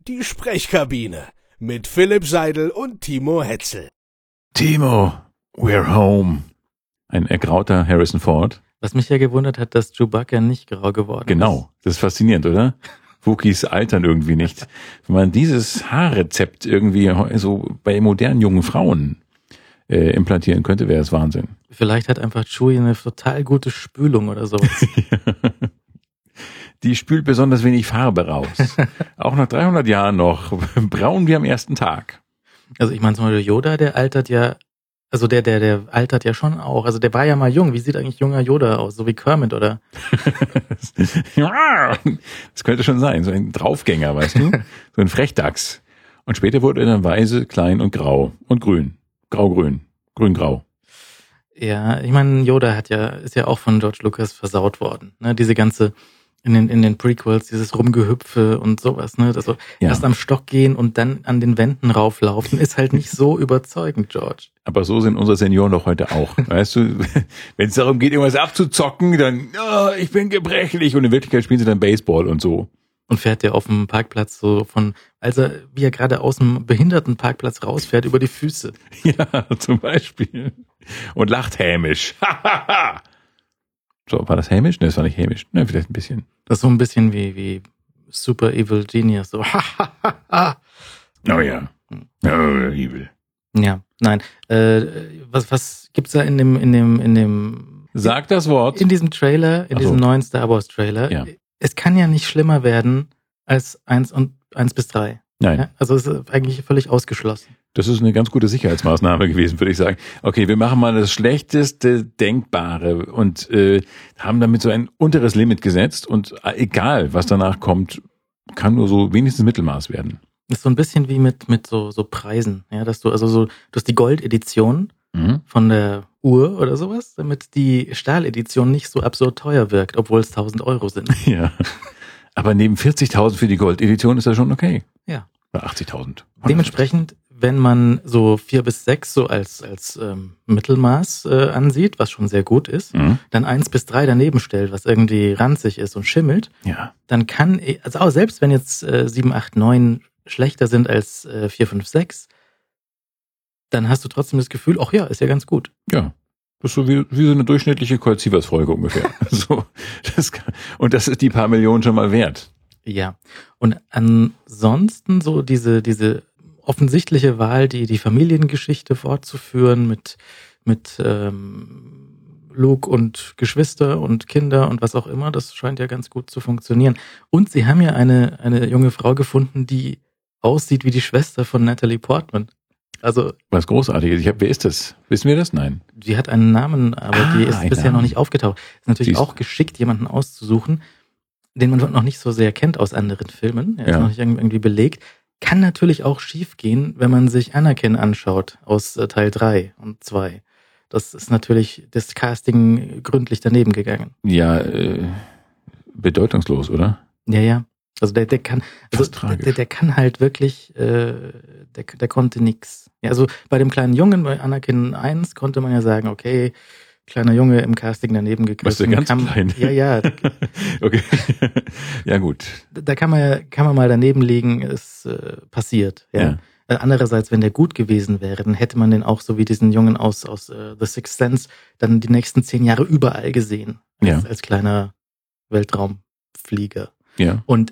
die Sprechkabine mit Philipp Seidel und Timo Hetzel. Timo, we're home. Ein ergrauter Harrison Ford. Was mich ja gewundert hat, dass Chewbacca nicht grau geworden ist. Genau, das ist faszinierend, oder? Wookiees altern irgendwie nicht. Wenn man dieses Haarrezept irgendwie so bei modernen jungen Frauen implantieren könnte, wäre es Wahnsinn. Vielleicht hat einfach Chewie eine total gute Spülung oder sowas. Die spült besonders wenig Farbe raus. Auch nach 300 Jahren noch braun wie am ersten Tag. Also ich meine zum Beispiel Yoda, der altert ja, also der altert ja schon auch. Also der war ja mal jung. Wie sieht eigentlich junger Yoda aus? So wie Kermit, oder? Das könnte schon sein. So ein Draufgänger, weißt du? So ein Frechdachs. Und später wurde er dann weise, klein und grau. Und grün. Grau-grün. Grün-grau. Ja, ich meine, Yoda ist ja auch von George Lucas versaut worden. Ne? Diese ganze, in den Prequels, dieses Rumgehüpfe und sowas, ne? Das so erst am Stock gehen und dann an den Wänden rauflaufen, ist halt nicht so überzeugend, George. Aber so sind unsere Senioren doch heute auch. Weißt du, wenn es darum geht, irgendwas abzuzocken, dann, ich bin gebrechlich. Und in Wirklichkeit spielen sie dann Baseball und so. Und fährt der auf dem Parkplatz so wie er gerade aus dem Behindertenparkplatz rausfährt, über die Füße. Ja, zum Beispiel. Und lacht hämisch. So, war das hämisch? Ne, das war nicht hämisch. Ne, vielleicht ein bisschen. Das ist so ein bisschen wie Super Evil Genius. So, Oh ja. Oh, evil. Ja, nein. Was gibt's da in dem Sag das Wort. In diesem Trailer, diesem neuen Star Wars Trailer. Ja. Es kann ja nicht schlimmer werden als 1 bis 3. Nein. Ja? Also es ist eigentlich völlig ausgeschlossen. Das ist eine ganz gute Sicherheitsmaßnahme gewesen, würde ich sagen. Okay, wir machen mal das Schlechteste Denkbare und haben damit so ein unteres Limit gesetzt und egal, was danach kommt, kann nur so wenigstens Mittelmaß werden. Das ist so ein bisschen wie mit so Preisen, ja, dass du du hast die Goldedition von der Uhr oder sowas, damit die Stahledition nicht so absurd teuer wirkt, obwohl es 1.000 Euro sind. Ja, aber neben 40.000 für die Goldedition ist das schon okay. Ja. Bei 80.000. Dementsprechend, wenn man so 4 bis 6 so als Mittelmaß ansieht, was schon sehr gut ist, dann 1 bis 3 daneben stellt, was irgendwie ranzig ist und schimmelt, dann kann, also auch selbst wenn jetzt 7, 8, 9 schlechter sind als 4, 5, 6, dann hast du trotzdem das Gefühl, ach ja, ist ja ganz gut. Ja, das ist so wie so eine durchschnittliche Colt Sievers Folge ungefähr. Und das ist die paar Millionen schon mal wert. Ja, und ansonsten so diese offensichtliche Wahl, die Familiengeschichte fortzuführen mit Luke und Geschwister und Kinder und was auch immer, das scheint ja ganz gut zu funktionieren. Und sie haben ja eine junge Frau gefunden, die aussieht wie die Schwester von Natalie Portman. Also was Großartiges. Wer ist das? Wissen wir das? Nein. Die hat einen Namen, aber die ist bisher noch nicht aufgetaucht. Ist natürlich auch geschickt, jemanden auszusuchen, den man noch nicht so sehr kennt aus anderen Filmen. Er ist noch nicht irgendwie belegt. Kann natürlich auch schief gehen, wenn man sich Anakin anschaut aus Teil 3 und 2. Das ist natürlich das Casting gründlich daneben gegangen. Ja, bedeutungslos, oder? Ja. Also der kann, der kann halt wirklich, der konnte nix. Ja, also bei dem kleinen Jungen, bei Anakin 1 konnte man ja sagen, okay, kleiner Junge im Casting daneben gegriffen. Was ist der ganz klein? Ja. Okay. Ja, gut. Da kann man mal daneben liegen, ist passiert. Ja. Andererseits, wenn der gut gewesen wäre, dann hätte man den auch so wie diesen Jungen aus The Sixth Sense dann die nächsten 10 Jahre überall gesehen. Als kleiner Weltraumflieger. Ja. Und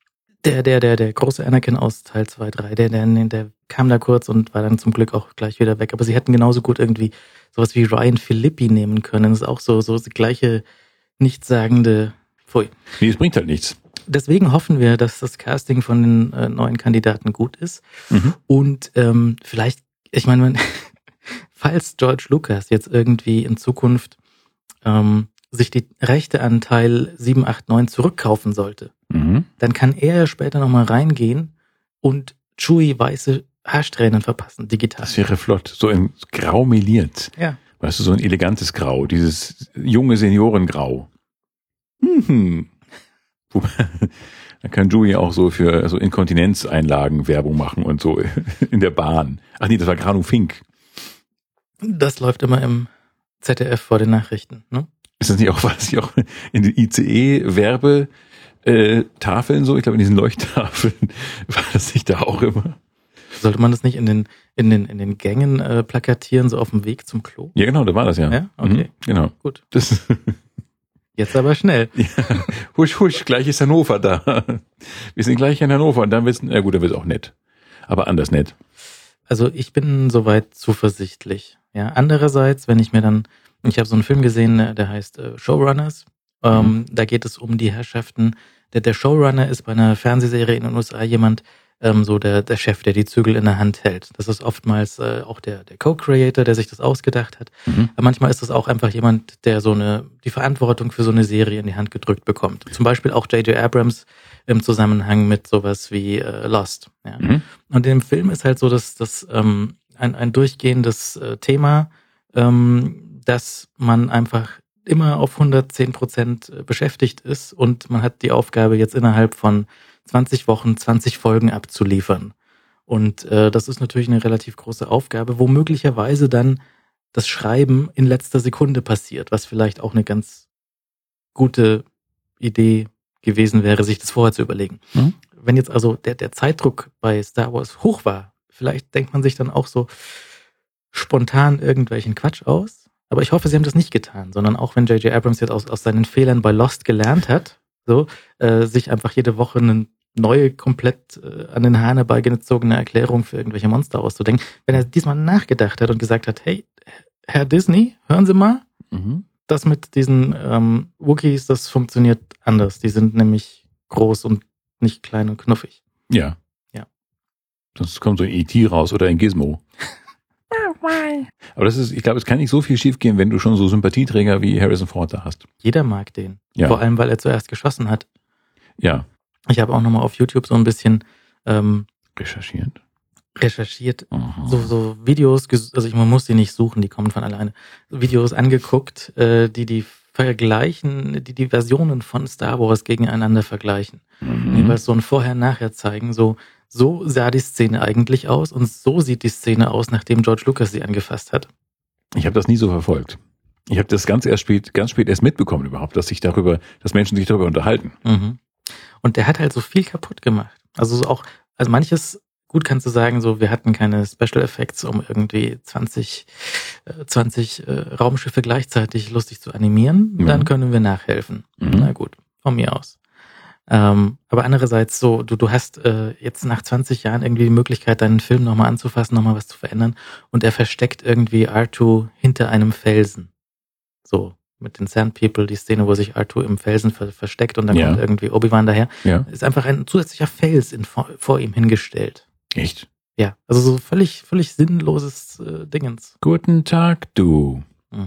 der große Anakin aus Teil 2, 3, der kam da kurz und war dann zum Glück auch gleich wieder weg. Aber sie hätten genauso gut irgendwie sowas wie Ryan Philippi nehmen können. Das ist auch so die gleiche nichtssagende Pfui. Nee, es bringt halt nichts. Deswegen hoffen wir, dass das Casting von den neuen Kandidaten gut ist. Und vielleicht, ich meine, falls George Lucas jetzt irgendwie in Zukunft sich die Rechte an Teil 7, 8, 9 zurückkaufen sollte, dann kann er ja später nochmal reingehen und Chewie weiße Haarsträhnen verpassen, digital. Das wäre flott, so in Grau meliert. Ja. Weißt du, so ein elegantes Grau, dieses junge Seniorengrau. Da kann Chewie auch so für Inkontinenzeinlagen Werbung machen und so in der Bahn. Ach nee, das war Granu Fink. Das läuft immer im ZDF vor den Nachrichten, ne? Ist das nicht auch, was ich auch in den ICE-Werbe Tafeln so, ich glaube in diesen Leuchttafeln war das nicht da auch immer. Sollte man das nicht in den Gängen plakatieren, so auf dem Weg zum Klo? Ja, genau, da war das ja. Ja, okay. Genau. Gut. Das Jetzt aber schnell. ja, husch, husch, gleich ist Hannover da. Wir sind gleich in Hannover und dann wird's, ja gut, dann wird's auch nett. Aber anders nett. Also ich bin soweit zuversichtlich. Ja, andererseits, wenn ich habe so einen Film gesehen, der heißt Showrunners. Da geht es um die Herrschaften. Der Showrunner ist bei einer Fernsehserie in den USA jemand, so der Chef, der die Zügel in der Hand hält. Das ist oftmals auch der Co-Creator, der sich das ausgedacht hat. Aber manchmal ist das auch einfach jemand, der die Verantwortung für so eine Serie in die Hand gedrückt bekommt. Zum Beispiel auch J.J. Abrams im Zusammenhang mit sowas wie Lost. Ja. Und im Film ist halt so, dass das ein durchgehendes Thema, dass man einfach immer auf 110% beschäftigt ist und man hat die Aufgabe, jetzt innerhalb von 20 Wochen 20 Folgen abzuliefern. Und das ist natürlich eine relativ große Aufgabe, wo möglicherweise dann das Schreiben in letzter Sekunde passiert, was vielleicht auch eine ganz gute Idee gewesen wäre, sich das vorher zu überlegen. Wenn jetzt also der Zeitdruck bei Star Wars hoch war, vielleicht denkt man sich dann auch so spontan irgendwelchen Quatsch aus. Aber ich hoffe, sie haben das nicht getan, sondern auch wenn J.J. Abrams jetzt aus seinen Fehlern bei Lost gelernt hat, sich einfach jede Woche eine neue, komplett an den Haaren herbeigezogene Erklärung für irgendwelche Monster auszudenken. Wenn er diesmal nachgedacht hat und gesagt hat, hey, Herr Disney, hören Sie mal, das mit diesen Wookiees, das funktioniert anders. Die sind nämlich groß und nicht klein und knuffig. Ja. Ja. Sonst kommt so ein E.T. raus oder ein Gizmo. Aber ich glaube, es kann nicht so viel schiefgehen, wenn du schon so Sympathieträger wie Harrison Ford da hast. Jeder mag den. Ja. Vor allem, weil er zuerst geschossen hat. Ja. Ich habe auch nochmal auf YouTube so ein bisschen recherchiert. So Videos, also man muss die nicht suchen, die kommen von alleine. Videos angeguckt, die vergleichen, die Versionen von Star Wars gegeneinander vergleichen. Jeweils so ein Vorher-Nachher zeigen, so sah die Szene eigentlich aus und so sieht die Szene aus, nachdem George Lucas sie angefasst hat. Ich habe das nie so verfolgt. Ich habe das ganz spät erst mitbekommen überhaupt, dass Menschen sich darüber unterhalten. Und der hat halt so viel kaputt gemacht. Also manches, gut kannst du sagen, so wir hatten keine Special Effects, um irgendwie 20 Raumschiffe gleichzeitig lustig zu animieren. Dann können wir nachhelfen. Na gut, von mir aus. Aber andererseits so, du hast jetzt nach 20 Jahren irgendwie die Möglichkeit, deinen Film nochmal anzufassen, nochmal was zu verändern und er versteckt irgendwie R2 hinter einem Felsen. So, mit den Sand People, die Szene, wo sich R2 im Felsen versteckt und dann kommt irgendwie Obi-Wan daher. Ja. Ist einfach ein zusätzlicher Fels vor ihm hingestellt. Echt? Ja, also so völlig sinnloses Dingens. Guten Tag, du.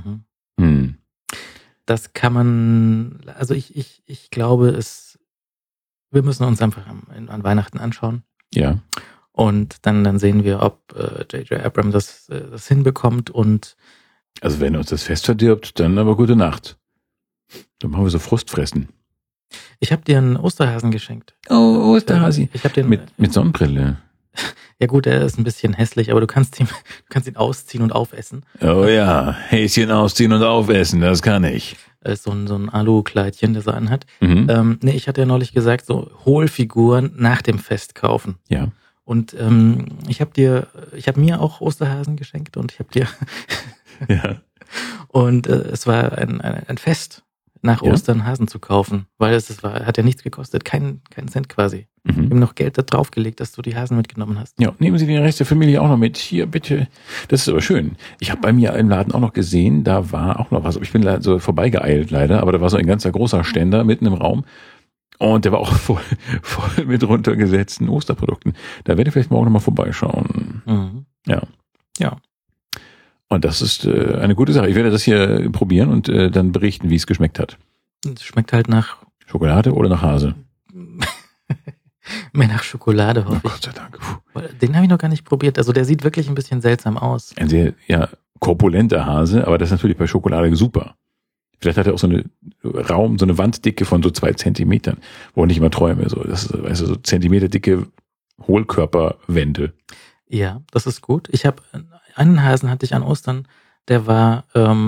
Das kann man, also ich glaube, wir müssen uns einfach an Weihnachten anschauen. Ja. Und dann sehen wir, ob J.J. Abrams das hinbekommt und also wenn uns das Fest verdirbt, dann aber gute Nacht. Dann machen wir so Frustfressen. Ich habe dir einen Osterhasen geschenkt. Oh, Osterhasi. Ich hab den mit Sonnenbrille. Ja gut, er ist ein bisschen hässlich, aber du kannst ihn ausziehen und aufessen. Oh ja, Häschen ausziehen und aufessen, das kann ich. So ein Alu-Kleidchen, das er anhat. Ich hatte ja neulich gesagt, so Hohlfiguren nach dem Fest kaufen. Ja. Und ich habe mir auch Osterhasen geschenkt und ich habe dir ja. Und es war ein Fest, nach Ostern Hasen zu kaufen, weil hat ja nichts gekostet, keinen Cent quasi. Wir haben noch Geld da draufgelegt, dass du die Hasen mitgenommen hast. Ja, nehmen Sie den Rest der Familie auch noch mit. Hier, bitte. Das ist aber schön. Ich habe bei mir im Laden auch noch gesehen, da war auch noch was. Ich bin so vorbeigeeilt leider, aber da war so ein ganzer großer Ständer mitten im Raum. Und der war auch voll mit runtergesetzten Osterprodukten. Da werde ich vielleicht morgen nochmal vorbeischauen. Ja. Und das ist eine gute Sache. Ich werde das hier probieren und dann berichten, wie es geschmeckt hat. Es schmeckt halt nach Schokolade oder nach Hase? Mehr nach Schokolade, hoffe ich. Gott sei Dank. Den habe ich noch gar nicht probiert. Also der sieht wirklich ein bisschen seltsam aus. Ein sehr korpulenter Hase, aber das ist natürlich bei Schokolade super. Vielleicht hat er auch so eine Wanddicke von so 2 Zentimetern, wo ich nicht immer träume. So, das ist, so zentimeterdicke Hohlkörperwände. Ja, das ist gut. Einen Hasen hatte ich an Ostern, der war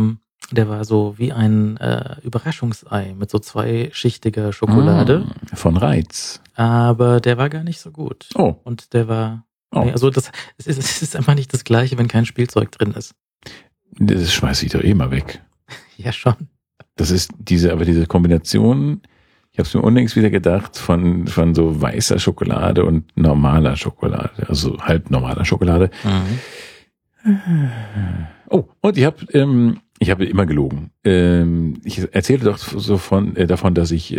Der war so wie ein Überraschungsei mit so 2-schichtiger Schokolade. Von Reiz. Aber der war gar nicht so gut. Oh. Und der war... Oh. Nee, also es ist einfach nicht das Gleiche, wenn kein Spielzeug drin ist. Das schmeiße ich doch eh mal weg. Ja, schon. Das ist diese Kombination, ich habe es mir unlängst wieder gedacht, von so weißer Schokolade und normaler Schokolade, also halb normaler Schokolade. Oh, und ich habe immer gelogen. Ich erzählte doch so davon, dass ich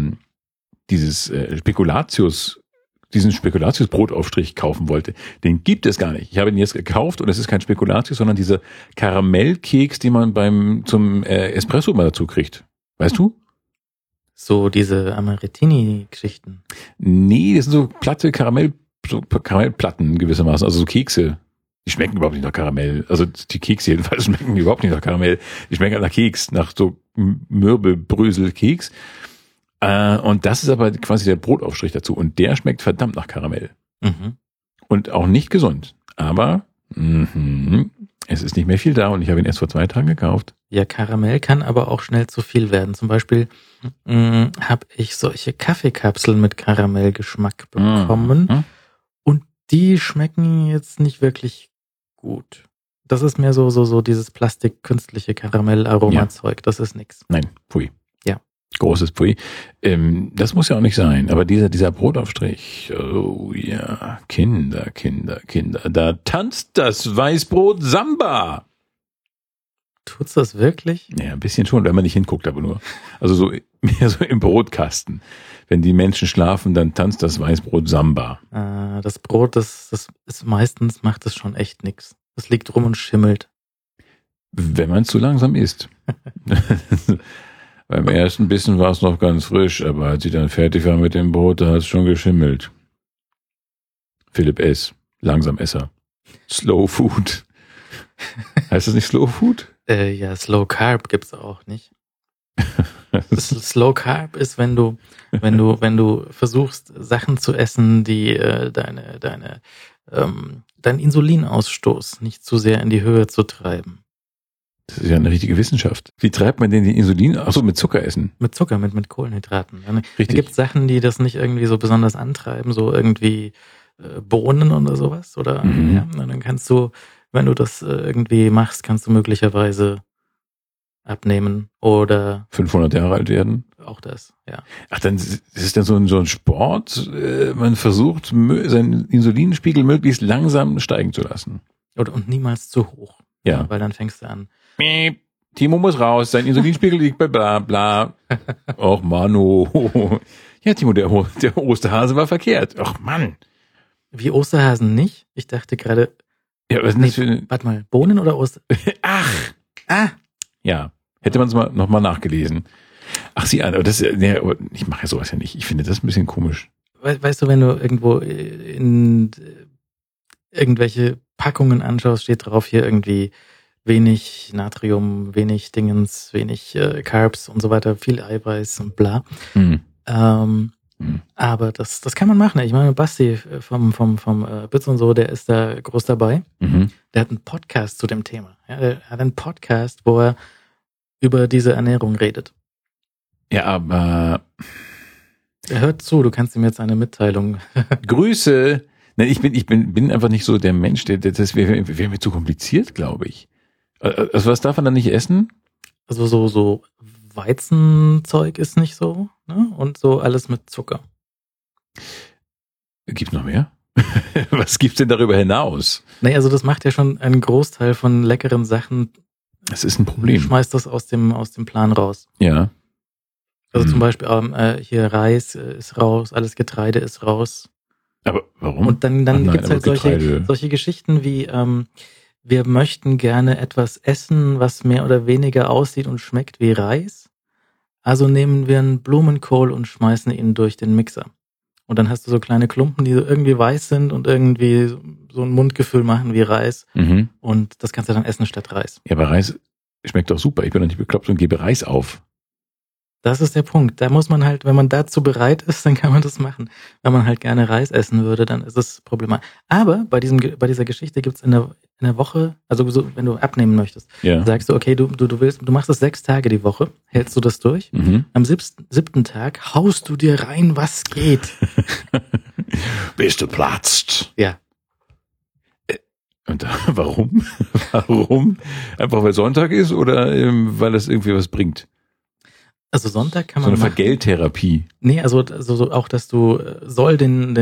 diesen Spekulatius-Brotaufstrich kaufen wollte. Den gibt es gar nicht. Ich habe ihn jetzt gekauft und es ist kein Spekulatius, sondern dieser Karamellkeks, den man zum Espresso mal dazu kriegt. Weißt du? So diese Amarettini-Geschichten. Nee, das sind so Karamellplatten gewissermaßen, also so Kekse. Die schmecken überhaupt nicht nach Karamell. Also die Kekse jedenfalls schmecken überhaupt nicht nach Karamell. Die schmecken halt nach Keks, nach so Mürbebrösel-Keks. Und das ist aber quasi der Brotaufstrich dazu. Und der schmeckt verdammt nach Karamell. Mhm. Und auch nicht gesund. Aber es ist nicht mehr viel da und ich habe ihn erst vor 2 Tagen gekauft. Ja, Karamell kann aber auch schnell zu viel werden. Zum Beispiel habe ich solche Kaffeekapseln mit Karamellgeschmack bekommen. Und die schmecken jetzt nicht wirklich gut. Das ist mehr so dieses Plastik-künstliche Karamell-Aromazeug. Das ist nix. Nein, pfui. Ja. Großes Pfui. Das muss ja auch nicht sein. Aber dieser Brotaufstrich, oh ja, Kinder. Da tanzt das Weißbrot Samba. Tut's das wirklich? Ja, ein bisschen schon, wenn man nicht hinguckt, aber nur. Also so mehr so im Brotkasten. Wenn die Menschen schlafen, dann tanzt das Weißbrot Samba. Das Brot, das ist meistens macht es schon echt nix. Das liegt rum und schimmelt. Wenn man zu langsam isst. Beim ersten Bissen war es noch ganz frisch, aber als sie dann fertig war mit dem Brot, da hat es schon geschimmelt. Philipp S., Langsamesser. Slow Food. Heißt das nicht Slow Food? Ja, Slow Carb gibt's auch nicht. Slow Carb ist, wenn du versuchst, Sachen zu essen, die deinen Insulinausstoß nicht zu sehr in die Höhe zu treiben. Das ist ja eine richtige Wissenschaft. Wie treibt man denn die Insulin? Achso, mit Zucker essen. Mit Zucker, mit Kohlenhydraten. Richtig. Da gibt's Sachen, die das nicht irgendwie so besonders antreiben, so irgendwie Bohnen oder sowas. Oder ja, dann kannst du, wenn du das irgendwie machst, kannst du möglicherweise abnehmen oder 500 Jahre alt werden. Auch das, ja. Ach, dann ist es dann so ein Sport. Man versucht, seinen Insulinspiegel möglichst langsam steigen zu lassen. Und niemals zu hoch. Ja. Weil dann fängst du an. Timo muss raus, sein Insulinspiegel liegt bei bla bla. Och Mano. Ja, Timo, der Osterhase war verkehrt. Och Mann. Wie Osterhasen nicht? Ich dachte gerade. Ja, was ist das für eine... Warte mal, Bohnen oder Oster? Ach. Ja, hätte man es noch mal nachgelesen. Ach, sieh an, aber ich mache ja sowas ja nicht. Ich finde das ein bisschen komisch. Weißt du, wenn du irgendwo in irgendwelche Packungen anschaust, steht drauf hier irgendwie wenig Natrium, wenig Dingens, wenig Carbs und so weiter, viel Eiweiß und bla. Aber das kann man machen. Ich meine, Basti vom Bütz und so, der ist da groß dabei. Der hat einen Podcast zu dem Thema. Ja, der hat einen Podcast, wo er über diese Ernährung redet. Ja, aber... Er hört zu, du kannst ihm jetzt eine Mitteilung... Grüße! Nein, ich bin einfach nicht so der Mensch, das wäre mir zu kompliziert, glaube ich. Also was darf man dann nicht essen? Also so Weizenzeug ist nicht so, ne? Und so alles mit Zucker. Gibt's noch mehr? Was gibt's denn darüber hinaus? Nee, also das macht ja schon einen Großteil von leckeren Sachen. Das ist ein Problem. Schmeißt das aus dem Plan raus. Ja. Also zum Beispiel hier Reis ist raus, alles Getreide ist raus. Aber warum? Und dann gibt's halt solche Geschichten wie, wir möchten gerne etwas essen, was mehr oder weniger aussieht und schmeckt wie Reis. Also nehmen wir einen Blumenkohl und schmeißen ihn durch den Mixer. Und dann hast du so kleine Klumpen, die so irgendwie weiß sind und irgendwie so ein Mundgefühl machen wie Reis. Und das kannst du dann essen statt Reis. Ja, aber Reis schmeckt doch super. Ich bin doch nicht bekloppt und gebe Reis auf. Das ist der Punkt. Da muss man halt, wenn man dazu bereit ist, dann kann man das machen. Wenn man halt gerne Reis essen würde, dann ist es problematisch. Aber bei dieser Geschichte gibt es in der Woche, also so, wenn du abnehmen möchtest, Ja. sagst du, okay, du machst das 6 Tage die Woche, hältst du das durch? Mhm. Am 7. Tag haust du dir rein, was geht. Bis du platzt. Ja. Und warum? Warum? Einfach weil Sonntag ist oder weil das irgendwie was bringt? Also Sonntag kann So man eine Vergelttherapie. Nee, also so auch, dass du soll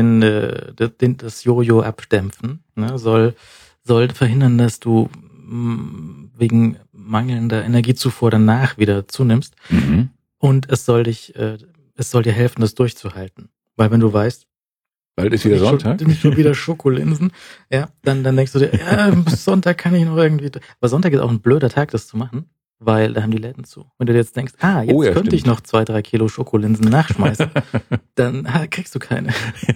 das Jojo abdämpfen, ne? Soll verhindern, dass du wegen mangelnder Energiezufuhr danach wieder zunimmst. Mhm. Und es soll dir helfen, das durchzuhalten. Weil wenn du weißt, Bald ist wieder Sonntag. nicht schon wieder Schokolinsen, ja, dann denkst du dir, ja, bis Sonntag kann ich noch irgendwie. Aber Sonntag ist auch ein blöder Tag, das zu machen. Weil da haben die Läden zu. Wenn du jetzt denkst, jetzt könnte ich noch 2-3 Kilo Schokolinsen nachschmeißen, dann kriegst du keine.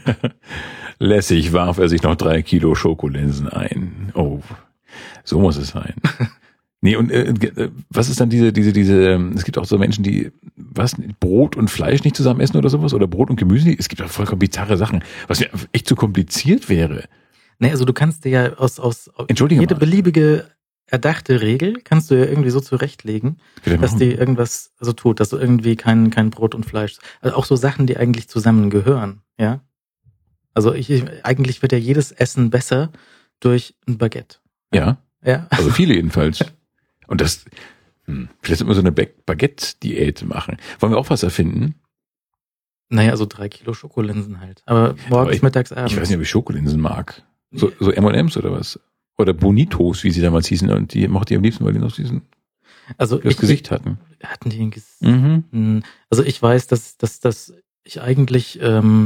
Lässig warf er sich noch 3 Kilo Schokolinsen ein. Oh, so muss es sein. Nee, und was ist dann diese, es gibt auch so Menschen, die Brot und Fleisch nicht zusammen essen oder sowas, oder Brot und Gemüse, es gibt auch vollkommen bizarre Sachen, was mir echt zu kompliziert wäre. Nee, also du kannst dir ja aus Entschuldige jede mal. beliebige erdachte Regel kannst du ja irgendwie so zurechtlegen, dass die irgendwas so tut, dass du irgendwie kein Brot und Fleisch, also auch so Sachen, die eigentlich zusammengehören, ja. Also eigentlich wird ja jedes Essen besser durch ein Baguette. Ja, Ja. also viele jedenfalls. Und das, vielleicht sollten wir so eine Baguette-Diät machen. Wollen wir auch was erfinden? Naja, also 3 Kilo Schokolinsen halt. Aber morgens, mittags, abends. Ich weiß nicht, ob ich Schokolinsen mag. So M&M's oder was? Oder Bonitos, wie sie damals hießen. Und die mochte ich am liebsten, weil die noch also das Gesicht hatten. Hatten die ein Gesicht? Mhm. Also ich weiß, dass ich eigentlich,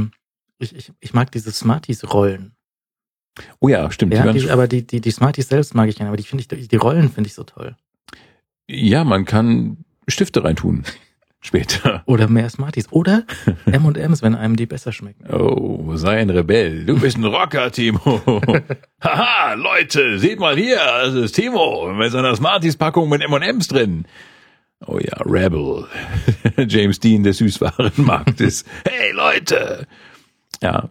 ich mag diese Smarties-Rollen. Oh ja, stimmt. Ja, aber die Smarties selbst mag ich gerne, aber die Rollen finde ich so toll. Ja, man kann Stifte reintun. Später. Oder mehr Smarties. Oder M&M's, wenn einem die besser schmecken. Oh, sei ein Rebell. Du bist ein Rocker, Timo. Haha, Leute, seht mal hier, das ist Timo mit seiner Smarties-Packung mit M&M's drin. Oh ja, Rebel. James Dean des Süßwarenmarktes. Hey, Leute. Ja.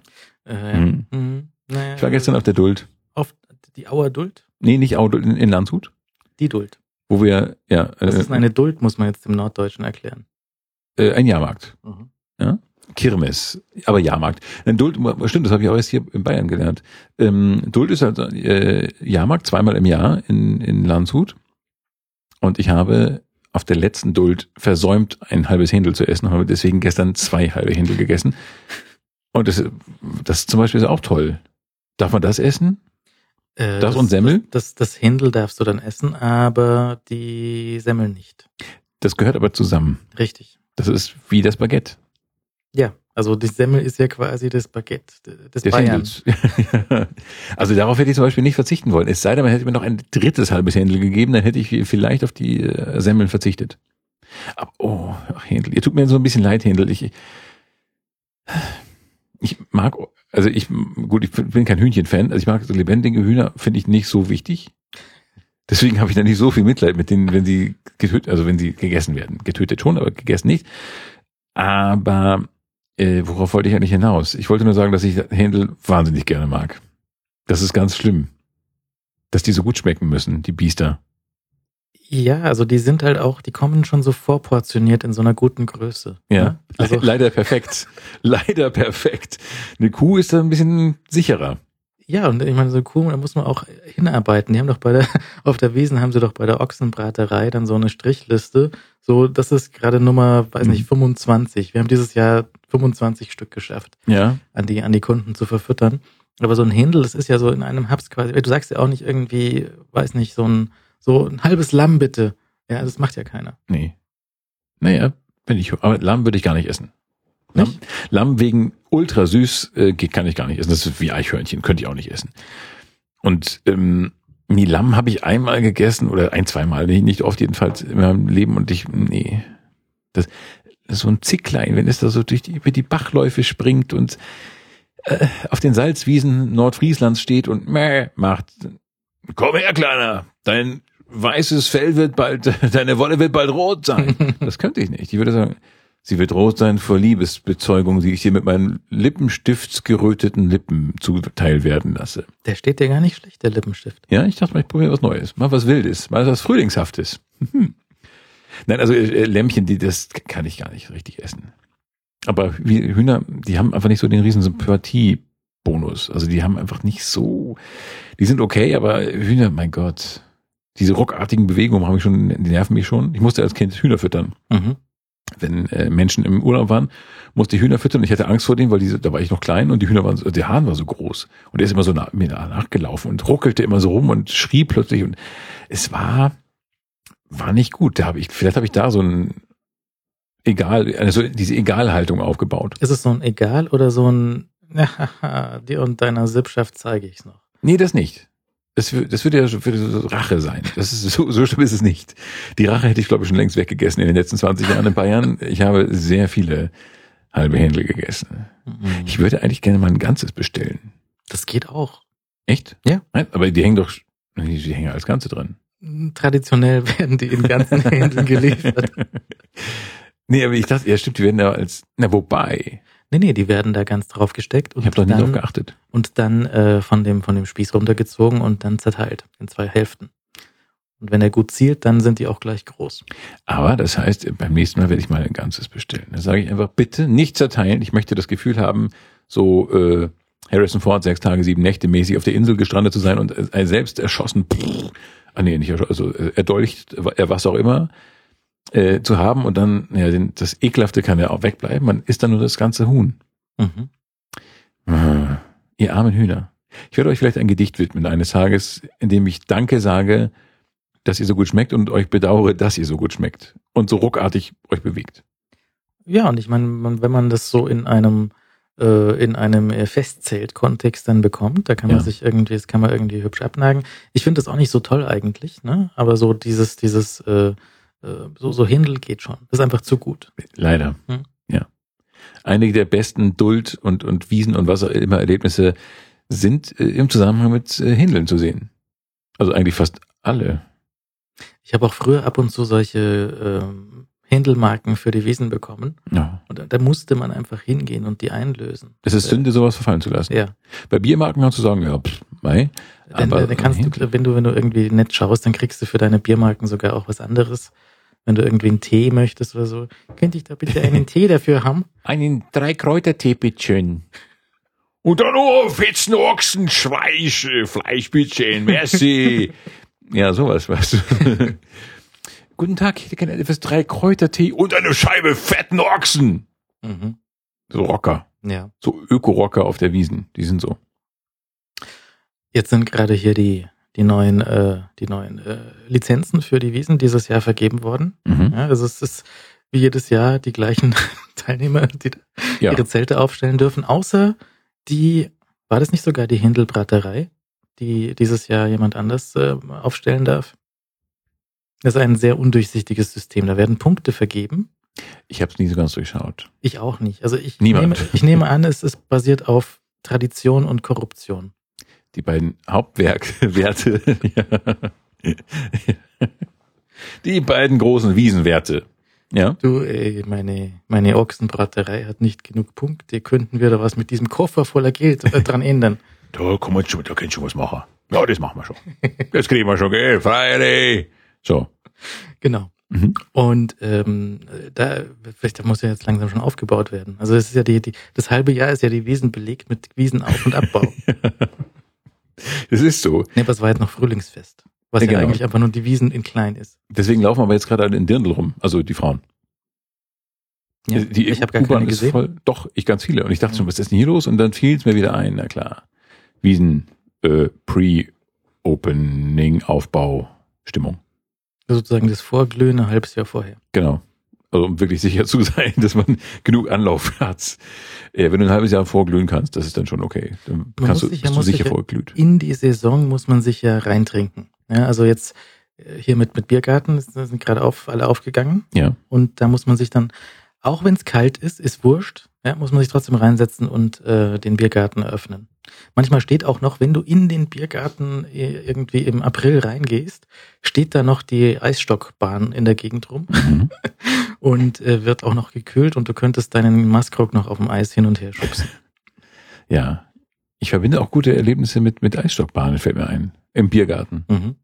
Naja, Ich war gestern auf der Duld. Auf die Auer Duld? Nee, nicht Auer Duld, in Landshut. Die Duld. Wo wir, ja. Was ist denn eine Duld, muss man jetzt dem Norddeutschen erklären. Ein Jahrmarkt. Mhm. Ja? Kirmes, aber Jahrmarkt. Ein Duld, stimmt, das habe ich auch erst hier in Bayern gelernt. Duld ist halt Jahrmarkt, 2-mal im Jahr in Landshut. Und ich habe auf der letzten Duld versäumt, ein halbes Händel zu essen, habe deswegen gestern 2 halbe Händel gegessen. Und das zum Beispiel ist auch toll. Darf man das essen? Das und Semmel? Das Händel darfst du dann essen, aber die Semmel nicht. Das gehört aber zusammen. Richtig. Das ist wie das Baguette. Ja, also die Semmel ist ja quasi das Baguette des Bayern. Händels. Also darauf hätte ich zum Beispiel nicht verzichten wollen. Es sei denn, man hätte mir noch ein drittes halbes Händel gegeben, dann hätte ich vielleicht auf die Semmeln verzichtet. Aber, Händel. Ihr tut mir so ein bisschen leid, Händel. Ich mag, also ich bin kein Hühnchen-Fan, also ich mag so lebendige Hühner, finde ich nicht so wichtig. Deswegen habe ich da nicht so viel Mitleid mit denen, wenn sie wenn sie gegessen werden. Getötet schon, aber gegessen nicht. Aber worauf wollte ich eigentlich hinaus? Ich wollte nur sagen, dass ich Händel wahnsinnig gerne mag. Das ist ganz schlimm. Dass die so gut schmecken müssen, die Biester. Ja, also die sind halt auch, die kommen schon so vorportioniert in so einer guten Größe. Ja, ne? Also leider perfekt. Leider perfekt. Eine Kuh ist da ein bisschen sicherer. ja, und ich meine, so eine Kuh, da muss man auch hinarbeiten. Die haben doch auf der Wiesn haben sie doch bei der Ochsenbraterei dann so eine Strichliste. So, das ist gerade Nummer, 25. Wir haben dieses Jahr 25 Stück geschafft, Ja. an die Kunden zu verfüttern. Aber so ein Händel, das ist ja so in einem Haps quasi. Du sagst ja auch nicht irgendwie, weiß nicht, so ein halbes Lamm bitte. Ja, das macht ja keiner. Nee. Naja, aber Lamm würde ich gar nicht essen. Nicht? Lamm wegen ultra süß kann ich gar nicht essen. Das ist wie Eichhörnchen, könnte ich auch nicht essen. Und Lamm habe ich einmal gegessen oder 1-2 Mal, nicht oft jedenfalls in meinem Leben und das ist so ein Zicklein, wenn es da so über die Bachläufe springt und auf den Salzwiesen Nordfrieslands steht und macht. Komm her, Kleiner, dein weißes Fell deine Wolle wird bald rot sein. Das könnte ich nicht. Ich würde sagen, Sie wird rot sein vor Liebesbezeugung, die ich dir mit meinen lippenstiftsgeröteten Lippen zuteil werden lasse. Der steht dir gar nicht schlecht, der Lippenstift. Ja, ich dachte mal, ich probiere was Neues. Mal was Wildes, mal was Frühlingshaftes. Nein, also Lämmchen, das kann ich gar nicht richtig essen. Aber Hühner, die haben einfach nicht so den riesen Sympathie-Bonus. Also die haben einfach nicht so, die sind okay, aber Hühner, mein Gott, diese ruckartigen Bewegungen die nerven mich schon. Ich musste als Kind Hühner füttern. Mhm. Wenn Menschen im Urlaub waren, musste ich Hühner füttern und ich hatte Angst vor denen, weil da war ich noch klein und die Hühner waren, der Hahn war so groß und der ist immer so mir nachgelaufen und ruckelte immer so rum und schrie plötzlich und es war nicht gut. Vielleicht habe ich da so diese Egalhaltung aufgebaut. Ist es so ein Egal oder so ein dir und deiner Sippschaft zeige ich's noch? Nee, das nicht. Das wird ja so Rache sein. Das ist so schlimm ist es nicht. Die Rache hätte ich, glaube ich, schon längst weggegessen in den letzten 20 Jahren in Bayern. Ich habe sehr viele halbe Händel gegessen. Mhm. Ich würde eigentlich gerne mal ein ganzes bestellen. Das geht auch. Echt? Ja. Aber die hängen als Ganze drin. Traditionell werden die in ganzen Händeln geliefert. Nee, aber ich dachte, ja stimmt, die werden da wobei. Nee, die werden da ganz drauf gesteckt. Und ich habe doch nicht drauf geachtet. Und dann von dem Spieß runtergezogen und dann zerteilt in 2 Hälften. Und wenn er gut zielt, dann sind die auch gleich groß. Aber das heißt, beim nächsten Mal werde ich mal ein ganzes bestellen. Da sage ich einfach, bitte nicht zerteilen. Ich möchte das Gefühl haben, so Harrison Ford 6 Tage, 7 Nächte mäßig auf der Insel gestrandet zu sein und selbst erschossen, nicht erschossen, also erdolcht, was auch immer, zu haben und dann, das Ekelhafte kann ja auch wegbleiben. Man isst dann nur das ganze Huhn. Mhm. Ihr armen Hühner. Ich werde euch vielleicht ein Gedicht widmen eines Tages, in dem ich Danke sage, dass ihr so gut schmeckt und euch bedauere, dass ihr so gut schmeckt und so ruckartig euch bewegt. Ja, und ich meine, wenn man das so in einem Festzelt-Kontext dann bekommt, da kann man sich irgendwie hübsch abnagen. Ich finde das auch nicht so toll eigentlich, ne? Aber so so Händel geht schon. Das ist einfach zu gut. Leider. Ja. Einige der besten Duld- und Wiesen- und was auch immer Erlebnisse sind im Zusammenhang mit Händeln zu sehen. Also eigentlich fast alle. Ich habe auch früher ab und zu solche Händelmarken für die Wiesen bekommen. Ja. Und da musste man einfach hingehen und die einlösen. Es ist Sünde, sowas verfallen zu lassen. Ja. Bei Biermarken kannst du sagen, aber dann kannst du, wenn du irgendwie nett schaust, dann kriegst du für deine Biermarken sogar auch was anderes. Wenn du irgendwie einen Tee möchtest oder so, könnte ich da bitte einen Tee dafür haben? Einen 3-Kräuter-Tee, bitteschön. Und dann noch fetzen Ochsen, Fleisch, bitteschön, merci. Ja, sowas, weißt du. Guten Tag, ich hätte gerne etwas 3-Kräuter-Tee und eine Scheibe fetten Ochsen. Mhm. So Rocker. Ja. So Öko-Rocker auf der Wiesn, die sind so. Jetzt sind gerade hier die neuen Lizenzen für die Wiesn dieses Jahr vergeben worden. Mhm. Ja, also es ist wie jedes Jahr die gleichen Teilnehmer, die ihre Zelte aufstellen dürfen, außer war das nicht sogar die Händelbraterei, die dieses Jahr jemand anders aufstellen darf? Das ist ein sehr undurchsichtiges System. Da werden Punkte vergeben. Ich habe es nie so ganz durchschaut. Ich auch nicht. Also ich nehme an, es ist basiert auf Tradition und Korruption. Die beiden Hauptwerte. Die beiden großen Wiesenwerte. Ja. Du, meine Ochsenbraterei hat nicht genug Punkte. Könnten wir da was mit diesem Koffer voller Geld dran ändern? Da kannst du schon was machen. Ja, das machen wir schon. Das kriegen wir schon, gell? Freilich. So. Genau. Mhm. Und da muss ja jetzt langsam schon aufgebaut werden. Also es ist ja das halbe Jahr ist ja die Wiesn belegt mit Wiesenauf- und Abbau. Das ist so. Nee, aber es war jetzt noch Frühlingsfest. Was ja eigentlich einfach nur die Wiesn in klein ist. Deswegen laufen aber jetzt gerade alle in Dirndl rum. Also die Frauen. Ja, ich habe gar keine gesehen. Voll, doch, ich ganz viele. Und ich dachte schon, was ist denn hier los? Und dann fiel es mir wieder ein. Na klar. Wiesn, Pre-Opening, Aufbau, Stimmung. Sozusagen das Vorglühen ein halbes Jahr vorher. Genau. Also um wirklich sicher zu sein, dass man genug Anlauf hat. Ja, wenn du ein halbes Jahr vorglühen kannst, das ist dann schon okay. Dann bist du sicher vorglüht. In die Saison muss man sich ja reintrinken. Ja, also jetzt hier mit Biergarten sind gerade alle aufgegangen. Ja. Und da muss man sich dann, auch wenn es kalt ist wurscht, ja, muss man sich trotzdem reinsetzen und den Biergarten eröffnen. Manchmal steht auch noch, wenn du in den Biergarten irgendwie im April reingehst, steht da noch die Eisstockbahn in der Gegend rum. Mhm. und wird auch noch gekühlt und du könntest deinen Maskrock noch auf dem Eis hin und her schubsen. Ja. Ich verbinde auch gute Erlebnisse mit Eisstockbahnen, fällt mir ein. Im Biergarten. Mhm.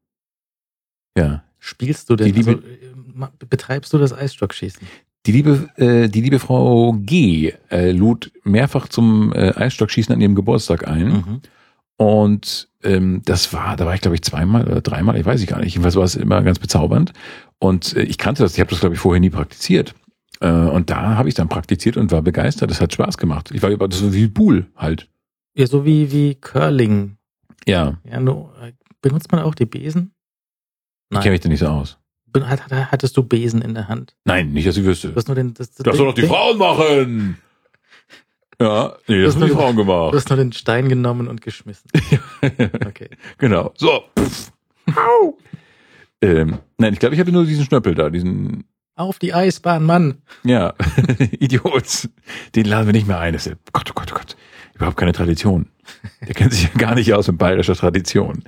Ja. Spielst du denn, betreibst du das Eisstockschießen? Die liebe Frau G. Lud mehrfach zum Eisstockschießen an ihrem Geburtstag ein. Mhm. Und da war ich glaube ich 2-mal oder 3-mal, ich weiß ich gar nicht. Jedenfalls war es immer ganz bezaubernd. Und ich kannte das, ich habe das glaube ich vorher nie praktiziert. Und da habe ich dann praktiziert und war begeistert. Das hat Spaß gemacht. Ich war über das so wie Pool halt. Ja, so wie Curling. Ja. Ja, benutzt man auch die Besen? Ich kenne mich da nicht so aus. Hattest du Besen in der Hand? Nein, nicht, dass ich wüsste. Du hast nur das sollen doch die Frauen machen! Ja, nee, das haben die Frauen gemacht. Du hast nur den Stein genommen und geschmissen. Okay. Genau. So. Au! Nein, ich glaube, ich hatte nur diesen Schnöppel da, diesen... Auf die Eisbahn, Mann! Ja, Idiot. Den laden wir nicht mehr ein. Das ist Gott, oh Gott, oh Gott. Überhaupt keine Tradition. Der kennt sich ja gar nicht aus mit bayerischer Tradition.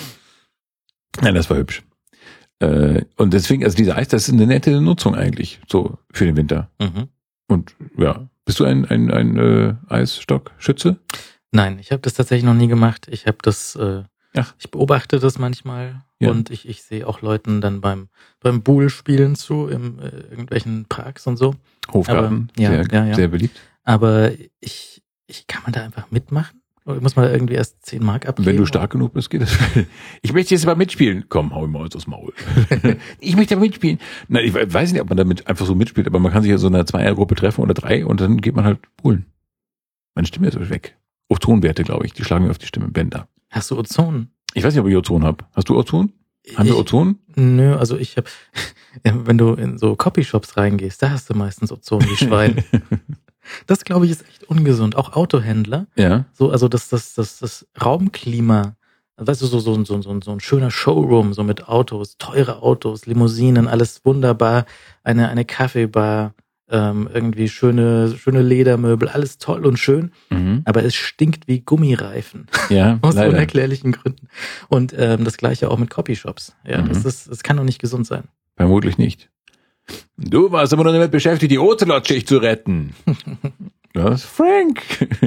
Nein, das war hübsch. Und deswegen, also dieser Eis, das ist eine nette Nutzung eigentlich, so für den Winter. Mhm. Und ja, bist du ein Eisstockschütze? Nein, ich habe das tatsächlich noch nie gemacht. Ich habe das, Ach. ich beobachte das manchmal Ja. und ich sehe auch Leuten dann beim Buhl-Spielen zu, in irgendwelchen Parks und so. Hofgarten, Aber, ja. sehr beliebt. Aber ich kann man da einfach mitmachen? Oder muss man irgendwie erst 10 Mark abgeben? Wenn du stark genug bist, geht das. Ich möchte jetzt aber mitspielen. Komm, hau ihm mal aus Maul. Ich möchte aber mitspielen. Nein, ich weiß nicht, ob man damit einfach so mitspielt, aber man kann sich ja so in einer 2er-Gruppe treffen oder 3 und dann geht man halt buhlen. Meine Stimme ist weg. Ozonwerte, glaube ich, die schlagen mir auf die Stimmbänder. Hast du Ozon? Ich weiß nicht, ob ich Ozon habe. Hast du Ozon? Haben wir Ozon? Nö, also ich habe, wenn du in so Copyshops reingehst, da hast du meistens Ozon wie Schwein. Das, glaube ich, ist echt ungesund. Auch Autohändler. Ja. So, also das Raumklima, weißt du, so ein schöner Showroom, so mit Autos, teure Autos, Limousinen, alles wunderbar, eine Kaffeebar, irgendwie schöne Ledermöbel, alles toll und schön, aber es stinkt wie Gummireifen. Ja, Aus leider. unerklärlichen Gründen. Und das gleiche auch mit Copyshops. Ja, das kann doch nicht gesund sein. Vermutlich nicht. Du warst aber noch damit beschäftigt, die Ozelotschicht zu retten. Was? Frank!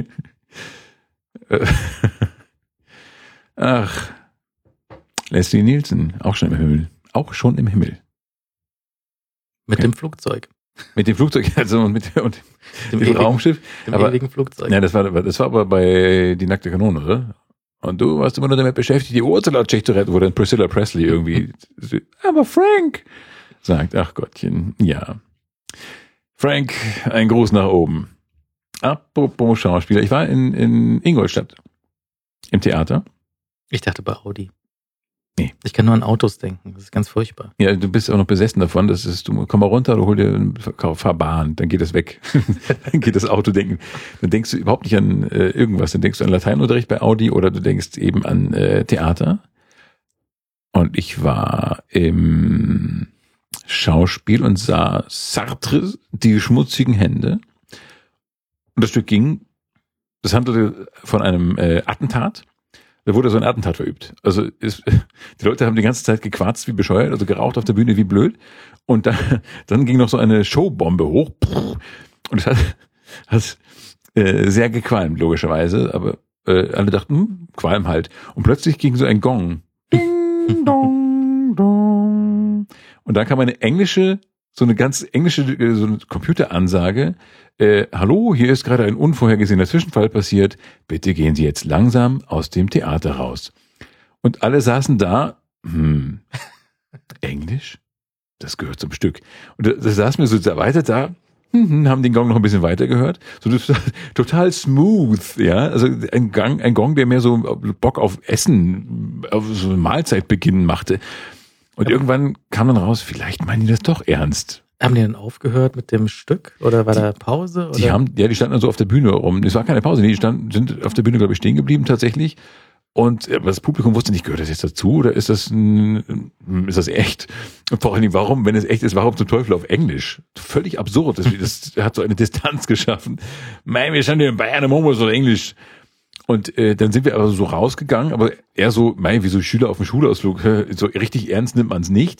Ach. Leslie Nielsen, auch schon im Himmel. Auch schon im Himmel. Mit dem Flugzeug. Mit dem Flugzeug, also und dem ewigen, Raumschiff. Dem aber, ewigen Flugzeug. Ja, das war aber bei Die nackte Kanone, oder? Und du warst immer nur damit beschäftigt, die Ozelotschicht zu retten, wo dann Priscilla Presley irgendwie, aber Frank sagt, ach Gottchen, ja. Frank, ein Gruß nach oben. Apropos Schauspieler, ich war in Ingolstadt im Theater. Ich dachte bei Audi. Nee. Ich kann nur an Autos denken, das ist ganz furchtbar. Ja, du bist auch noch besessen davon, komm mal runter, du hol dir eine Fahrbahn, dann geht das weg. Dann geht das Autodenken. Dann denkst du überhaupt nicht an irgendwas, dann denkst du an Lateinunterricht bei Audi oder du denkst eben an Theater. Und ich war im Schauspiel und sah Sartre, die schmutzigen Hände. Und das Stück das handelte von einem Attentat. Da wurde so ein Attentat verübt. Also die Leute haben die ganze Zeit gequarzt wie bescheuert, also geraucht auf der Bühne wie blöd. Und dann ging noch so eine Showbombe hoch. Und es hat sehr gequalmt, logischerweise. Aber alle dachten, Qualm halt. Und plötzlich ging so ein Gong. Ding, dong, dong. Und dann kam eine so eine Computeransage. Hallo, hier ist gerade ein unvorhergesehener Zwischenfall passiert. Bitte gehen Sie jetzt langsam aus dem Theater raus. Und alle saßen da. Englisch? Das gehört zum Stück. Und da saßen wir so weiter da, haben den Gong noch ein bisschen weiter gehört. So total smooth, ja. Also ein Gong, der mehr so Bock auf Essen, auf so einen Mahlzeitbeginn machte. Und irgendwann kam dann raus, vielleicht meinen die das doch ernst. Haben die dann aufgehört mit dem Stück? Oder war da Pause? Oder? Die standen dann so auf der Bühne rum. Es war keine Pause, die sind auf der Bühne, glaube ich, stehen geblieben tatsächlich. Und das Publikum wusste nicht, gehört das jetzt dazu oder ist das echt? Und vor allem, warum, wenn es echt ist, warum zum Teufel auf Englisch? Völlig absurd. Das hat so eine Distanz geschaffen. Wir standen hier in Bayern im Homo so Englisch. Und dann sind wir aber so rausgegangen, aber eher so, wie so Schüler auf dem Schulausflug, so richtig ernst nimmt man es nicht.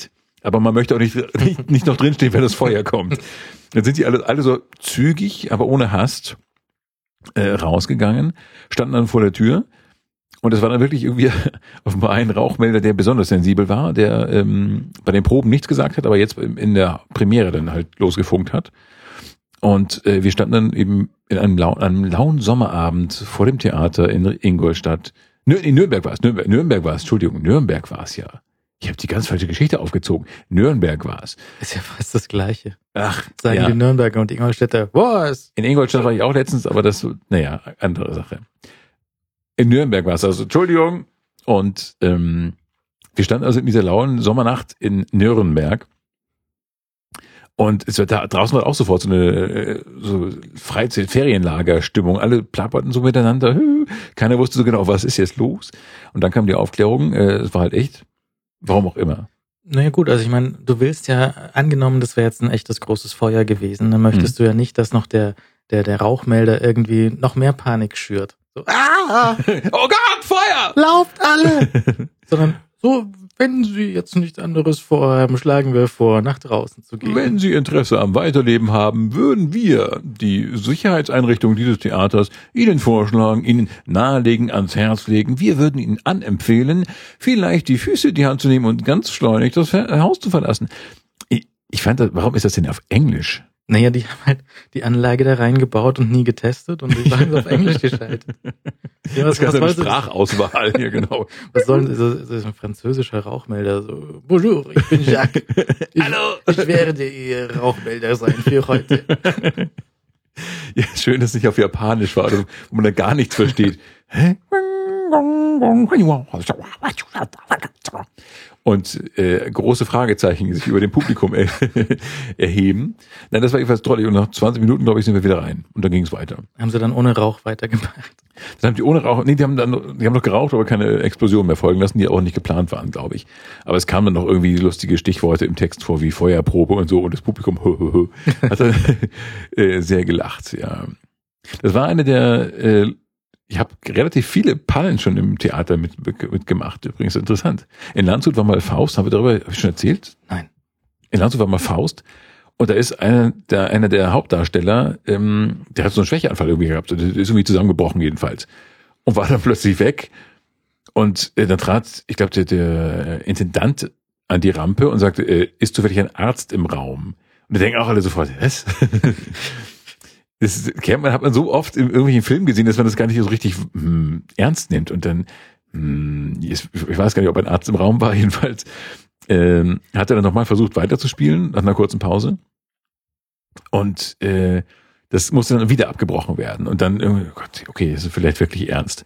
Aber man möchte auch nicht noch drinstehen, wenn das Feuer kommt. Dann sind die alle so zügig, aber ohne Hast rausgegangen, standen dann vor der Tür. Und es war dann wirklich irgendwie offenbar ein Rauchmelder, der besonders sensibel war, der bei den Proben nichts gesagt hat, aber jetzt in der Premiere dann halt losgefunkt hat. Und wir standen dann eben in einem lauen Sommerabend vor dem Theater in Ingolstadt. In Nürnberg war es. Nürnberg war es, Entschuldigung, Nürnberg war es ja. Ich habe die ganz falsche Geschichte aufgezogen. Nürnberg war es. Ist ja fast das Gleiche. Ach, sagen ja. die Nürnberger und die Ingolstädter, was? In Ingolstadt war ich auch letztens, aber das, naja, andere Sache. In Nürnberg war es also, Entschuldigung. Und wir standen also in dieser lauen Sommernacht in Nürnberg. Und es war da draußen war auch sofort so eine so Freizeit-Ferienlager-Stimmung. Alle plapperten so miteinander. Keiner wusste so genau, was ist jetzt los. Und dann kam die Aufklärung. Es war halt echt, warum auch immer. Naja gut, also ich meine, du willst ja, angenommen, das wäre jetzt ein echtes großes Feuer gewesen, dann möchtest du ja nicht, dass noch der Rauchmelder irgendwie noch mehr Panik schürt. So, oh Gott, Feuer! Lauft alle! Sondern so, wenn Sie jetzt nichts anderes vorhaben, schlagen wir vor, nach draußen zu gehen. Wenn Sie Interesse am Weiterleben haben, würden wir, die Sicherheitseinrichtungen dieses Theaters, Ihnen vorschlagen, Ihnen nahelegen, ans Herz legen. Wir würden Ihnen anempfehlen, vielleicht die Füße in die Hand zu nehmen und ganz schleunig das Haus zu verlassen. Ich fand das, warum ist das denn auf Englisch? Naja, die haben halt die Anlage da reingebaut und nie getestet und die haben es auf Englisch geschaltet. Ja, das ist eine Sprachauswahl hier, genau. Was soll das ist ein französischer Rauchmelder. So, bonjour, ich bin Jacques. Hallo. Ich werde Ihr Rauchmelder sein für heute. Ja, schön, dass es nicht auf Japanisch war, wo man da gar nichts versteht. Hä? Und große Fragezeichen, die sich über dem Publikum erheben. Nein, das war jedenfalls toll. Und nach 20 Minuten, glaube ich, sind wir wieder rein. Und dann ging es weiter. Haben sie dann ohne Rauch weitergemacht? Dann haben die ohne Rauch, nee, die haben noch geraucht, aber keine Explosion mehr folgen lassen, die auch nicht geplant waren, glaube ich. Aber es kamen dann noch irgendwie lustige Stichworte im Text vor, wie Feuerprobe und so. Und das Publikum hat dann sehr gelacht, ja. Das war eine der ich habe relativ viele Pannen schon im Theater mitgemacht. Übrigens interessant. In Landshut war mal Faust. Hab ich schon erzählt? Nein. In Landshut war mal Faust. Und da ist einer der Hauptdarsteller, der hat so einen Schwächeanfall irgendwie gehabt. Der ist irgendwie zusammengebrochen jedenfalls. Und war dann plötzlich weg. Und dann trat, ich glaube, der Intendant an die Rampe und sagte, ist zufällig ein Arzt im Raum? Und da denken auch alle sofort, was? Das hat man so oft in irgendwelchen Filmen gesehen, dass man das gar nicht so richtig ernst nimmt. Und dann, ich weiß gar nicht, ob ein Arzt im Raum war, jedenfalls hat er dann nochmal versucht weiterzuspielen, nach einer kurzen Pause. Und das musste dann wieder abgebrochen werden. Und dann, oh Gott, okay, das ist vielleicht wirklich ernst.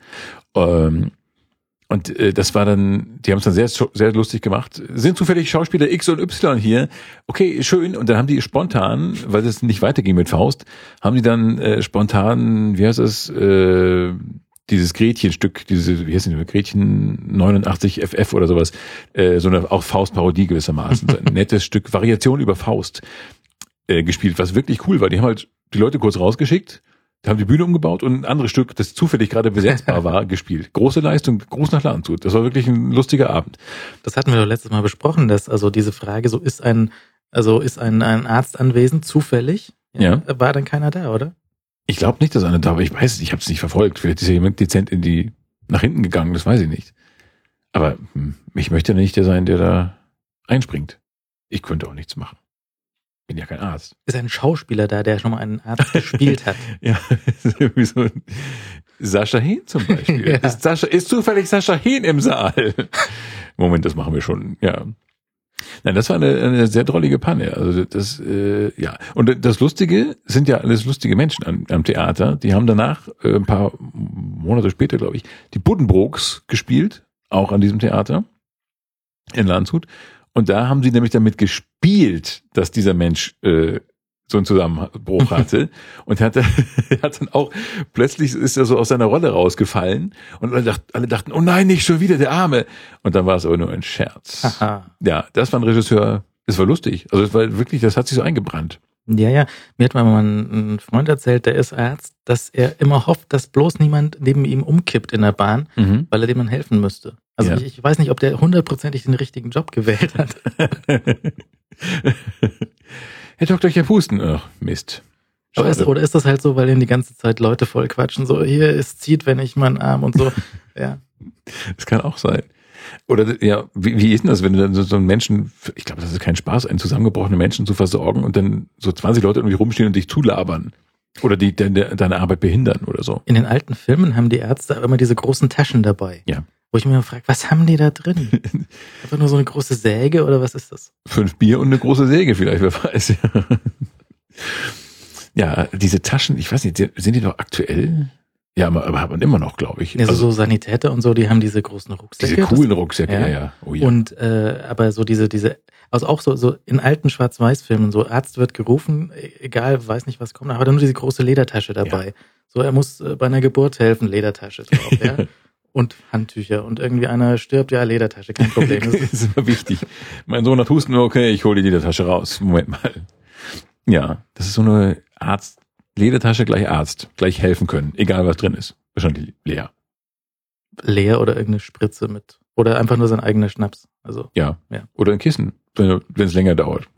Und das war dann, die haben es dann sehr, sehr lustig gemacht. Sind zufällig Schauspieler X und Y hier? Okay, schön. Und dann haben die spontan, weil es nicht weiterging mit Faust, haben die dann spontan, wie heißt es, dieses Gretchenstück, wie heißt das, Gretchen 89 FF oder sowas, so eine auch Faust-Parodie gewissermaßen, so ein nettes Stück Variation über Faust gespielt, was wirklich cool war. Die haben halt die Leute kurz rausgeschickt, haben die Bühne umgebaut und ein anderes Stück, das zufällig gerade besetzbar war, gespielt. Große Leistung, groß nach Landshut. Das war wirklich ein lustiger Abend. Das hatten wir doch letztes Mal besprochen, dass also diese Frage, so ist ein Arzt anwesend, zufällig? Ja. War dann keiner da, oder? Ich glaube nicht, dass einer da war. Ich weiß es, ich habe es nicht verfolgt. Vielleicht ist ja jemand dezent nach hinten gegangen, das weiß ich nicht. Aber ich möchte ja nicht der sein, der da einspringt. Ich könnte auch nichts machen. Bin ja kein Arzt. Ist ein Schauspieler da, der schon mal einen Arzt gespielt hat. Ja, ist irgendwie so ein Sascha Hehn zum Beispiel. Ja. Ist zufällig Sascha Hehn im Saal? Moment, das machen wir schon, ja. Nein, das war eine sehr drollige Panne. Also das, ja. Und das Lustige sind ja alles lustige Menschen am Theater. Die haben danach, ein paar Monate später, glaube ich, die Buddenbrooks gespielt, auch an diesem Theater in Landshut. Und da haben sie nämlich damit gespielt, dass dieser Mensch so einen Zusammenbruch hatte. Und hat dann auch, plötzlich ist er so aus seiner Rolle rausgefallen. Und alle dachten, oh nein, nicht schon wieder, der Arme. Und dann war es aber nur ein Scherz. Aha. Ja, das war ein Regisseur, es war lustig. Also es war wirklich, das hat sich so eingebrannt. Ja. Mir hat mal ein Freund erzählt, der ist Arzt, dass er immer hofft, dass bloß niemand neben ihm umkippt in der Bahn, weil er dem dann helfen müsste. Also Ja. ich weiß nicht, ob der 100%ig den richtigen Job gewählt hat. Herr Dr. Ich hab Husten. Ach, Mist. Aber Schade. oder ist das halt so, weil ihn die ganze Zeit Leute voll quatschen, so hier, es zieht, wenn ich meinen Arm und so. Ja. Das kann auch sein. Oder ja, wie ist denn das, wenn du dann so einen Menschen, ich glaube, das ist kein Spaß, einen zusammengebrochenen Menschen zu versorgen und dann so 20 Leute irgendwie rumstehen und dich zulabern. Oder die deine Arbeit behindern oder so. In den alten Filmen haben die Ärzte immer diese großen Taschen dabei. Ja. Wo ich mir frage, was haben die da drin? Einfach nur so eine große Säge oder was ist das? 5 Bier und eine große Säge vielleicht, wer weiß. Ja, diese Taschen, ich weiß nicht, sind die noch aktuell? Ja, aber hat man immer noch, glaube ich. Also so Sanitäter und so, die haben diese großen Rucksäcke. Diese coolen Rucksäcke, ja. ja. Oh, ja. Und aber so diese, also auch so in alten Schwarz-Weiß-Filmen, so Arzt wird gerufen, egal, weiß nicht was kommt, aber dann nur diese große Ledertasche dabei. Ja. So, er muss bei einer Geburt helfen, Ledertasche drauf, ja. Und Handtücher. Und irgendwie einer stirbt, ja, Ledertasche, kein Problem. Das ist immer wichtig. Mein Sohn hat Husten, okay, ich hole die Ledertasche raus. Moment mal. Ja, das ist so eine Ledertasche gleich Arzt, gleich helfen können, egal was drin ist. Wahrscheinlich leer. Leer oder irgendeine Spritze mit. Oder einfach nur sein eigener Schnaps. Also ja. Oder ein Kissen, wenn es länger dauert.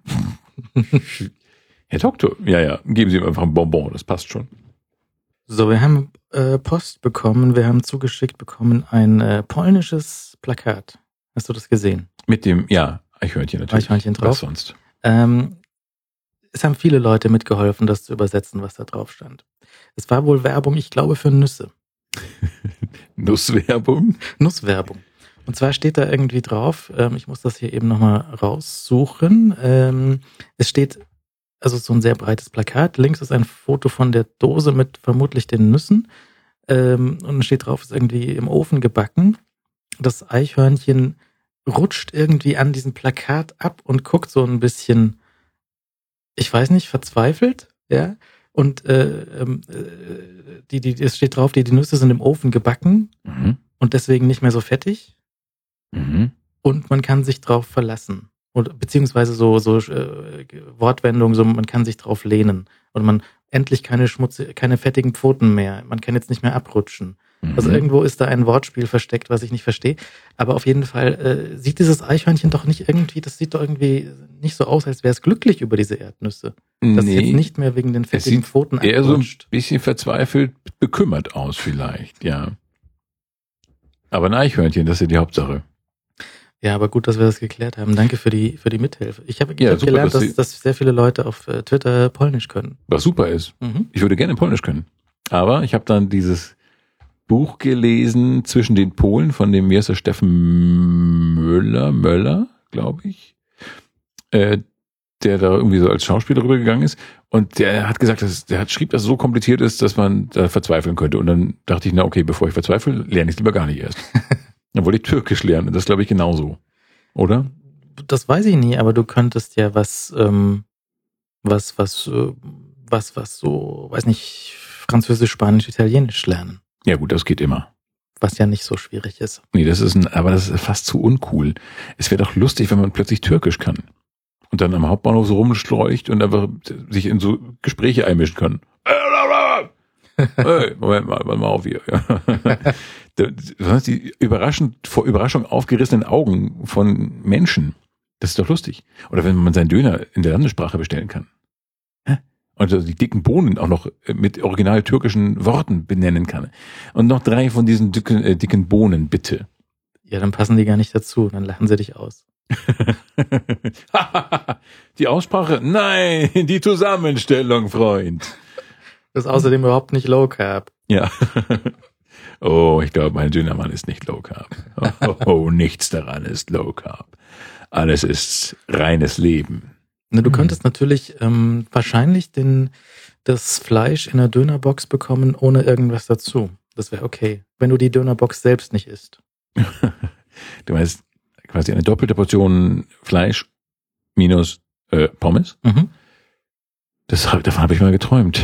Herr Doktor, ja, geben Sie ihm einfach ein Bonbon, das passt schon. So, wir haben Post bekommen, wir haben zugeschickt bekommen ein polnisches Plakat. Hast du das gesehen? Mit dem, Eichhörnchen natürlich. Eichhörnchen drauf. Was sonst? Es haben viele Leute mitgeholfen, das zu übersetzen, was da drauf stand. Es war wohl Werbung, ich glaube, für Nüsse. Nusswerbung? Nusswerbung. Und zwar steht da irgendwie drauf, ich muss das hier eben nochmal raussuchen. Es steht, also so ein sehr breites Plakat, links ist ein Foto von der Dose mit vermutlich den Nüssen. Und dann steht drauf, ist irgendwie im Ofen gebacken. Das Eichhörnchen rutscht irgendwie an diesem Plakat ab und guckt so ein bisschen, ich weiß nicht, verzweifelt, ja. Und es steht drauf, die Nüsse sind im Ofen gebacken und deswegen nicht mehr so fettig. Und man kann sich drauf verlassen. Oder beziehungsweise so Wortwendungen, so man kann sich drauf lehnen. Und man endlich keine fettigen Pfoten mehr. Man kann jetzt nicht mehr abrutschen. Also irgendwo ist da ein Wortspiel versteckt, was ich nicht verstehe. Aber auf jeden Fall sieht dieses Eichhörnchen doch nicht irgendwie, das sieht doch irgendwie nicht so aus, als wäre es glücklich über diese Erdnüsse. Das ist jetzt nicht mehr wegen den fettigen Pfoten abrutscht. Eher so ein bisschen verzweifelt, bekümmert aus vielleicht, ja. Aber ein Eichhörnchen, das ist ja die Hauptsache. Ja, aber gut, dass wir das geklärt haben. Danke für die Mithilfe. Ich hab gelernt, dass sehr viele Leute auf Twitter Polnisch können. Was super ist. Ich würde gerne Polnisch können. Aber ich habe dann dieses Buch gelesen zwischen den Polen von dem, wie heißt der, Steffen Möller, glaube ich, der da irgendwie so als Schauspieler rübergegangen ist. Und der hat gesagt, schrieb, dass es so kompliziert ist, dass man da verzweifeln könnte. Und dann dachte ich, na okay, bevor ich verzweifle, lerne ich es lieber gar nicht erst. Dann wollte ich Türkisch lernen. Und das glaube ich genauso. Oder? Das weiß ich nie, aber du könntest ja was so, weiß nicht, Französisch, Spanisch, Italienisch lernen. Ja gut, das geht immer. Was ja nicht so schwierig ist. Nee, aber das ist fast zu uncool. Es wäre doch lustig, wenn man plötzlich Türkisch kann. Und dann am Hauptbahnhof so rumschleucht und einfach sich in so Gespräche einmischen kann. Hey, Moment mal, warte mal auf hier. Die vor Überraschung aufgerissenen Augen von Menschen. Das ist doch lustig. Oder wenn man seinen Döner in der Landessprache bestellen kann. Und die dicken Bohnen auch noch mit original türkischen Worten benennen kann. Und noch 3 von diesen dicken Bohnen, bitte. Ja, dann passen die gar nicht dazu. Dann lachen sie dich aus. Die Aussprache? Nein, die Zusammenstellung, Freund. Das ist außerdem überhaupt nicht Low Carb. Ja. Oh, ich glaube, mein Dönermann ist nicht Low Carb. Oh, nichts daran ist Low Carb. Alles ist reines Leben. Du könntest natürlich wahrscheinlich das Fleisch in der Dönerbox bekommen, ohne irgendwas dazu. Das wäre okay, wenn du die Dönerbox selbst nicht isst. Du meinst quasi eine doppelte Fleisch minus Pommes? Davon habe ich mal geträumt.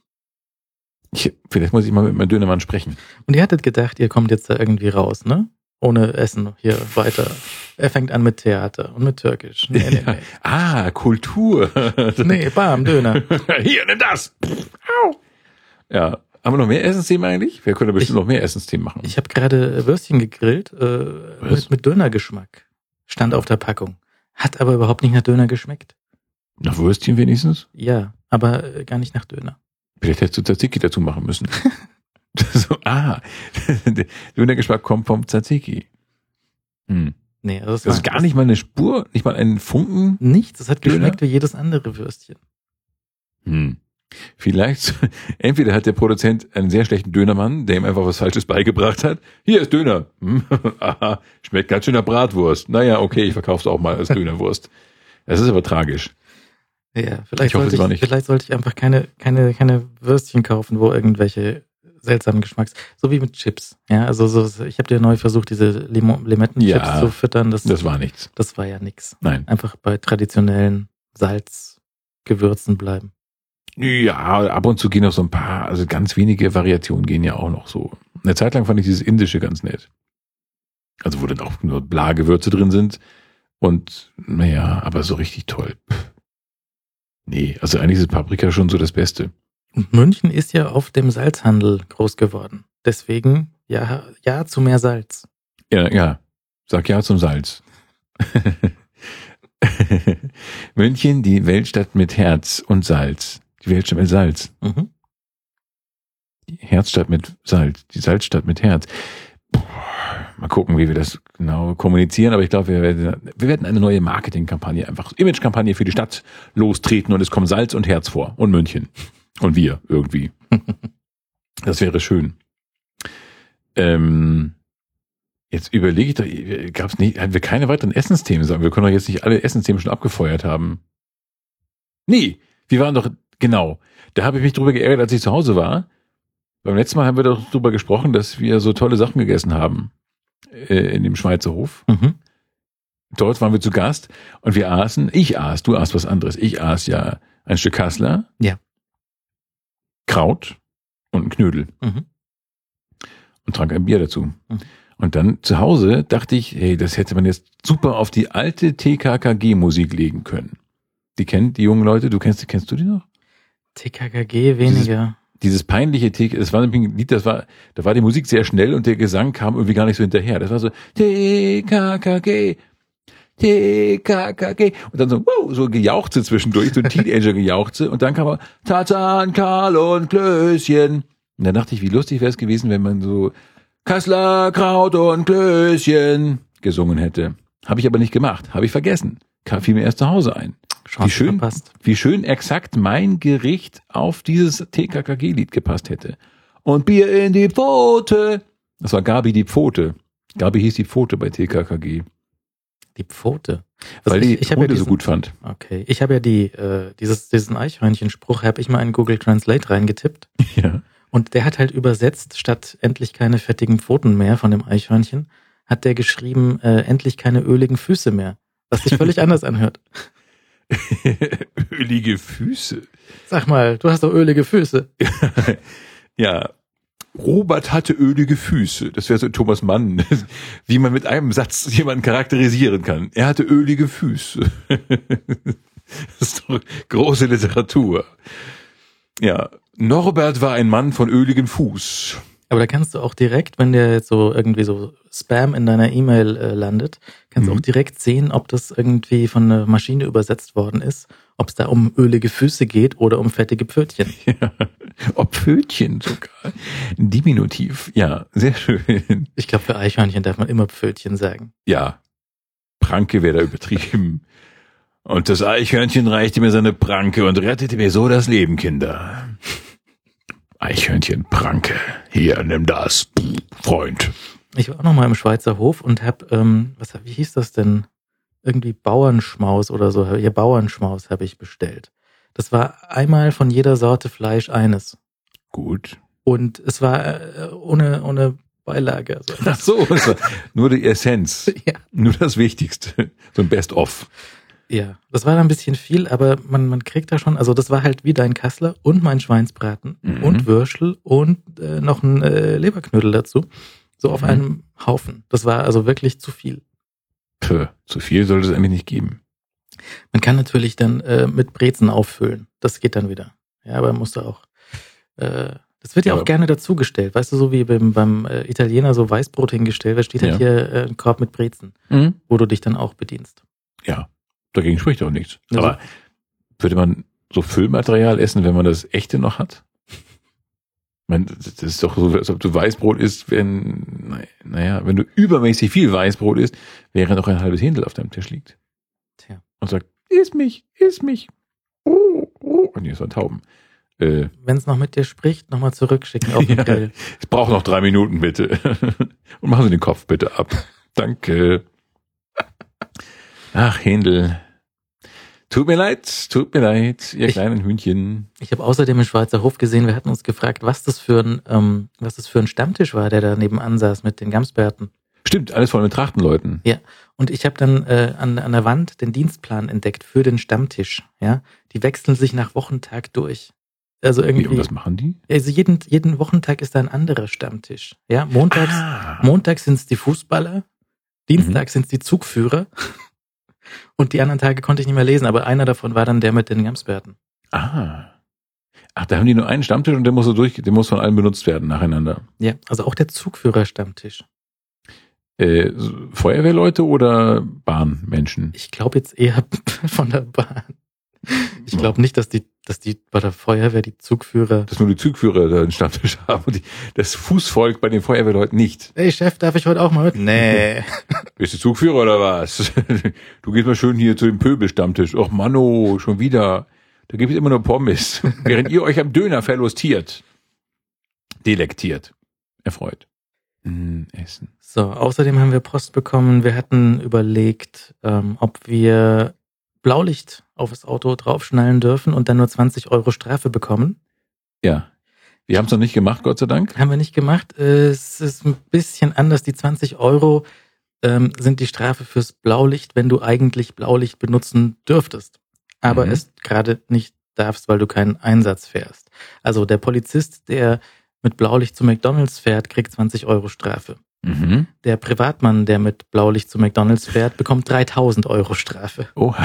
Vielleicht muss ich mal mit meinem Dönermann sprechen. Und ihr hattet gedacht, ihr kommt jetzt da irgendwie raus, ne? ohne Essen hier weiter. Er fängt an mit Theater und mit Türkisch. Nee. Kultur. Nee, bam, Döner. Hier, nimm das. Au. Ja, haben wir noch mehr Essensthemen eigentlich? Wir können bestimmt noch mehr Essensthemen machen. Ich habe gerade Würstchen gegrillt mit Dönergeschmack. Stand auf der Packung. Hat aber überhaupt nicht nach Döner geschmeckt. Nach Würstchen wenigstens? Ja, aber gar nicht nach Döner. Vielleicht hättest du Tzatziki dazu machen müssen. Der Dönergeschmack kommt vom Tzatziki. Nee, also das ist gar nicht mal eine Spur, nicht mal einen Funken? Nichts, es hat Döner? geschmeckt wie jedes andere Würstchen. Vielleicht, entweder hat der Produzent einen sehr schlechten Dönermann, der ihm einfach was Falsches beigebracht hat. Hier ist Döner. Aha, schmeckt ganz schön nach Bratwurst. Naja, okay, ich verkauf's auch mal als Dönerwurst. Das ist aber tragisch. Ja, vielleicht sollte ich einfach keine Würstchen kaufen, wo irgendwelche seltsamen Geschmacks, so wie mit Chips. Ja, also ich habe dir neu versucht, diese Limettenchips zu füttern. Das war nichts. Das war ja nix. Nein. Einfach bei traditionellen Salzgewürzen bleiben. Ja, ab und zu gehen noch so ein paar, also ganz wenige Variationen gehen ja auch noch so. Eine Zeit lang fand ich dieses Indische ganz nett. Also wo dann auch nur Bla-Gewürze drin sind und naja, aber so richtig toll. Nee, also eigentlich ist Paprika schon so das Beste. Und München ist ja auf dem Salzhandel groß geworden. Deswegen ja zu mehr Salz. Ja, sag ja zum Salz. München, die Weltstadt mit Herz und Salz. Die Weltstadt mit Salz. Mhm. Die Herzstadt mit Salz. Die Salzstadt mit Herz. Mal gucken, wie wir das genau kommunizieren. Aber ich glaube, wir werden eine neue Marketingkampagne, einfach Imagekampagne für die Stadt lostreten und es kommen Salz und Herz vor. Und München. Und wir irgendwie. Das wäre schön. Jetzt überlege ich doch, hatten wir keine weiteren Essensthemen sagen? Wir können doch jetzt nicht alle Essensthemen schon abgefeuert haben. Nee, wir waren doch, genau. Da habe ich mich drüber geärgert, als ich zu Hause war. Beim letzten Mal haben wir doch drüber gesprochen, dass wir so tolle Sachen gegessen haben in dem Schweizer Hof. Mhm. Dort waren wir zu Gast und du aßt was anderes. Ich aß ja ein Stück Kassler. Ja. Kraut und ein Knödel. Mhm. Und trank ein Bier dazu. Mhm. Und dann zu Hause dachte ich, hey, das hätte man jetzt super auf die alte TKKG-Musik legen können. Die jungen Leute, kennst du die noch? TKKG weniger. Dieses peinliche es war ein Lied, da war die Musik sehr schnell und der Gesang kam irgendwie gar nicht so hinterher. Das war so TKKG, TKKG und dann so so Gejauchze zwischendurch, so ein Teenager-Gejauchze und dann kam er Tarzan, Karl und Klößchen. Und dann dachte ich, wie lustig wäre es gewesen, wenn man so Kassler, Kraut und Klößchen gesungen hätte. Habe ich aber nicht gemacht, habe ich vergessen. Fiel mir erst zu Hause ein. Wie schön exakt mein Gericht auf dieses TKKG-Lied gepasst hätte. Und Bier in die Pfote. Das war Gabi die Pfote. Gabi hieß die Pfote bei TKKG. Die Pfote? Also weil ich Hunde so gut fand. Okay, ich habe ja diesen Eichhörnchenspruch, habe ich mal in Google Translate reingetippt. Ja. Und der hat halt übersetzt, statt endlich keine fettigen Pfoten mehr von dem Eichhörnchen, hat der geschrieben, endlich keine öligen Füße mehr. Was sich völlig anders anhört. Ölige Füße. Sag mal, du hast doch ölige Füße. Ja, Robert hatte ölige Füße. Das wäre so Thomas Mann, wie man mit einem Satz jemanden charakterisieren kann. Er hatte ölige Füße. Das ist doch große Literatur. Ja, Norbert war ein Mann von öligem Fuß. Aber da kannst du auch direkt, wenn der jetzt so irgendwie so Spam in deiner E-Mail landet, kannst du auch direkt sehen, ob das irgendwie von einer Maschine übersetzt worden ist, ob es da um ölige Füße geht oder um fettige Pfötchen. Ja, ob Pfötchen sogar. Diminutiv. Ja, sehr schön. Ich glaube, für Eichhörnchen darf man immer Pfötchen sagen. Ja, Pranke wäre da übertrieben. Und das Eichhörnchen reichte mir seine Pranke und rettete mir so das Leben, Kinder. Eichhörnchen, Pranke. Hier, nimm das, Freund. Ich war auch noch mal im Schweizer Hof und wie hieß das denn? Irgendwie Bauernschmaus oder so. Ja, Bauernschmaus habe ich bestellt. Das war einmal von jeder Sorte Fleisch eines. Gut. Und es war ohne Beilage. Also ach so, nur die Essenz. Ja. Nur das Wichtigste. So ein Best-of. Ja, das war ein bisschen viel, aber man kriegt da schon, also das war halt wie dein Kassler und mein Schweinsbraten und Würstel und noch ein Leberknödel dazu. So auf einem Haufen. Das war also wirklich zu viel. Zu viel sollte es eigentlich nicht geben. Man kann natürlich dann mit Brezen auffüllen. Das geht dann wieder. Ja, aber man muss da auch... das wird ja auch gerne dazugestellt. Weißt du, so wie beim Italiener so Weißbrot hingestellt, da steht halt hier ein Korb mit Brezen, wo du dich dann auch bedienst. Ja, dagegen spricht auch nichts. Also, aber würde man so Füllmaterial essen, wenn man das echte noch hat? Ich meine, das ist doch so, als ob du Weißbrot isst, wenn du übermäßig viel Weißbrot isst, während noch ein halbes Händel auf deinem Tisch liegt. Tja. Und sagt, iss mich. Und hier ist ein Tauben. Wenn es noch mit dir spricht, nochmal zurückschicken auf den Grill. Es braucht noch 3 Minuten, bitte. Und machen Sie den Kopf bitte ab. Danke. Ach, Händel. Tut mir leid, ihr kleinen Hühnchen. Ich habe außerdem im Schweizer Hof gesehen, wir hatten uns gefragt, was das für ein Stammtisch war, der da nebenan saß mit den Gamsbärten. Stimmt, alles voll mit Trachtenleuten. Ja, und ich habe dann an der Wand den Dienstplan entdeckt für den Stammtisch. Ja, die wechseln sich nach Wochentag durch. Also irgendwie. Und was machen die? Also jeden Wochentag ist da ein anderer Stammtisch. Ja, montags sind es die Fußballer, Dienstag sind es die Zugführer. Und die anderen Tage konnte ich nicht mehr lesen, aber einer davon war dann der mit den Gamsbärten. Ach, da haben die nur einen Stammtisch und der muss von allen benutzt werden nacheinander. Ja, also auch der Zugführer-Stammtisch. Feuerwehrleute oder Bahnmenschen? Ich glaube jetzt eher von der Bahn. Ich glaube nicht, dass die bei der Feuerwehr die Zugführer... Dass nur die Zugführer da einen Stammtisch haben und das Fußvolk bei den Feuerwehrleuten nicht. Hey Chef, darf ich heute auch mal mit? Nee. Bist du Zugführer oder was? Du gehst mal schön hier zu dem Pöbelstammtisch. Och Manno, schon wieder. Da gibt es immer nur Pommes. Während ihr euch am Döner verlustiert. Delektiert. Erfreut. Essen. So, außerdem haben wir Post bekommen. Wir hatten überlegt, ob wir Blaulicht auf das Auto draufschnallen dürfen und dann nur 20 € Strafe bekommen. Ja. Wir haben es noch nicht gemacht, Gott sei Dank. Haben wir nicht gemacht. Es ist ein bisschen anders. Die 20 € sind die Strafe fürs Blaulicht, wenn du eigentlich Blaulicht benutzen dürftest. Aber es gerade nicht darfst, weil du keinen Einsatz fährst. Also der Polizist, der mit Blaulicht zu McDonald's fährt, kriegt 20 € Strafe. Der Privatmann, der mit Blaulicht zu McDonald's fährt, bekommt 3.000 € Strafe. Oha.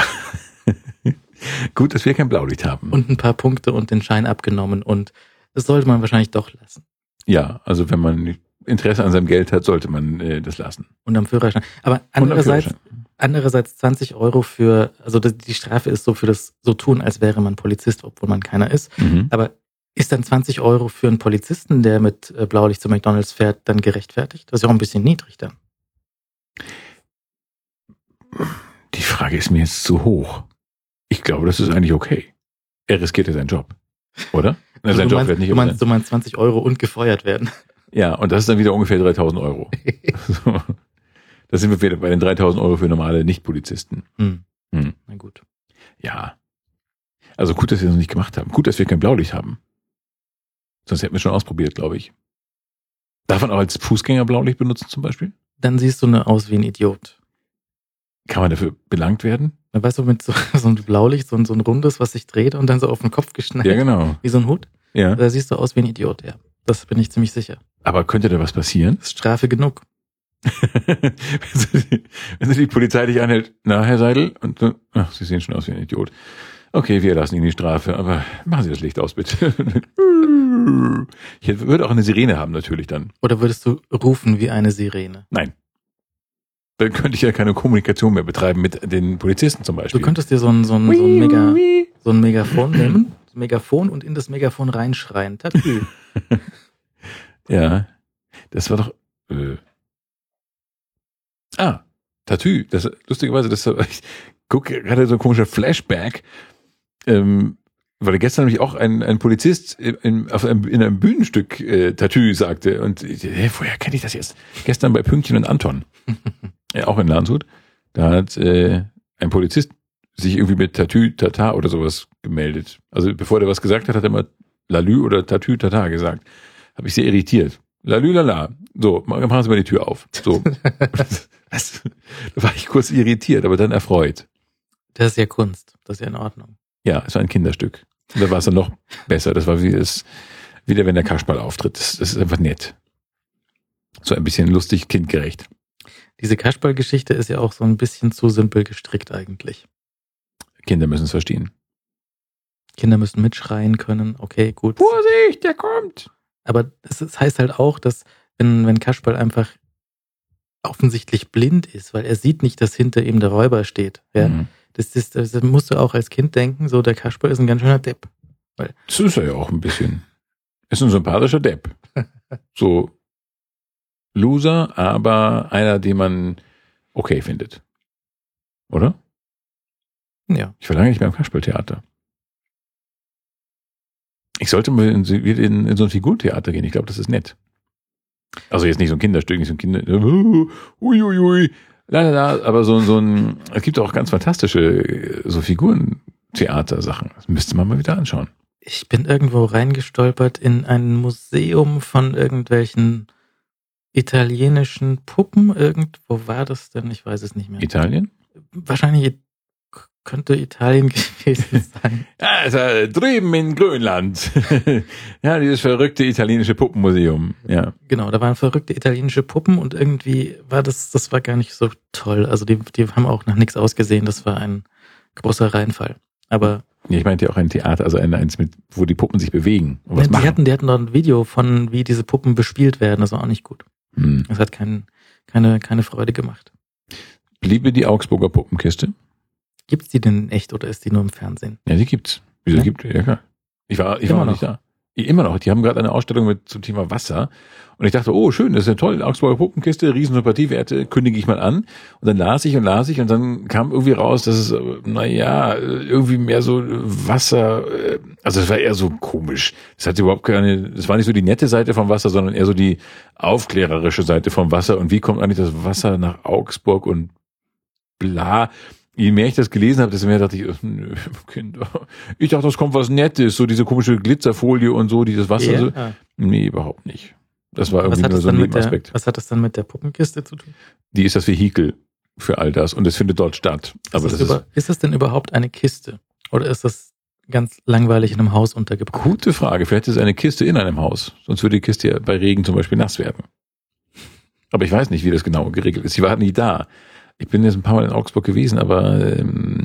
Gut, dass wir kein Blaulicht haben. Und ein paar Punkte und den Schein abgenommen. Und das sollte man wahrscheinlich doch lassen. Ja, also wenn man Interesse an seinem Geld hat, sollte man das lassen. Und am Führerschein. Aber andererseits 20 € für, also die Strafe ist so für das so tun, als wäre man Polizist, obwohl man keiner ist. Aber ist dann 20 € für einen Polizisten, der mit Blaulicht zu McDonald's fährt, dann gerechtfertigt? Das ist ja auch ein bisschen niedrig dann. Die Frage ist mir jetzt zu hoch. Ich glaube, das ist eigentlich okay. Er riskiert ja seinen Job, oder? Also sein Job wird nicht du meinst 20 € und gefeuert werden. Ja, und das ist dann wieder ungefähr 3.000 €. So. Da sind wir wieder bei den 3.000 € für normale Nicht-Polizisten. Na gut. Ja. Also gut, dass wir das noch nicht gemacht haben. Gut, dass wir kein Blaulicht haben. Sonst hätten wir schon ausprobiert, glaube ich. Darf man auch als Fußgänger Blaulicht benutzen zum Beispiel? Dann siehst du aus wie ein Idiot. Kann man dafür belangt werden? Dann weißt du, mit so ein Blaulicht, so ein rundes, was sich dreht und dann so auf den Kopf geschnallt. Ja, genau. Wie so ein Hut. Ja. Da siehst du aus wie ein Idiot, ja. Das bin ich ziemlich sicher. Aber könnte da was passieren? Das ist Strafe genug. Wenn sie die Polizei dich anhält, na, Herr Seidel, und du, ach, Sie sehen schon aus wie ein Idiot. Okay, wir lassen Ihnen die Strafe, aber machen Sie das Licht aus, bitte. Ich würde auch eine Sirene haben, natürlich dann. Oder würdest du rufen wie eine Sirene? Nein. Dann könnte ich ja keine Kommunikation mehr betreiben mit den Polizisten zum Beispiel. Du könntest dir so ein Megafon nehmen, Megafon und in das Megafon reinschreien. Tattoo. Ja, das war doch... Tattoo. Das lustigerweise, ich gucke gerade so ein komischer Flashback, weil gestern nämlich auch ein Polizist in einem Bühnenstück Tattoo sagte. Und woher kenne ich das jetzt? Gestern bei Pünktchen und Anton. Auch in Landshut. Da hat ein Polizist sich irgendwie mit Tattoo, Tata oder sowas gemeldet. Also bevor der was gesagt hat, hat er mal Lalü oder Tattoo, Tata gesagt. Habe ich sehr irritiert. Lalü, lala. So, machen Sie mal die Tür auf. So. Da war ich kurz irritiert, aber dann erfreut. Das ist ja Kunst. Das ist ja in Ordnung. Ja, es war ein Kinderstück. Und da war es dann noch besser. Das war wieder, wenn der Kasperl auftritt. Das ist einfach nett. So ein bisschen lustig, kindgerecht. Diese Kasperl-Geschichte ist ja auch so ein bisschen zu simpel gestrickt eigentlich. Kinder müssen es verstehen. Kinder müssen mitschreien können, okay, gut. Vorsicht, der kommt! Aber das heißt halt auch, dass wenn Kasperl einfach offensichtlich blind ist, weil er sieht nicht, dass hinter ihm der Räuber steht. Ja? Mhm. Das musst du auch als Kind denken, so der Kasperl ist ein ganz schöner Depp. Das ist er ja auch ein bisschen. Ist ein sympathischer Depp. So Loser, aber einer, den man okay findet. Oder? Ja. Ich war lange nicht mehr im Kasperltheater. Ich sollte mal in so ein Figurtheater gehen. Ich glaube, das ist nett. Also jetzt nicht so ein Kinderstück, nicht so ein Kinder... Uiuiui, aber so ein... Es gibt auch ganz fantastische so Figurentheater-Sachen. Das müsste man mal wieder anschauen. Ich bin irgendwo reingestolpert in ein Museum von irgendwelchen italienischen Puppen. Irgendwo war das denn? Ich weiß es nicht mehr. Italien? Wahrscheinlich könnte Italien gewesen sein. Ja, also drüben in Grönland. Ja, dieses verrückte italienische Puppenmuseum. Ja. Genau, da waren verrückte italienische Puppen und irgendwie war das war gar nicht so toll. Also die haben auch nach nichts ausgesehen. Das war ein großer Reinfall. Aber Ja, ich meinte ja auch ein Theater, also eins mit, wo die Puppen sich bewegen. Und was die hatten noch ein Video von, wie diese Puppen bespielt werden. Das war auch nicht gut. Das hat keine Freude gemacht. Bliebe die Augsburger Puppenkiste? Gibt's die denn echt oder ist die nur im Fernsehen? Ja, die gibt's. Wieso Ja? Ja, klar. Ich war Immer noch nicht da. Immer noch. Die haben gerade eine Ausstellung zum Thema Wasser. Und ich dachte, oh, schön, das ist ja toll. Augsburger Puppenkiste, riesen Sympathiewerte, kündige ich mal an. Und dann las ich und dann kam irgendwie raus, dass es, irgendwie mehr so Wasser, also es war eher so komisch. Das war nicht so die nette Seite vom Wasser, sondern eher so die aufklärerische Seite vom Wasser. Und wie kommt eigentlich das Wasser nach Augsburg und bla. Je mehr ich das gelesen habe, desto mehr dachte ich, nö, Kinder. Ich dachte, das kommt was Nettes, so diese komische Glitzerfolie und so, dieses Wasser. Ja. So. Nee, überhaupt nicht. Das war irgendwie nur so ein Nebenaspekt. Was hat das dann mit der Puppenkiste zu tun? Die ist das Vehikel für all das und es findet dort statt. Aber ist das denn überhaupt eine Kiste? Oder ist das ganz langweilig in einem Haus untergebracht? Gute Frage. Vielleicht ist es eine Kiste in einem Haus. Sonst würde die Kiste ja bei Regen zum Beispiel nass werden. Aber ich weiß nicht, wie das genau geregelt ist. Sie war nie da. Ich bin jetzt ein paar Mal in Augsburg gewesen, aber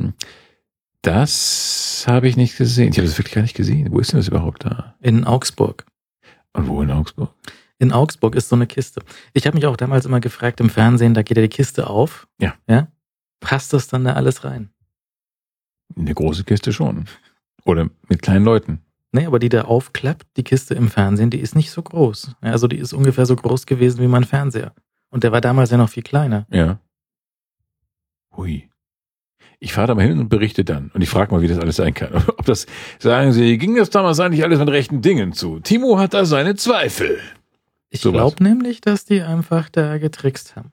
das habe ich nicht gesehen. Ich habe das wirklich gar nicht gesehen. Wo ist denn das überhaupt da? In Augsburg. Und wo in Augsburg? In Augsburg ist so eine Kiste. Ich habe mich auch damals immer gefragt, im Fernsehen, da geht ja die Kiste auf. Ja. Passt das dann da alles rein? Eine große Kiste schon. Oder mit kleinen Leuten. Nee, aber die da aufklappt, die Kiste im Fernsehen, die ist nicht so groß. Ja, also die ist ungefähr so groß gewesen wie mein Fernseher. Und der war damals ja noch viel kleiner. Ja. Hui. Ich fahre da mal hin und berichte dann. Und ich frage mal, wie das alles sein kann. Sagen Sie, ging das damals eigentlich alles mit rechten Dingen zu? Timo hat da seine Zweifel. Ich glaube nämlich, dass die einfach da getrickst haben.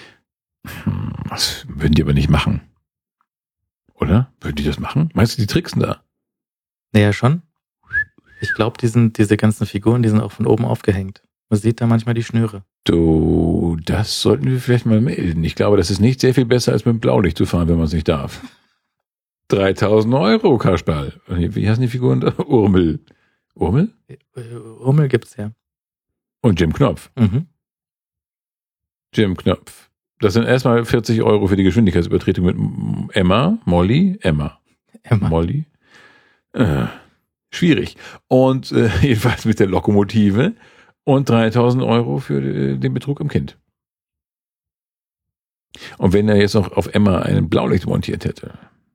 Das würden die aber nicht machen. Oder? Würden die das machen? Meinst du, die tricksen da? Naja, schon. Ich glaube, diese ganzen Figuren, die sind auch von oben aufgehängt. Man sieht da manchmal die Schnüre. Du, das sollten wir vielleicht mal melden. Ich glaube, das ist nicht sehr viel besser, als mit dem Blaulicht zu fahren, wenn man es nicht darf. 3.000 Euro, Kasperl. Wie heißen die Figuren da? Urmel. Urmel? Urmel gibt's ja. Und Jim Knopf. Mhm. Jim Knopf. Das sind erstmal 40 Euro für die Geschwindigkeitsübertretung mit Emma. Molly. Schwierig. Und jedenfalls mit der Lokomotive. Und 3.000 Euro für den Betrug am Kind. Und wenn er jetzt noch auf Emma einen Blaulicht montiert hätte.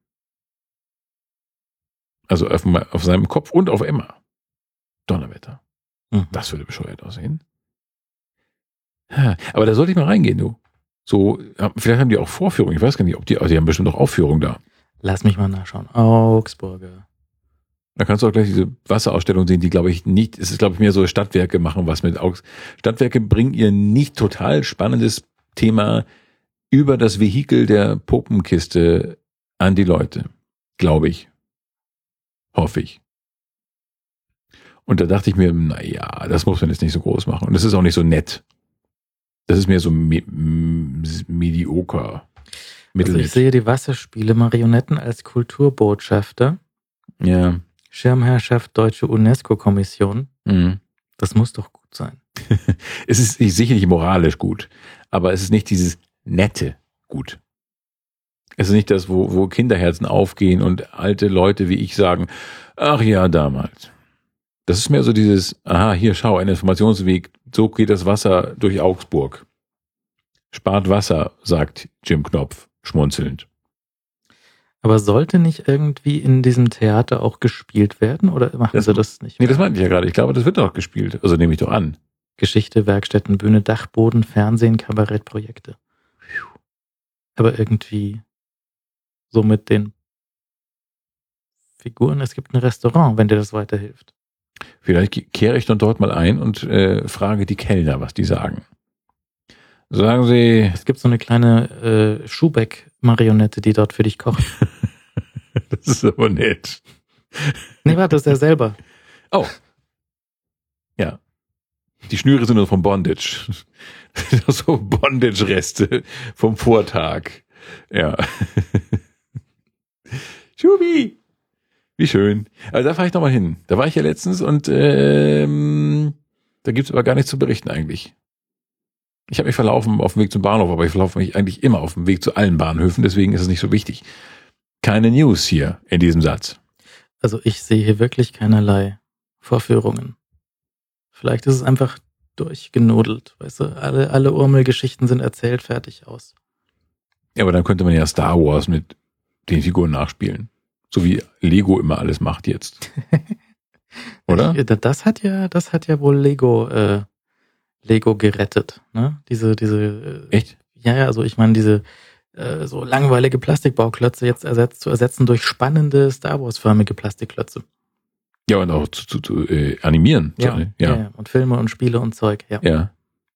Also auf seinem Kopf und auf Emma. Donnerwetter. Das würde bescheuert aussehen. Aber da sollte ich mal reingehen, du. So, vielleicht haben die auch Vorführungen. Ich weiß gar nicht, die haben bestimmt auch Aufführungen da. Lass mich mal nachschauen. Augsburger. Da kannst du auch gleich diese Wasserausstellung sehen, die glaube ich nicht, es ist glaube ich mehr so Stadtwerke machen was mit Stadtwerke bringen ihr nicht total spannendes Thema über das Vehikel der Puppenkiste an die Leute. Glaube ich. Hoffe ich. Und da dachte ich mir, naja, das muss man jetzt nicht so groß machen. Und das ist auch nicht so nett. Das ist mehr so medioker. Also ich sehe die Wasserspiele Marionetten als Kulturbotschafter. Ja. Schirmherrschaft Deutsche UNESCO-Kommission. Mhm. Das muss doch gut gut sein. Es ist sicherlich moralisch gut, aber es ist nicht dieses nette Gut. Es ist nicht das, wo Kinderherzen aufgehen und alte Leute wie ich sagen, ach ja, damals. Das ist mehr so dieses, aha, hier schau, ein Informationsweg, so geht das Wasser durch Augsburg. Spart Wasser, sagt Jim Knopf, schmunzelnd. Aber sollte nicht irgendwie in diesem Theater auch gespielt werden oder machen sie das nicht Nee, mehr? das meinte ich ja gerade. Ich glaube, das wird noch gespielt. Also nehme ich doch an. Geschichte, Werkstätten, Bühne, Dachboden, Fernsehen, Kabarettprojekte. Aber irgendwie so mit den Figuren, es gibt ein Restaurant, wenn dir das weiterhilft. Vielleicht kehre ich dann dort mal ein und frage die Kellner, was die sagen. Sagen Sie... Es gibt so eine kleine Schubeck-Marionette, die dort für dich kocht. Das ist aber nett. Nee, warte, das ist er selber. Oh. Ja. Die Schnüre sind nur vom Bondage. So Bondage-Reste vom Vortag. Ja. Schubi! Wie schön. Also da fahre ich nochmal hin. Da war ich ja letztens und da gibt's aber gar nichts zu berichten eigentlich. Ich habe mich verlaufen auf dem Weg zum Bahnhof, aber ich verlaufe mich eigentlich immer auf dem Weg zu allen Bahnhöfen, deswegen ist es nicht so wichtig. Keine News hier in diesem Satz. Also ich sehe hier wirklich keinerlei Vorführungen. Vielleicht ist es einfach durchgenudelt, weißt du, alle Urmel-Geschichten sind erzählt, fertig aus. Ja, aber dann könnte man ja Star Wars mit den Figuren nachspielen. So wie Lego immer alles macht jetzt. Oder? Das hat ja wohl Lego gerettet, ne? Diese Echt? Ja, also ich meine, diese so langweilige Plastikbauklötze jetzt zu ersetzen durch spannende Star Wars-förmige Plastikklötze. Ja, und auch zu animieren. Ja. Und Filme und Spiele und Zeug, ja. Ja.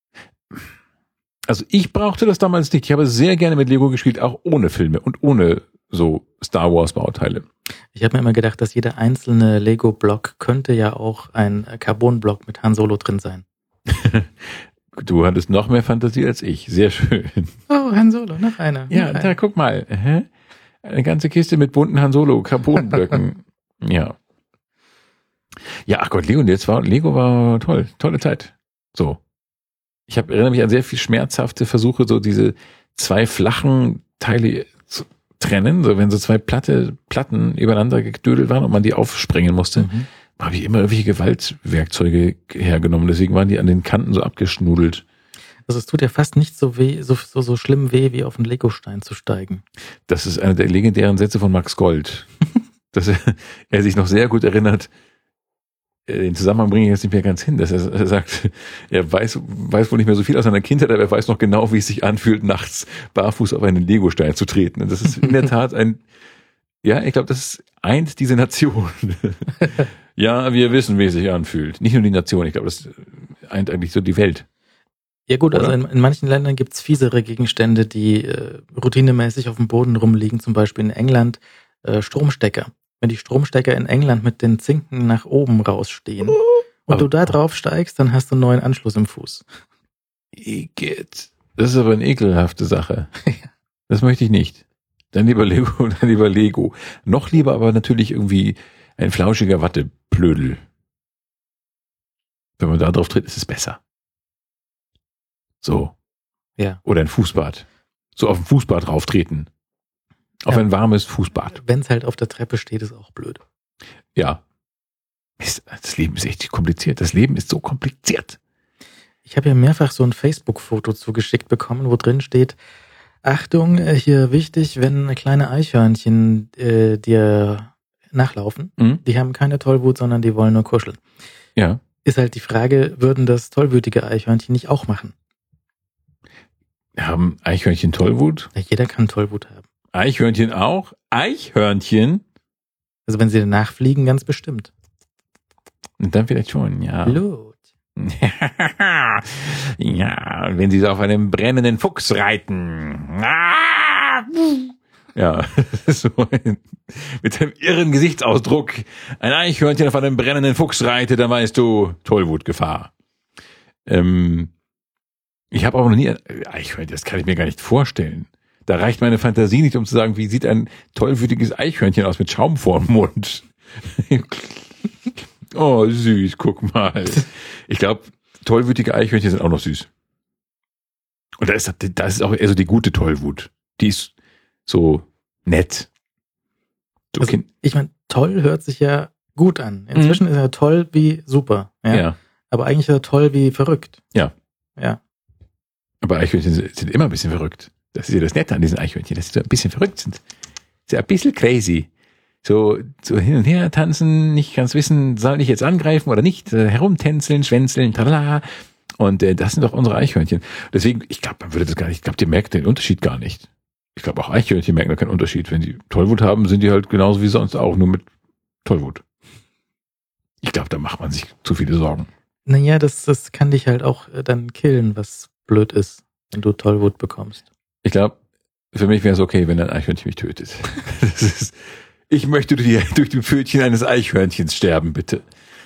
Also ich brauchte das damals nicht. Ich habe sehr gerne mit Lego gespielt, auch ohne Filme und ohne so Star Wars Bauteile. Ich habe mir immer gedacht, dass jeder einzelne Lego-Block könnte ja auch ein Carbon-Block mit Han Solo drin sein. Du hattest noch mehr Fantasie als ich. Sehr schön. Oh, Han Solo, noch einer. Ja, da guck mal. Eine ganze Kiste mit bunten Han Solo Carbonblöcken. Ja. Ja, ach Gott, Lego war toll. Tolle Zeit. So. Ich erinnere mich an sehr viel schmerzhafte Versuche, so diese zwei flachen Teile zu trennen, so wenn so zwei Platten übereinander gedödelt waren und man die aufsprengen musste, habe ich immer irgendwelche Gewaltwerkzeuge hergenommen. Deswegen waren die an den Kanten so abgeschnudelt. Also es tut ja fast nicht so weh, so schlimm weh, wie auf einen Legostein zu steigen. Das ist einer der legendären Sätze von Max Gold. Dass er sich noch sehr gut erinnert, den Zusammenhang bringe ich jetzt nicht mehr ganz hin, dass er sagt, er weiß wohl nicht mehr so viel aus seiner Kindheit, aber er weiß noch genau, wie es sich anfühlt, nachts barfuß auf einen Legostein zu treten. Und das ist in der Tat ich glaube, das eint diese Nation. Ja, wir wissen, wie es sich anfühlt. Nicht nur die Nation, ich glaube, das eint eigentlich so die Welt. Ja gut, Oder? also in manchen Ländern gibt's fiesere Gegenstände, die routinemäßig auf dem Boden rumliegen, zum Beispiel in England Stromstecker. Wenn die Stromstecker in England mit den Zinken nach oben rausstehen und du da drauf steigst, dann hast du einen neuen Anschluss im Fuß. Igitt. Das ist aber eine ekelhafte Sache. Das möchte ich nicht. Dann lieber Lego. Noch lieber aber natürlich irgendwie ein flauschiger Watteplödel. Wenn man da drauf tritt, ist es besser. So. Ja. Oder ein Fußbad. So auf ein Fußbad rauftreten. Auf ein warmes Fußbad. Wenn es halt auf der Treppe steht, ist auch blöd. Ja. Das Leben ist echt kompliziert. Das Leben ist so kompliziert. Ich habe ja mehrfach so ein Facebook-Foto zugeschickt bekommen, wo drin steht, Achtung, hier wichtig, wenn kleine Eichhörnchen dir nachlaufen, die haben keine Tollwut, sondern die wollen nur kuscheln. Ja. Ist halt die Frage, würden das tollwütige Eichhörnchen nicht auch machen? Haben Eichhörnchen Tollwut? Ja, jeder kann Tollwut haben. Eichhörnchen auch? Eichhörnchen? Also wenn sie danach fliegen, ganz bestimmt. Und dann vielleicht schon, ja. Blut. Ja, und wenn sie so auf einem brennenden Fuchs reiten. Ja, so mit einem irren Gesichtsausdruck. Ein Eichhörnchen auf einem brennenden Fuchs reitet, dann weißt du, Tollwutgefahr. Ich habe aber noch nie Eichhörnchen, das kann ich mir gar nicht vorstellen. Da reicht meine Fantasie nicht, um zu sagen, wie sieht ein tollwütiges Eichhörnchen aus mit Schaum vorm Mund. Oh, süß, guck mal. Ich glaube, tollwütige Eichhörnchen sind auch noch süß. Und da ist auch eher so die gute Tollwut. Die ist so nett. So Also, ich meine, toll hört sich ja gut an. Inzwischen ist er toll wie super. Ja? Aber eigentlich ist er toll wie verrückt. Ja. Ja. Aber Eichhörnchen sind immer ein bisschen verrückt. Das ist ja das Nette an diesen Eichhörnchen, dass sie so ein bisschen verrückt sind. Sie sind ein bisschen crazy. So hin und her tanzen, nicht ganz wissen, soll ich jetzt angreifen oder nicht, herumtänzeln, schwänzeln, tralala. Und das sind doch unsere Eichhörnchen. Deswegen, ich glaube, man würde das gar nicht, ich glaube, die merken den Unterschied gar nicht. Ich glaube, auch Eichhörnchen merken da keinen Unterschied. Wenn die Tollwut haben, sind die halt genauso wie sonst auch, nur mit Tollwut. Ich glaube, da macht man sich zu viele Sorgen. Naja, das kann dich halt auch dann killen, was blöd ist, wenn du Tollwut bekommst. Ich glaube, für mich wäre es okay, wenn ein Eichhörnchen mich tötet. Ich möchte durch die Pfötchen eines Eichhörnchens sterben, bitte.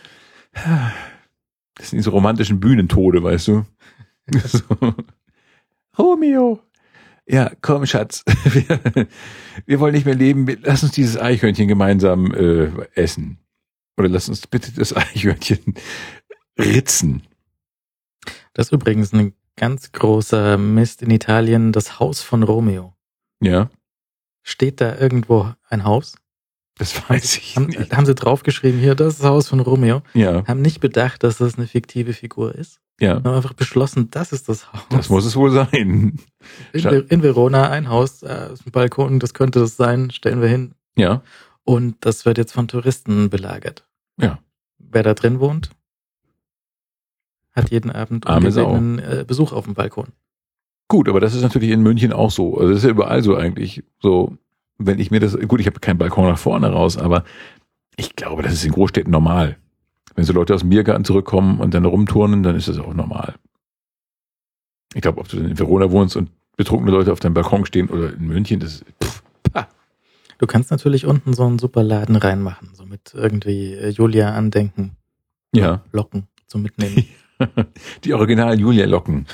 Das sind diese romantischen Bühnentode, weißt du? So. Romeo. Ja, komm, Schatz. Wir wollen nicht mehr leben. Lass uns dieses Eichhörnchen gemeinsam essen. Oder lass uns bitte das Eichhörnchen ritzen. Das ist übrigens ein ganz großer Mist in Italien, das Haus von Romeo. Ja. Steht da irgendwo ein Haus? Das weiß ich nicht. Haben sie draufgeschrieben, hier, das ist das Haus von Romeo. Ja. Haben nicht bedacht, dass das eine fiktive Figur ist. Ja. Haben einfach beschlossen, das ist das Haus. Das muss es wohl sein. In Verona ein Haus, ist ein Balkon, das könnte das sein, stellen wir hin. Ja. Und das wird jetzt von Touristen belagert. Ja. Wer da drin wohnt, hat jeden Abend einen Besuch auf dem Balkon. Gut, aber das ist natürlich in München auch so. Also das ist ja überall so eigentlich. So, wenn ich mir das, gut, ich habe keinen Balkon nach vorne raus, aber ich glaube, das ist in Großstädten normal. Wenn so Leute aus dem Biergarten zurückkommen und dann rumturnen, dann ist das auch normal. Ich glaube, ob du in Verona wohnst und betrunkene Leute auf deinem Balkon stehen oder in München, das ist Du kannst natürlich unten so einen super Laden reinmachen, so mit irgendwie Julia-Andenken. Ja. Locken zum Mitnehmen. Die originalen Julia-Locken.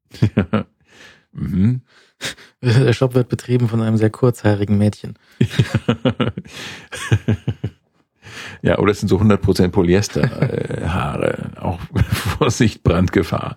Mhm. Der Shop wird betrieben von einem sehr kurzhaarigen Mädchen. Ja, oder es sind so 100% Polyester-Haare. Auch Vorsicht, Brandgefahr.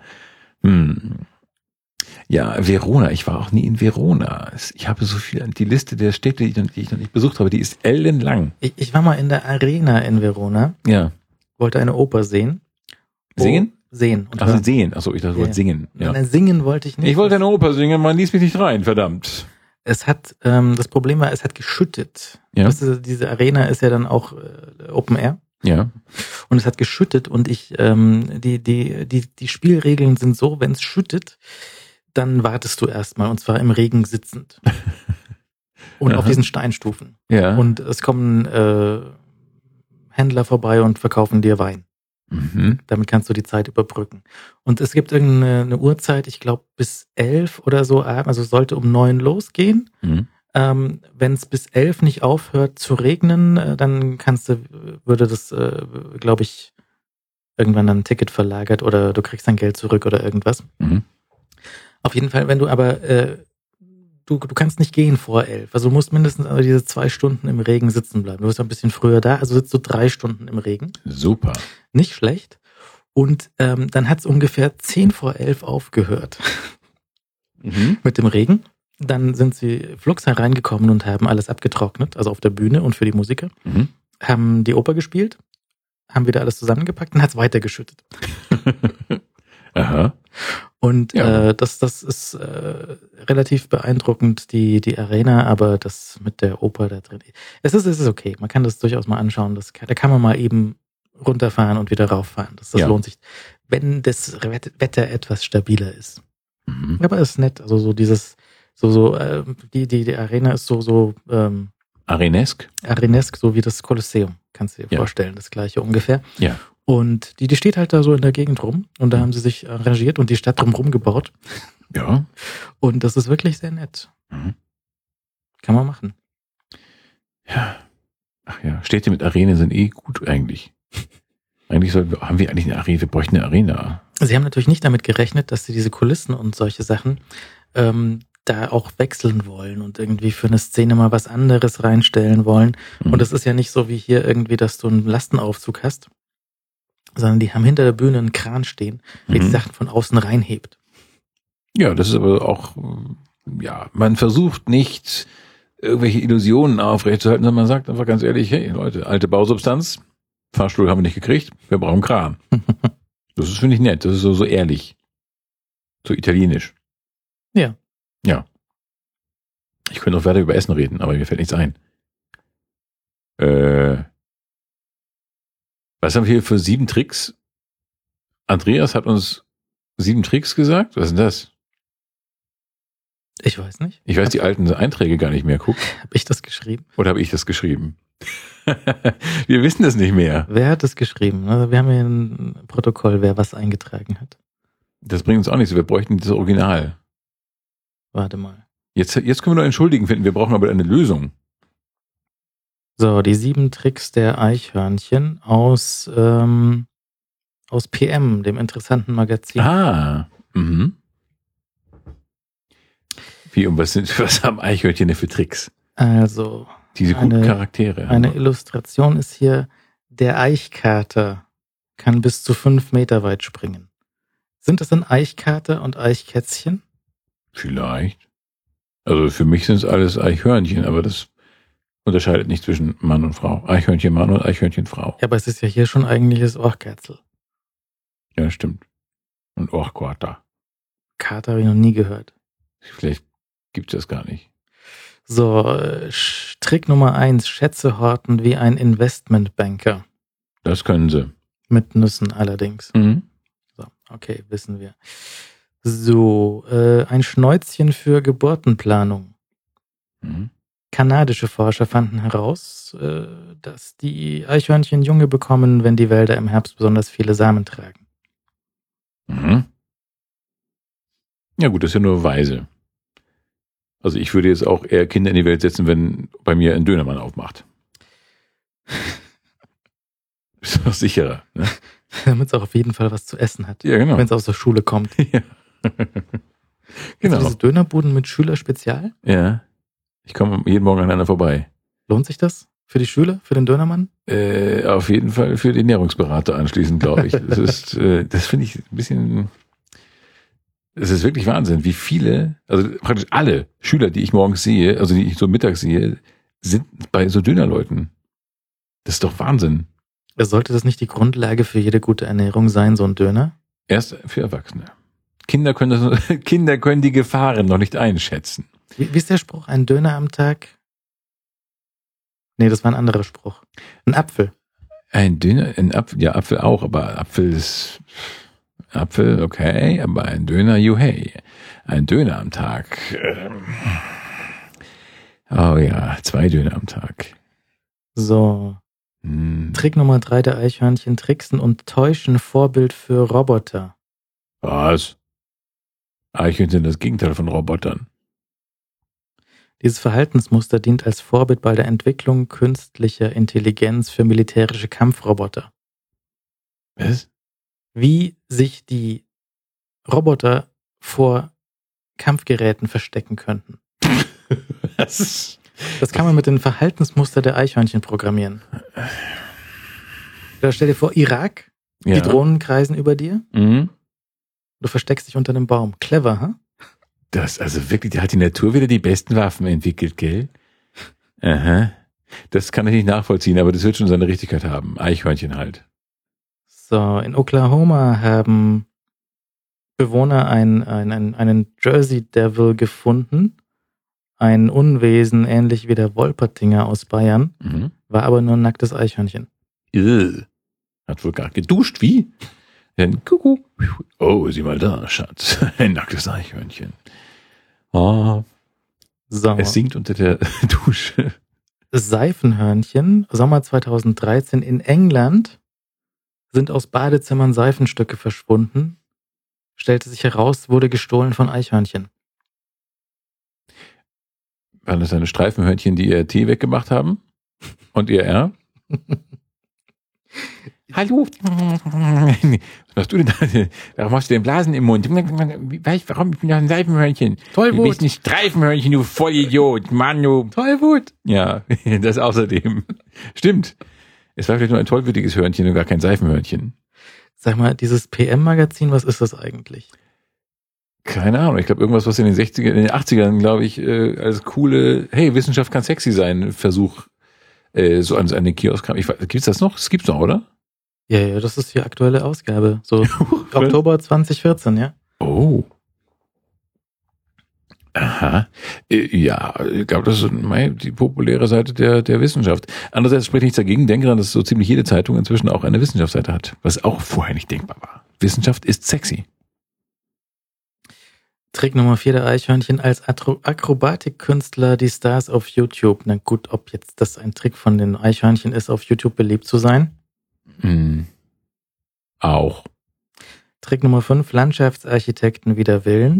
Ja, Verona. Ich war auch nie in Verona. Ich habe so viel, die Liste der Städte, die ich noch nicht besucht habe, die ist ellenlang. Ich war mal in der Arena in Verona. Ja. Wollte eine Oper sehen. Singen? Sehen. Also sehen. Achso, ich dachte, du wolltest singen. Ja. Nein, singen wollte ich nicht. Ich wollte eine Oper singen, man ließ mich nicht rein, verdammt. Es hat, das Problem war, es hat geschüttet. Ja. Diese Arena ist ja dann auch Open Air. Ja. Und es hat geschüttet und die Spielregeln sind so, wenn es schüttet, dann wartest du erstmal und zwar im Regen sitzend. Und auf diesen Steinstufen. Ja. Und es kommen Händler vorbei und verkaufen dir Wein. Mhm. Damit kannst du die Zeit überbrücken. Und es gibt irgendeine Uhrzeit, ich glaube bis 11 oder so, also sollte um 9 losgehen. Mhm. Wenn es bis 11 nicht aufhört zu regnen, dann würde das, glaube ich, irgendwann dann ein Ticket verlagert oder du kriegst dein Geld zurück oder irgendwas. Mhm. Auf jeden Fall, wenn du aber, du kannst nicht gehen vor 11. Also du musst mindestens also diese 2 Stunden im Regen sitzen bleiben. Du bist ein bisschen früher da, also sitzt du 3 Stunden im Regen. Super. Nicht schlecht. Und dann hat es ungefähr 10 vor 11 aufgehört mit dem Regen. Dann sind sie flugs hereingekommen und haben alles abgetrocknet, also auf der Bühne und für die Musiker. Mhm. Haben die Oper gespielt, haben wieder alles zusammengepackt und hat es weiter geschüttet. Aha. Und Ja. Das ist relativ beeindruckend, die Arena, aber das mit der Oper da drin. Es ist okay, man kann das durchaus mal anschauen. Da kann man mal eben runterfahren und wieder rauffahren. Das lohnt sich, wenn das Wetter etwas stabiler ist. Mhm. Aber es ist nett, also so dieses, die Arena ist so Arenesk? arenesk, so wie das Kolosseum, kannst du dir vorstellen, das gleiche ungefähr. Ja. Und die steht halt da so in der Gegend rum und da haben sie sich arrangiert und die Stadt drumherum gebaut. Ja. Und das ist wirklich sehr nett. Mhm. Kann man machen. Ja. Ach ja, Städte mit Arenen sind gut eigentlich. Eigentlich haben wir eigentlich eine Arena, wir bräuchten eine Arena. Sie haben natürlich nicht damit gerechnet, dass sie diese Kulissen und solche Sachen da auch wechseln wollen und irgendwie für eine Szene mal was anderes reinstellen wollen. Mhm. Und es ist ja nicht so wie hier irgendwie, dass du einen Lastenaufzug hast, sondern die haben hinter der Bühne einen Kran stehen, der die Sachen von außen reinhebt. Ja, das ist aber auch, ja, man versucht nicht, irgendwelche Illusionen aufrechtzuerhalten, sondern man sagt einfach ganz ehrlich, hey Leute, alte Bausubstanz, Fahrstuhl haben wir nicht gekriegt, wir brauchen Kran. Das ist, finde ich, nett, das ist so ehrlich. So italienisch. Ja. Ja. Ich könnte noch weiter über Essen reden, aber mir fällt nichts ein. Was haben wir hier für 7 Tricks? Andreas hat uns 7 Tricks gesagt. Was ist denn das? Ich weiß nicht. Ich weiß die alten Einträge gar nicht mehr. Guck. Habe ich das geschrieben? Oder habe ich das geschrieben? Wir wissen das nicht mehr. Wer hat das geschrieben? Also wir haben ja ein Protokoll, wer was eingetragen hat. Das bringt uns auch nichts. Wir bräuchten das Original. Warte mal. Jetzt können wir nur Entschuldigen finden. Wir brauchen aber eine Lösung. So, die 7 Tricks der Eichhörnchen aus PM, dem interessanten Magazin. Ah. Mhm. Wie und was haben Eichhörnchen denn für Tricks? Also, Diese guten Charaktere. Eine Illustration ist hier, der Eichkater kann bis zu 5 Meter weit springen. Sind das dann Eichkater und Eichkätzchen? Vielleicht. Also für mich sind es alles Eichhörnchen, aber das unterscheidet nicht zwischen Mann und Frau. Eichhörnchen Mann und Eichhörnchen Frau. Ja, aber es ist ja hier schon eigentliches Orchkätzl. Ja, stimmt. Und Orchquater. Kater habe ich noch nie gehört. Vielleicht gibt es das gar nicht. So, Trick Nummer 1, Schätze horten wie ein Investmentbanker. Das können sie. Mit Nüssen allerdings. Mhm. So, okay, wissen wir. So, ein Schnäuzchen für Geburtenplanung. Mhm. Kanadische Forscher fanden heraus, dass die Eichhörnchen Junge bekommen, wenn die Wälder im Herbst besonders viele Samen tragen. Mhm. Ja gut, das ist ja nur weise. Also ich würde jetzt auch eher Kinder in die Welt setzen, wenn bei mir ein Dönermann aufmacht. Ist doch sicherer, ne? Damit es auch auf jeden Fall was zu essen hat. Ja, genau. Wenn es aus der Schule kommt. Ja. Genau. Diese Dönerbuden mit Schülerspezial? Ja. Ich komme jeden Morgen an einer vorbei. Lohnt sich das? Für die Schüler? Für den Dönermann? Auf jeden Fall für den Ernährungsberater anschließend, glaube ich. Das finde ich ein bisschen, es ist wirklich Wahnsinn, wie viele, also praktisch alle Schüler, die ich morgens sehe, also die ich so mittags sehe, sind bei so Dönerleuten. Das ist doch Wahnsinn. Sollte das nicht die Grundlage für jede gute Ernährung sein, so ein Döner? Erst für Erwachsene. Kinder können die Gefahren noch nicht einschätzen. Wie ist der Spruch? Ein Döner am Tag? Nee, das war ein anderer Spruch. Ein Apfel. Ein Döner, ein Apfel, ja, Apfel auch, aber Apfel, okay, aber ein Döner, juhey. Ein Döner am Tag. Oh ja, 2 Döner am Tag. So. Trick Nummer 3 der Eichhörnchen: Tricksen und Täuschen, Vorbild für Roboter. Was? Eichhörnchen sind das Gegenteil von Robotern. Dieses Verhaltensmuster dient als Vorbild bei der Entwicklung künstlicher Intelligenz für militärische Kampfroboter. Was? Wie sich die Roboter vor Kampfgeräten verstecken könnten. Was? Das kann man mit dem Verhaltensmuster der Eichhörnchen programmieren. Oder stell dir vor, Irak, Ja. die Drohnen kreisen über dir, Mhm. du versteckst dich unter einem Baum. Clever, ha? Das, also wirklich, da hat die Natur wieder die besten Waffen entwickelt, gell? Aha. Das kann ich nicht nachvollziehen, aber das wird schon seine Richtigkeit haben. Eichhörnchen halt. So, in Oklahoma haben Bewohner einen Jersey Devil gefunden. Ein Unwesen, ähnlich wie der Wolpertinger aus Bayern, Mhm. war aber nur ein nacktes Eichhörnchen. Hat wohl gar geduscht, wie? Dann Kuckuck. Oh, sieh mal da, Schatz. Ein nacktes Eichhörnchen. Oh, So, es singt unter der Dusche. Seifenhörnchen, Sommer 2013 in England, sind aus Badezimmern Seifenstücke verschwunden. Stellte sich heraus, wurde gestohlen von Eichhörnchen. Waren das seine Streifenhörnchen, die ihr Tee weggemacht haben? Und ihr R? Hallo. Was machst du denn da? Warum hast du den Blasen im Mund? Warum? Ich bin doch ein Seifenhörnchen. Du bist ein Streifenhörnchen, du Vollidiot. Mann, du. Tollwut! Ja, das außerdem. Stimmt. Es war vielleicht nur ein tollwütiges Hörnchen und gar kein Seifenhörnchen. Sag mal, dieses PM-Magazin, was ist das eigentlich? Keine Ahnung, ich glaube irgendwas, was in den 80ern, glaube ich, als coole, hey, Wissenschaft kann sexy sein, Versuch, so an eine Kiosk kam. Gibt's das noch? Das gibt's noch, oder? Ja, das ist die aktuelle Ausgabe. So Oktober 2014, ja. Oh. Aha. Ja, ich glaube, das ist die populäre Seite der Wissenschaft. Andererseits spricht nichts dagegen. Denke daran, dass so ziemlich jede Zeitung inzwischen auch eine Wissenschaftsseite hat, was auch vorher nicht denkbar war. Wissenschaft ist sexy. Trick Nummer 4 der Eichhörnchen: als Akrobatikkünstler die Stars auf YouTube. Na gut, ob jetzt das ein Trick von den Eichhörnchen ist, auf YouTube beliebt zu sein? Auch. Trick Nummer 5, Landschaftsarchitekten wider Willen.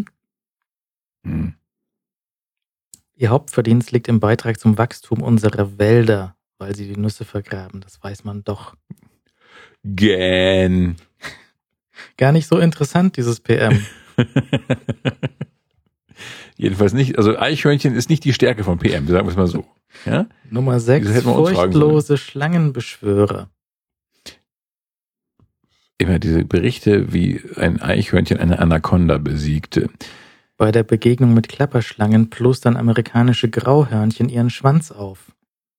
Ihr Hauptverdienst liegt im Beitrag zum Wachstum unserer Wälder, weil sie die Nüsse vergraben. Das weiß man doch. Gar nicht so interessant, dieses PM. Jedenfalls nicht, also Eichhörnchen ist nicht die Stärke von PM, sagen wir es mal so. Ja? Nummer 6, furchtlose Schlangenbeschwörer. Immer diese Berichte, wie ein Eichhörnchen eine Anaconda besiegte. Bei der Begegnung mit Klapperschlangen plustern amerikanische Grauhörnchen ihren Schwanz auf.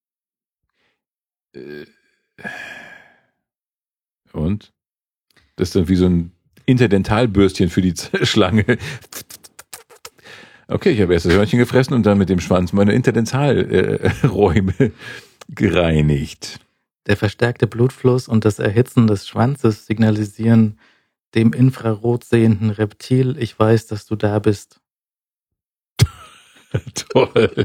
Und? Das ist dann wie so ein Interdentalbürstchen für die Schlange. Okay, ich habe erst das Hörnchen gefressen und dann mit dem Schwanz meine Interdentalräume gereinigt. Der verstärkte Blutfluss und das Erhitzen des Schwanzes signalisieren dem infrarot sehenden Reptil: ich weiß, dass du da bist. Toll.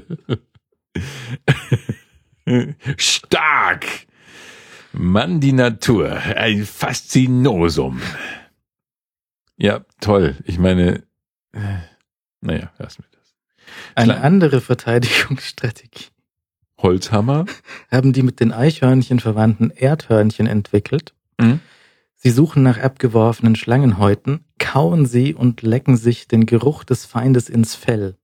Stark. Mann, die Natur. Ein Faszinosum. Ja, toll. Ich meine, naja, lassen wir das. Eine andere Verteidigungsstrategie. Holzhammer? Haben die mit den Eichhörnchen verwandten Erdhörnchen entwickelt. Mhm. Sie suchen nach abgeworfenen Schlangenhäuten, kauen sie und lecken sich den Geruch des Feindes ins Fell.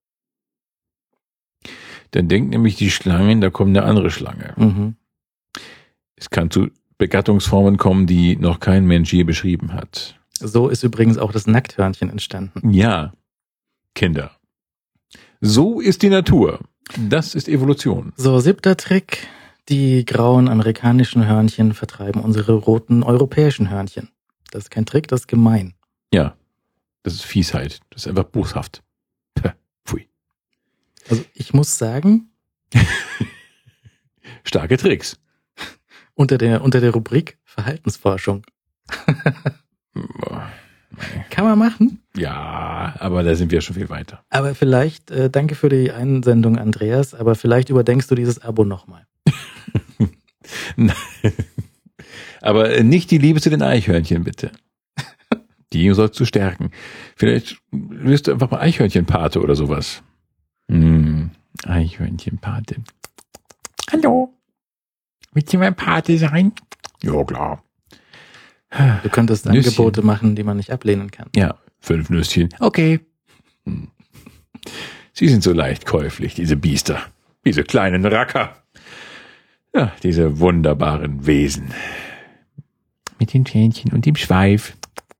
Dann denkt nämlich die Schlangen, da kommt eine andere Schlange. Mhm. Es kann zu Begattungsformen kommen, die noch kein Mensch je beschrieben hat. So ist übrigens auch das Nackthörnchen entstanden. Ja, Kinder. So ist die Natur. Das ist Evolution. So, 7. Trick. Die grauen amerikanischen Hörnchen vertreiben unsere roten europäischen Hörnchen. Das ist kein Trick, das ist gemein. Ja, das ist Fiesheit. Das ist einfach boshaft. Pfui. Also ich muss sagen, starke Tricks. Unter der Rubrik Verhaltensforschung. Kann man machen. Ja, aber da sind wir schon viel weiter. Aber vielleicht, danke für die Einsendung, Andreas, aber vielleicht überdenkst du dieses Abo nochmal. Aber nicht die Liebe zu den Eichhörnchen, bitte. Die sollst du stärken. Vielleicht wirst du einfach mal Eichhörnchenpate oder sowas. Eichhörnchenpate. Hallo. Willst du mein Pate sein? Ja, klar. Du könntest Nüsschen. Angebote machen, die man nicht ablehnen kann. Ja, 5 Nüsschen. Okay. Sie sind so leicht käuflich, diese Biester. Diese kleinen Racker. Ja, diese wunderbaren Wesen. Mit den Fähnchen und dem Schweif.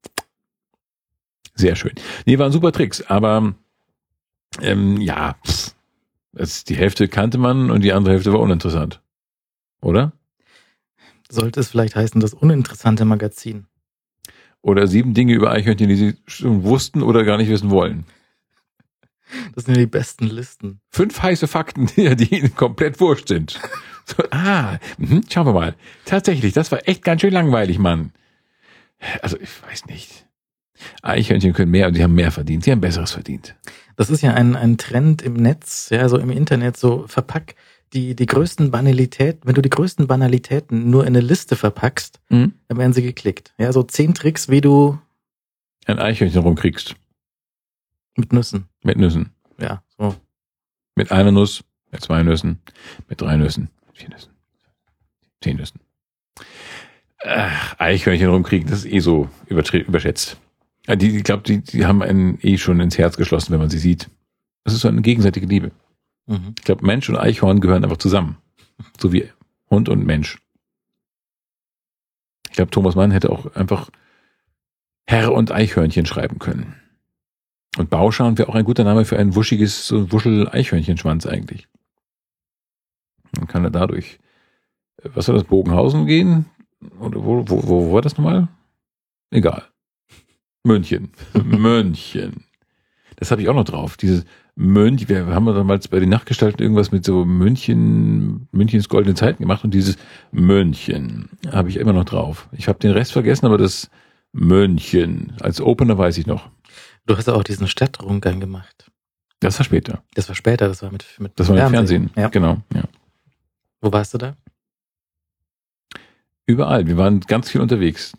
Sehr schön. Nee, waren super Tricks, aber ja, die Hälfte kannte man und die andere Hälfte war uninteressant. Oder? Sollte es vielleicht heißen, das uninteressante Magazin. Oder 7 Dinge über Eichhörnchen, die sie schon wussten oder gar nicht wissen wollen. Das sind ja die besten Listen. 5 heiße Fakten, die ihnen komplett wurscht sind. So, schauen wir mal. Tatsächlich, das war echt ganz schön langweilig, Mann. Also, ich weiß nicht. Eichhörnchen können mehr und sie haben mehr verdient. Sie haben Besseres verdient. Das ist ja ein Trend im Netz, ja, so im Internet, so verpack die größten Banalitäten, wenn du die größten Banalitäten nur in eine Liste verpackst, dann werden sie geklickt. Ja, so 10 Tricks, wie du ein Eichhörnchen rumkriegst. Mit Nüssen. Mit Nüssen. Ja, so. Mit einer Nuss, mit 2 Nüssen, mit 3 Nüssen, 4 Nüssen, 10 Nüssen. Eichhörnchen rumkriegen, das ist eh so überschätzt. Ich glaube, die haben einen schon ins Herz geschlossen, wenn man sie sieht. Das ist so eine gegenseitige Liebe. Mhm. Ich glaube, Mensch und Eichhorn gehören einfach zusammen. So wie Hund und Mensch. Ich glaube, Thomas Mann hätte auch einfach Herr und Eichhörnchen schreiben können. Und Bauschan wäre auch ein guter Name für ein wuschiges, so ein Wuschel-Eichhörnchenschwanz eigentlich. Dann kann er dadurch, was soll das, Bogenhausen gehen? Oder wo war das nochmal? Egal. München. München. Das habe ich auch noch drauf. Dieses München, wir haben damals bei den Nachtgestalten irgendwas mit so Münchens goldene Zeiten gemacht und dieses München habe ich immer noch drauf. Ich habe den Rest vergessen, aber das München als Opener weiß ich noch. Du hast auch diesen Stadtrundgang gemacht. Das war später. Das war später, das war mit Das war mit Fernsehen. Ja. Genau, ja. Wo warst du da? Überall. Wir waren ganz viel unterwegs.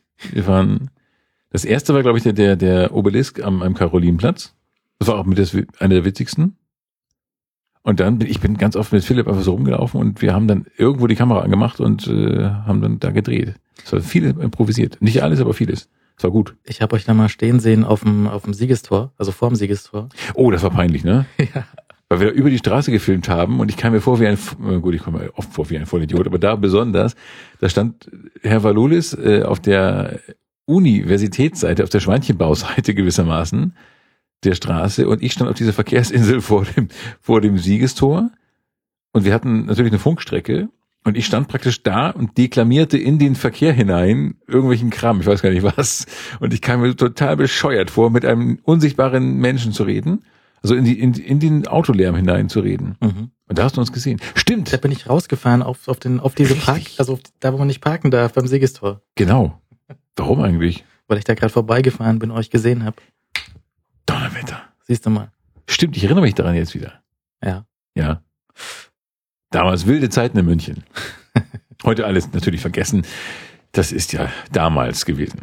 Das erste war, glaube ich, der Obelisk am Karolinenplatz. Das war auch einer der witzigsten. Und dann ich bin ganz oft mit Philipp einfach so rumgelaufen und wir haben dann irgendwo die Kamera angemacht und haben dann da gedreht. Es war viel improvisiert. Nicht alles, aber vieles. Es war gut. Ich habe euch da mal stehen sehen auf dem Siegestor, also vorm Siegestor. Oh, das war peinlich, ne? Ja. Weil wir da über die Straße gefilmt haben und ich kam mir vor wie ich komme mir oft vor wie ein Vollidiot, aber da besonders, da stand Herr Valulis auf der Universitätsseite, auf der Schweinchenbauseite gewissermaßen der Straße und ich stand auf dieser Verkehrsinsel vor dem Siegestor und wir hatten natürlich eine Funkstrecke und ich stand praktisch da und deklamierte in den Verkehr hinein irgendwelchen Kram, ich weiß gar nicht was, und ich kam mir total bescheuert vor, mit einem unsichtbaren Menschen zu reden, also in den Autolärm hinein zu reden. Mhm. Und da hast du uns gesehen. Stimmt. Da bin ich rausgefahren auf diese da wo man nicht parken darf beim Siegestor. Genau. Warum eigentlich? Weil ich da gerade vorbeigefahren bin, euch gesehen habe. Donnerwetter. Siehst du mal. Stimmt, ich erinnere mich daran jetzt wieder. Ja. Ja. Damals wilde Zeiten in München. Heute alles natürlich vergessen. Das ist ja damals gewesen.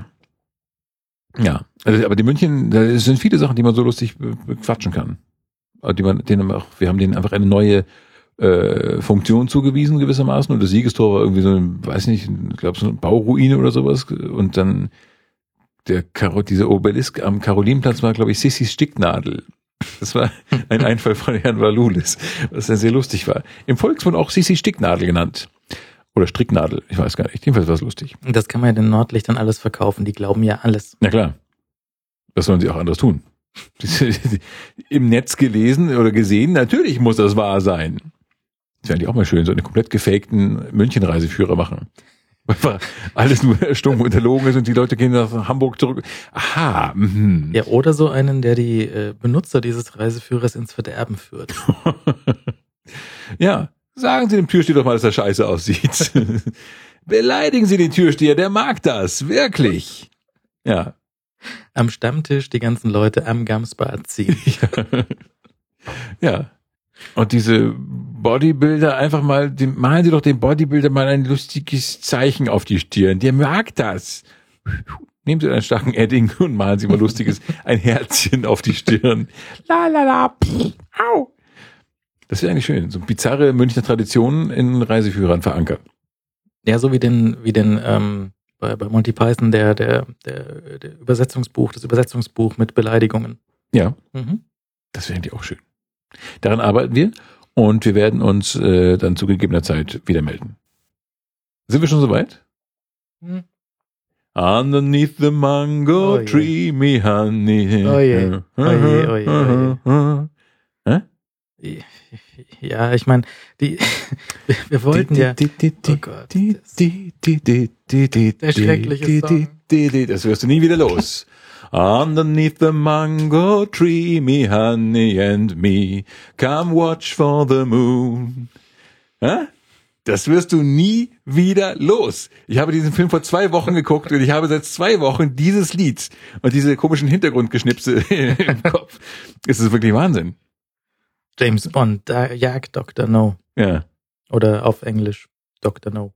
Ja, also, aber die München, da sind viele Sachen, die man so lustig quatschen kann. Wir haben denen einfach eine neue Funktion zugewiesen gewissermaßen und das Siegestor war irgendwie so ein, weiß nicht, ich glaube so eine Bauruine oder sowas und dann dieser Obelisk am Karolinenplatz war, glaube ich, Sissis Sticknadel. Das war ein Einfall von Herrn Valulis, was ja sehr lustig war. Im Volksmund auch Sissi Sticknadel genannt. Oder Stricknadel, ich weiß gar nicht. Jedenfalls war es lustig. Und das kann man ja den Nordlichtern alles verkaufen, die glauben ja alles. Na klar. Was sollen sie auch anderes tun? Im Netz gelesen oder gesehen, natürlich muss das wahr sein. Das wäre eigentlich auch mal schön, so einen komplett gefakten München-Reiseführer machen. Weil alles nur stumm unterlogen ist und die Leute gehen nach Hamburg zurück. Aha. Mhm. Ja, oder so einen, der die Benutzer dieses Reiseführers ins Verderben führt. Ja, sagen Sie dem Türsteher doch mal, dass er scheiße aussieht. Beleidigen Sie den Türsteher, der mag das, wirklich. Ja. Am Stammtisch die ganzen Leute am Gamsbad ziehen. Ja. Und diese Bodybuilder einfach mal, malen Sie doch dem Bodybuilder mal ein lustiges Zeichen auf die Stirn. Der mag das. Nehmen Sie einen starken Edding und malen Sie mal lustiges, ein Herzchen auf die Stirn. La la la, pff, au. Das wäre eigentlich schön. So bizarre Münchner Traditionen in Reiseführern verankert. Ja, so wie bei Monty Python der Übersetzungsbuch, das Übersetzungsbuch mit Beleidigungen. Ja. Mhm. Das wäre eigentlich auch schön. Daran arbeiten wir und wir werden uns dann zu gegebener Zeit wieder melden. Sind wir schon soweit? Hm. Underneath the mango tree, me honey. Oje. Hä? Ja, ich meine, wir wollten ja. Oh Gott, der schreckliche Song. Das wirst du nie wieder los. Underneath the mango tree, me honey and me, come watch for the moon. Hä? Das wirst du nie wieder los. Ich habe diesen Film vor 2 Wochen geguckt und ich habe seit 2 Wochen dieses Lied und diese komischen Hintergrundgeschnipse im Kopf. Es ist wirklich Wahnsinn. James Bond, da jagt Dr. No. Ja. Oder auf Englisch Dr. No.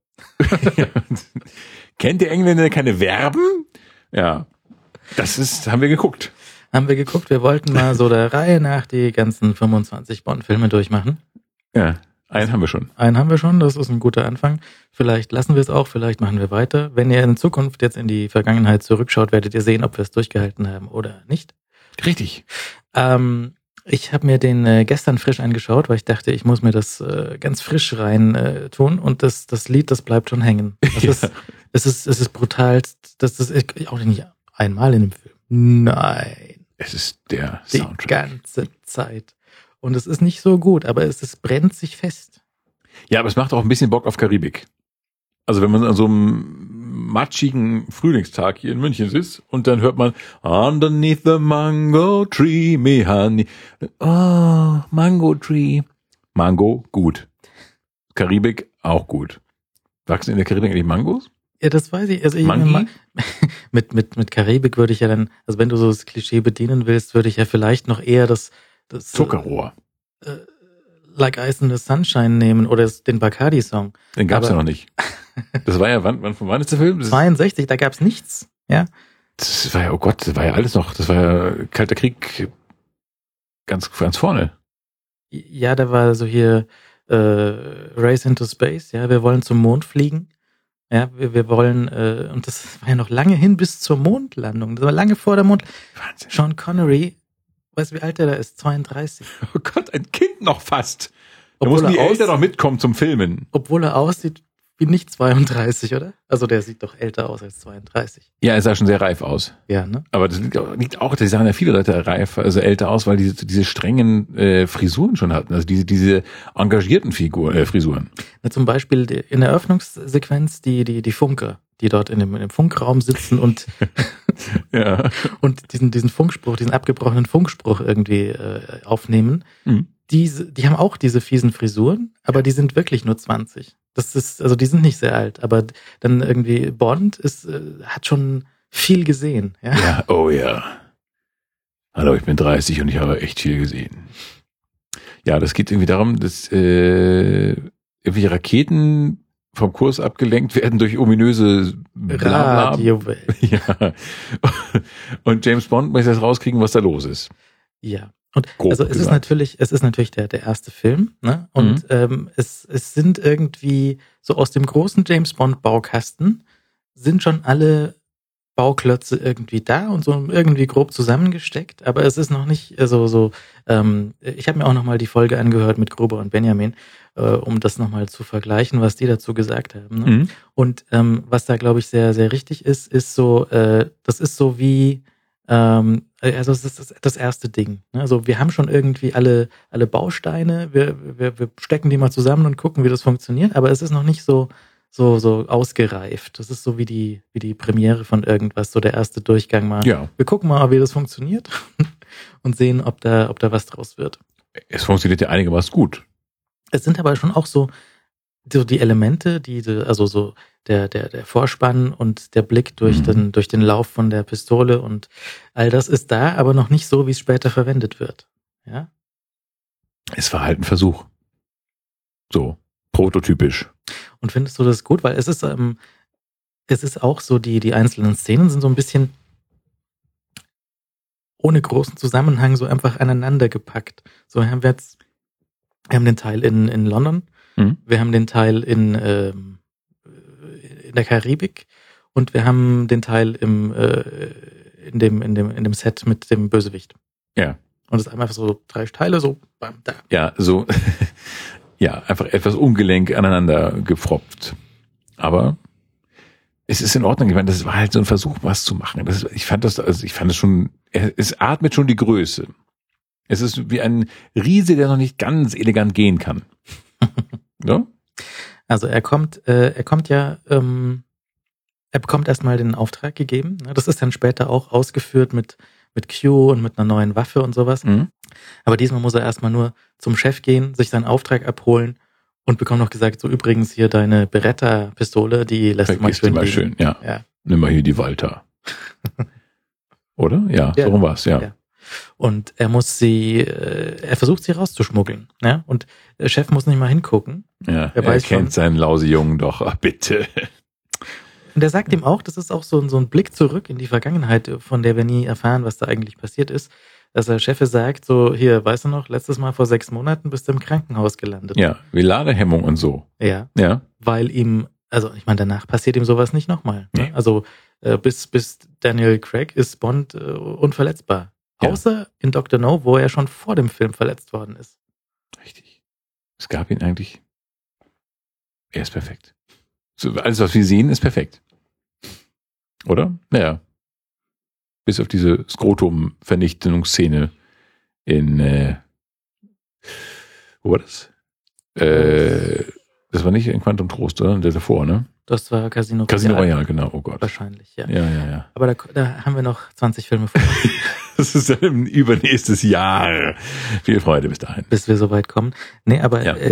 Kennt der Engländer keine Verben? Ja. Haben wir geguckt. Wir wollten mal so der Reihe nach die ganzen 25 Bond-Filme durchmachen. Ja, einen haben wir schon. Das ist ein guter Anfang. Vielleicht lassen wir es auch, vielleicht machen wir weiter. Wenn ihr in Zukunft jetzt in die Vergangenheit zurückschaut, werdet ihr sehen, ob wir es durchgehalten haben oder nicht. Richtig. Ich habe mir den gestern frisch angeschaut, weil ich dachte, ich muss mir das ganz frisch rein tun und das Lied, das bleibt schon hängen. Es ist brutal, das ist Einmal in dem Film. Nein. Es ist der Die Soundtrack. ganze Zeit. Und es ist nicht so gut, aber es brennt sich fest. Ja, aber es macht auch ein bisschen Bock auf Karibik. Also wenn man an so einem matschigen Frühlingstag hier in München sitzt und dann hört man Underneath the Mango Tree, me honey. Oh, Mango Tree. Mango, gut. Karibik, auch gut. Wachsen in der Karibik eigentlich Mangos? Ja, das weiß ich. Also Mangi? mit Karibik würde ich ja dann, also wenn du so das Klischee bedienen willst, würde ich ja vielleicht noch eher das Zuckerrohr. Like Ice in the Sunshine nehmen oder den Bacardi-Song. Den gab's ja Aber- noch nicht. Das war ja, wann ist der Film? Das 62, da gab's nichts. Ja. Das war ja, oh Gott, das war ja alles noch, das war ja Kalter Krieg ganz vorne. Ja, da war so hier Race into Space, ja, wir wollen zum Mond fliegen. Ja, wir wollen, und das war ja noch lange hin bis zur Mondlandung. Das war lange vor der Wahnsinn. Sean Connery, weißt du, wie alt der da ist? 32. Oh Gott, ein Kind noch fast. Da Obwohl mussten die er Eltern noch mitkommen zum Filmen. Obwohl er aussieht wie nicht 32, oder? Also der sieht doch älter aus als 32. Ja, er sah schon sehr reif aus. Ja, ne? Aber das liegt auch, die sahen ja viele Leute reif, also älter aus, weil diese strengen Frisuren schon hatten. Also diese engagierten Frisuren. Na, zum Beispiel in der Eröffnungssequenz die Funker, die dort in dem Funkraum sitzen und Ja. diesen Funkspruch, diesen abgebrochenen Funkspruch irgendwie aufnehmen. Mhm. Die haben auch diese fiesen Frisuren, aber die sind wirklich nur 20. Das ist, also die sind nicht sehr alt, aber dann irgendwie Bond hat schon viel gesehen, ja. Ja, oh ja. Hallo, ich bin 30 und ich habe echt viel gesehen. Ja, das geht irgendwie darum, dass irgendwelche Raketen vom Kurs abgelenkt werden durch ominöse Blabla. Radiowelt. Ja. Und James Bond möchte jetzt rauskriegen, was da los ist. Ja. Und Grob also es ist natürlich der erste Film, ne? Und es sind irgendwie so aus dem großen James Bond Baukasten sind schon alle Bauklötze irgendwie da und so irgendwie grob zusammengesteckt, aber es ist noch nicht ich habe mir auch nochmal die Folge angehört mit Gruber und Benjamin, um das nochmal zu vergleichen, was die dazu gesagt haben. Ne? Mhm. Und was da, glaube ich, sehr, sehr richtig ist so, das ist so wie, also es ist das erste Ding. Ne? Also wir haben schon irgendwie alle Bausteine, wir stecken die mal zusammen und gucken, wie das funktioniert, aber es ist noch nicht so ausgereift. Das ist so wie die Premiere von irgendwas, so der erste Durchgang mal. Ja. Wir gucken mal, wie das funktioniert und sehen, ob da was draus wird. Es funktioniert ja einigermaßen gut. Es sind aber schon auch so die Elemente, also so der Vorspann und der Blick durch den Lauf von der Pistole und all das ist da, aber noch nicht so, wie es später verwendet wird. Ja? Es war halt ein Versuch. So, prototypisch. Und findest du das gut? Weil es ist auch so, die einzelnen Szenen sind so ein bisschen ohne großen Zusammenhang so einfach aneinander gepackt. So wir haben den Teil in London, wir haben den Teil in der Karibik und wir haben den Teil in dem Set mit dem Bösewicht. Ja. Und es ist einfach so 3 Teile, so bam, da. Ja, so, ja, einfach etwas ungelenk aneinander gefropft. Aber es ist in Ordnung. Ich meine, das war halt so ein Versuch, was zu machen. Ich fand das schon, es atmet schon die Größe. Es ist wie ein Riese, der noch nicht ganz elegant gehen kann. Ja? Also er bekommt erstmal den Auftrag gegeben. Das ist dann später auch ausgeführt mit Q und mit einer neuen Waffe und sowas. Mhm. Aber diesmal muss er erstmal nur zum Chef gehen, sich seinen Auftrag abholen und bekommt noch gesagt, so übrigens hier deine Beretta-Pistole, die lässt du mal schön liegen. Ja. Ja. Nimm mal hier die Walter. Oder? Ja, so rum war's, ja. Und er versucht sie rauszuschmuggeln. Ja? Und der Chef muss nicht mal hingucken. Ja, Er er weiß kennt seinen Lausejungen doch. Ach, bitte. Und er sagt ihm auch, das ist auch so ein Blick zurück in die Vergangenheit, von der wir nie erfahren, was da eigentlich passiert ist, dass der Chef sagt, so, hier, weißt du noch, letztes Mal vor 6 Monaten bist du im Krankenhaus gelandet. Ja, wie Ladehemmung und so. Ja, Ja. weil ihm, also ich meine, danach passiert ihm sowas nicht nochmal. Ne? Nee. Also bis Daniel Craig ist Bond unverletzbar. Ja. Außer in Dr. No, wo er schon vor dem Film verletzt worden ist. Richtig. Es gab ihn eigentlich. Er ist perfekt. So, alles, was wir sehen, ist perfekt. Oder? Naja. Bis auf diese Skrotum-Vernichtungsszene in, wo war das? Das war nicht in Quantum Trost, oder? Der davor, ne? Das war Casino Royale. Casino Royale, genau, oh Gott. Wahrscheinlich, ja. Ja. Aber da haben wir noch 20 Filme vor uns. Das ist dann übernächstes Jahr. Viel Freude bis dahin. Bis wir so weit kommen. Nee, aber Ja.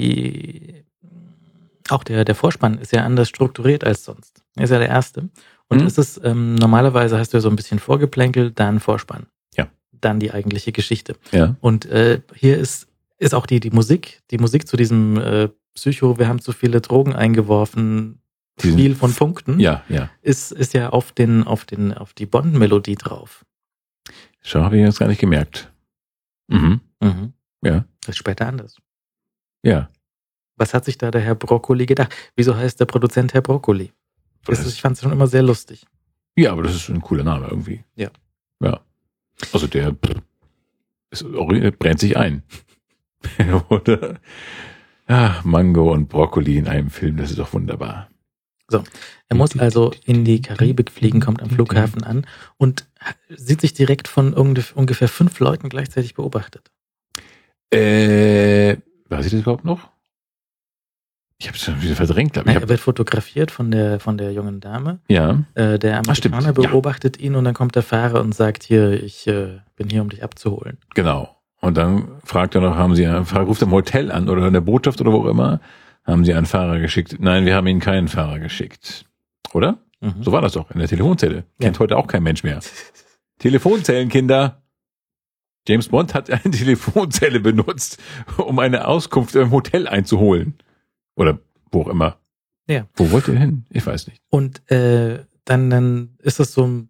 auch der Vorspann ist ja anders strukturiert als sonst. Er ist ja der erste. Und Mhm. ist es, normalerweise hast du ja so ein bisschen Vorgeplänkel, dann Vorspann. Ja. Dann die eigentliche Geschichte. Ja. Und hier ist auch die Musik zu diesem Psycho, wir haben zu viele Drogen eingeworfen, Diesen- Spiel von Punkten, Ja. ist ja auf die Bond-Melodie drauf. Schau, habe ich jetzt gar nicht gemerkt. Mhm. Mhm. Ja. Das ist später anders. Ja. Was hat sich da der Herr Broccoli gedacht? Wieso heißt der Produzent Herr Broccoli? Ich fand es schon immer sehr lustig. Ja, aber das ist ein cooler Name irgendwie. Ja. Ja. Also der brennt sich ein. Oder? Ja, Mango und Brokkoli in einem Film, das ist doch wunderbar. Er muss also in die Karibik fliegen, kommt am Flughafen an und sieht sich direkt von ungefähr 5 Leuten gleichzeitig beobachtet. Weiß ich das überhaupt noch? Ich habe es schon wieder verdrängt, glaube ich. Er wird fotografiert von der jungen Dame. Ja. Der Amerikaner stimmt. beobachtet ihn und dann kommt der Fahrer und sagt, hier, ich bin hier, um dich abzuholen. Genau. Und dann fragt er noch, ruft er im Hotel an oder in der Botschaft oder wo auch immer, haben Sie einen Fahrer geschickt? Nein, wir haben Ihnen keinen Fahrer geschickt. Oder? Mhm. So war das doch in der Telefonzelle. Kennt Ja. heute auch kein Mensch mehr. Telefonzellenkinder. James Bond hat eine Telefonzelle benutzt, um eine Auskunft im Hotel einzuholen. Oder wo auch immer. Ja. Wo wollt ihr hin? Ich weiß nicht. Und dann ist das so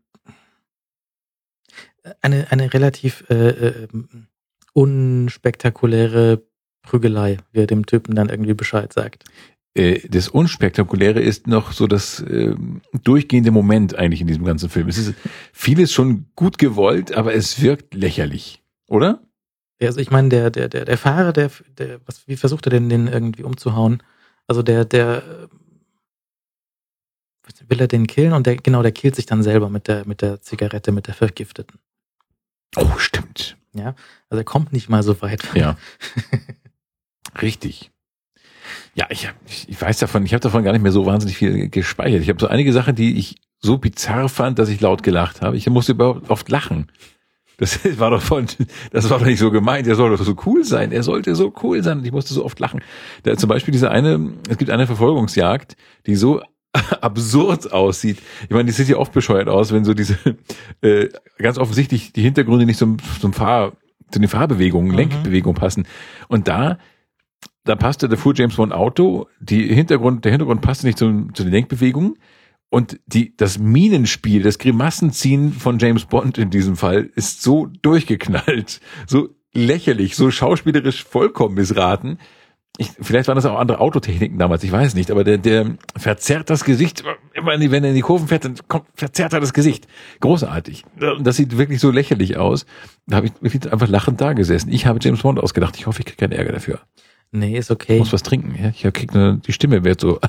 eine relativ unspektakuläre Prügelei, wie er dem Typen dann irgendwie Bescheid sagt. Das Unspektakuläre ist noch so das durchgehende Moment eigentlich in diesem ganzen Film. Es ist vieles schon gut gewollt, aber es wirkt lächerlich, oder? Ja, also ich meine, der Fahrer, wie versucht er denn den irgendwie umzuhauen? Also der will er den killen und der killt sich dann selber mit der Zigarette, mit der Vergifteten. Oh, stimmt. Ja, also er kommt nicht mal so weit. Ja. Richtig. Ja, ich weiß davon, ich habe davon gar nicht mehr so wahnsinnig viel gespeichert. Ich habe so einige Sachen, die ich so bizarr fand, dass ich laut gelacht habe. Ich musste überhaupt oft lachen. Das war doch nicht so gemeint. Er soll doch so cool sein. Er sollte so cool sein. Und ich musste so oft lachen. Da zum Beispiel es gibt eine Verfolgungsjagd, die so absurd aussieht. Ich meine, die sieht ja oft bescheuert aus, wenn so diese ganz offensichtlich die Hintergründe nicht zu den Fahrbewegungen, Lenkbewegungen passen. Und da passte der fuhr James Bond Auto, der Hintergrund passte nicht zu den Lenkbewegungen. Und das Minenspiel, das Grimassenziehen von James Bond in diesem Fall ist so durchgeknallt, so lächerlich, so schauspielerisch vollkommen missraten. Vielleicht waren das auch andere Autotechniken damals, ich weiß nicht, aber der verzerrt das Gesicht, immer wenn er in die Kurven fährt, dann verzerrt er das Gesicht. Großartig. Das sieht wirklich so lächerlich aus. Da habe ich wirklich einfach lachend da gesessen. Ich habe James Bond ausgedacht. Ich hoffe, ich kriege keinen Ärger dafür. Nee, ist okay. Ich muss was trinken. Ja? Ich kriege die Stimme wird so.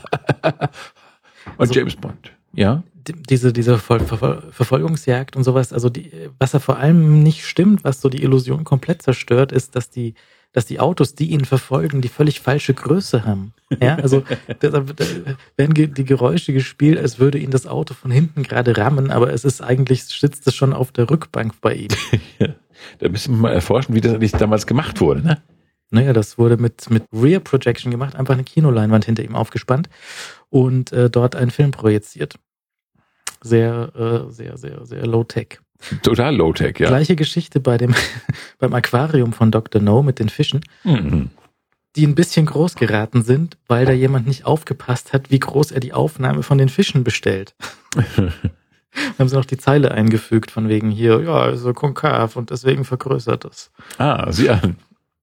Und also, James Bond. Ja. Diese Verfolgungsjagd und sowas, also was da vor allem nicht stimmt, was so die Illusion komplett zerstört, ist, dass die Autos, die ihn verfolgen, die völlig falsche Größe haben. Ja, also da werden die Geräusche gespielt, als würde ihn das Auto von hinten gerade rammen, aber sitzt es schon auf der Rückbank bei ihm. Ja, da müssen wir mal erforschen, wie das eigentlich damals gemacht wurde, ne? Naja, das wurde mit Rear Projection gemacht, einfach eine Kinoleinwand hinter ihm aufgespannt und dort einen Film projiziert. Sehr, sehr, sehr, sehr low-tech. Total low-tech, ja. Gleiche Geschichte beim Aquarium von Dr. No mit den Fischen, die ein bisschen groß geraten sind, weil da jemand nicht aufgepasst hat, wie groß er die Aufnahme von den Fischen bestellt. Haben sie noch die Zeile eingefügt von wegen hier, ja, also konkav und deswegen vergrößert es. Sieh an.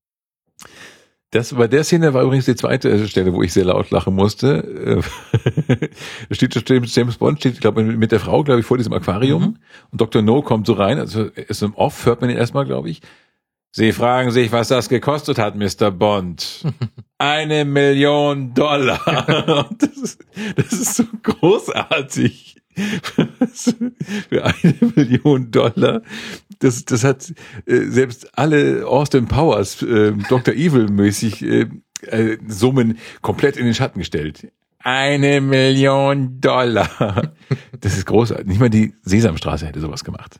Bei der Szene war übrigens die zweite Stelle, wo ich sehr laut lachen musste. Da steht James Bond, steht, glaube ich, mit der Frau, glaube ich, vor diesem Aquarium. Und Dr. No kommt so rein, also ist im Off, hört man ihn erstmal, glaube ich. Sie fragen sich, was das gekostet hat, Mr. Bond. $1 Million. Das ist so großartig. Für $1 Million. Das hat selbst alle Austin Powers, Dr. Evil-mäßig Summen komplett in den Schatten gestellt. $1 Million. Das ist großartig. Nicht mal die Sesamstraße hätte sowas gemacht.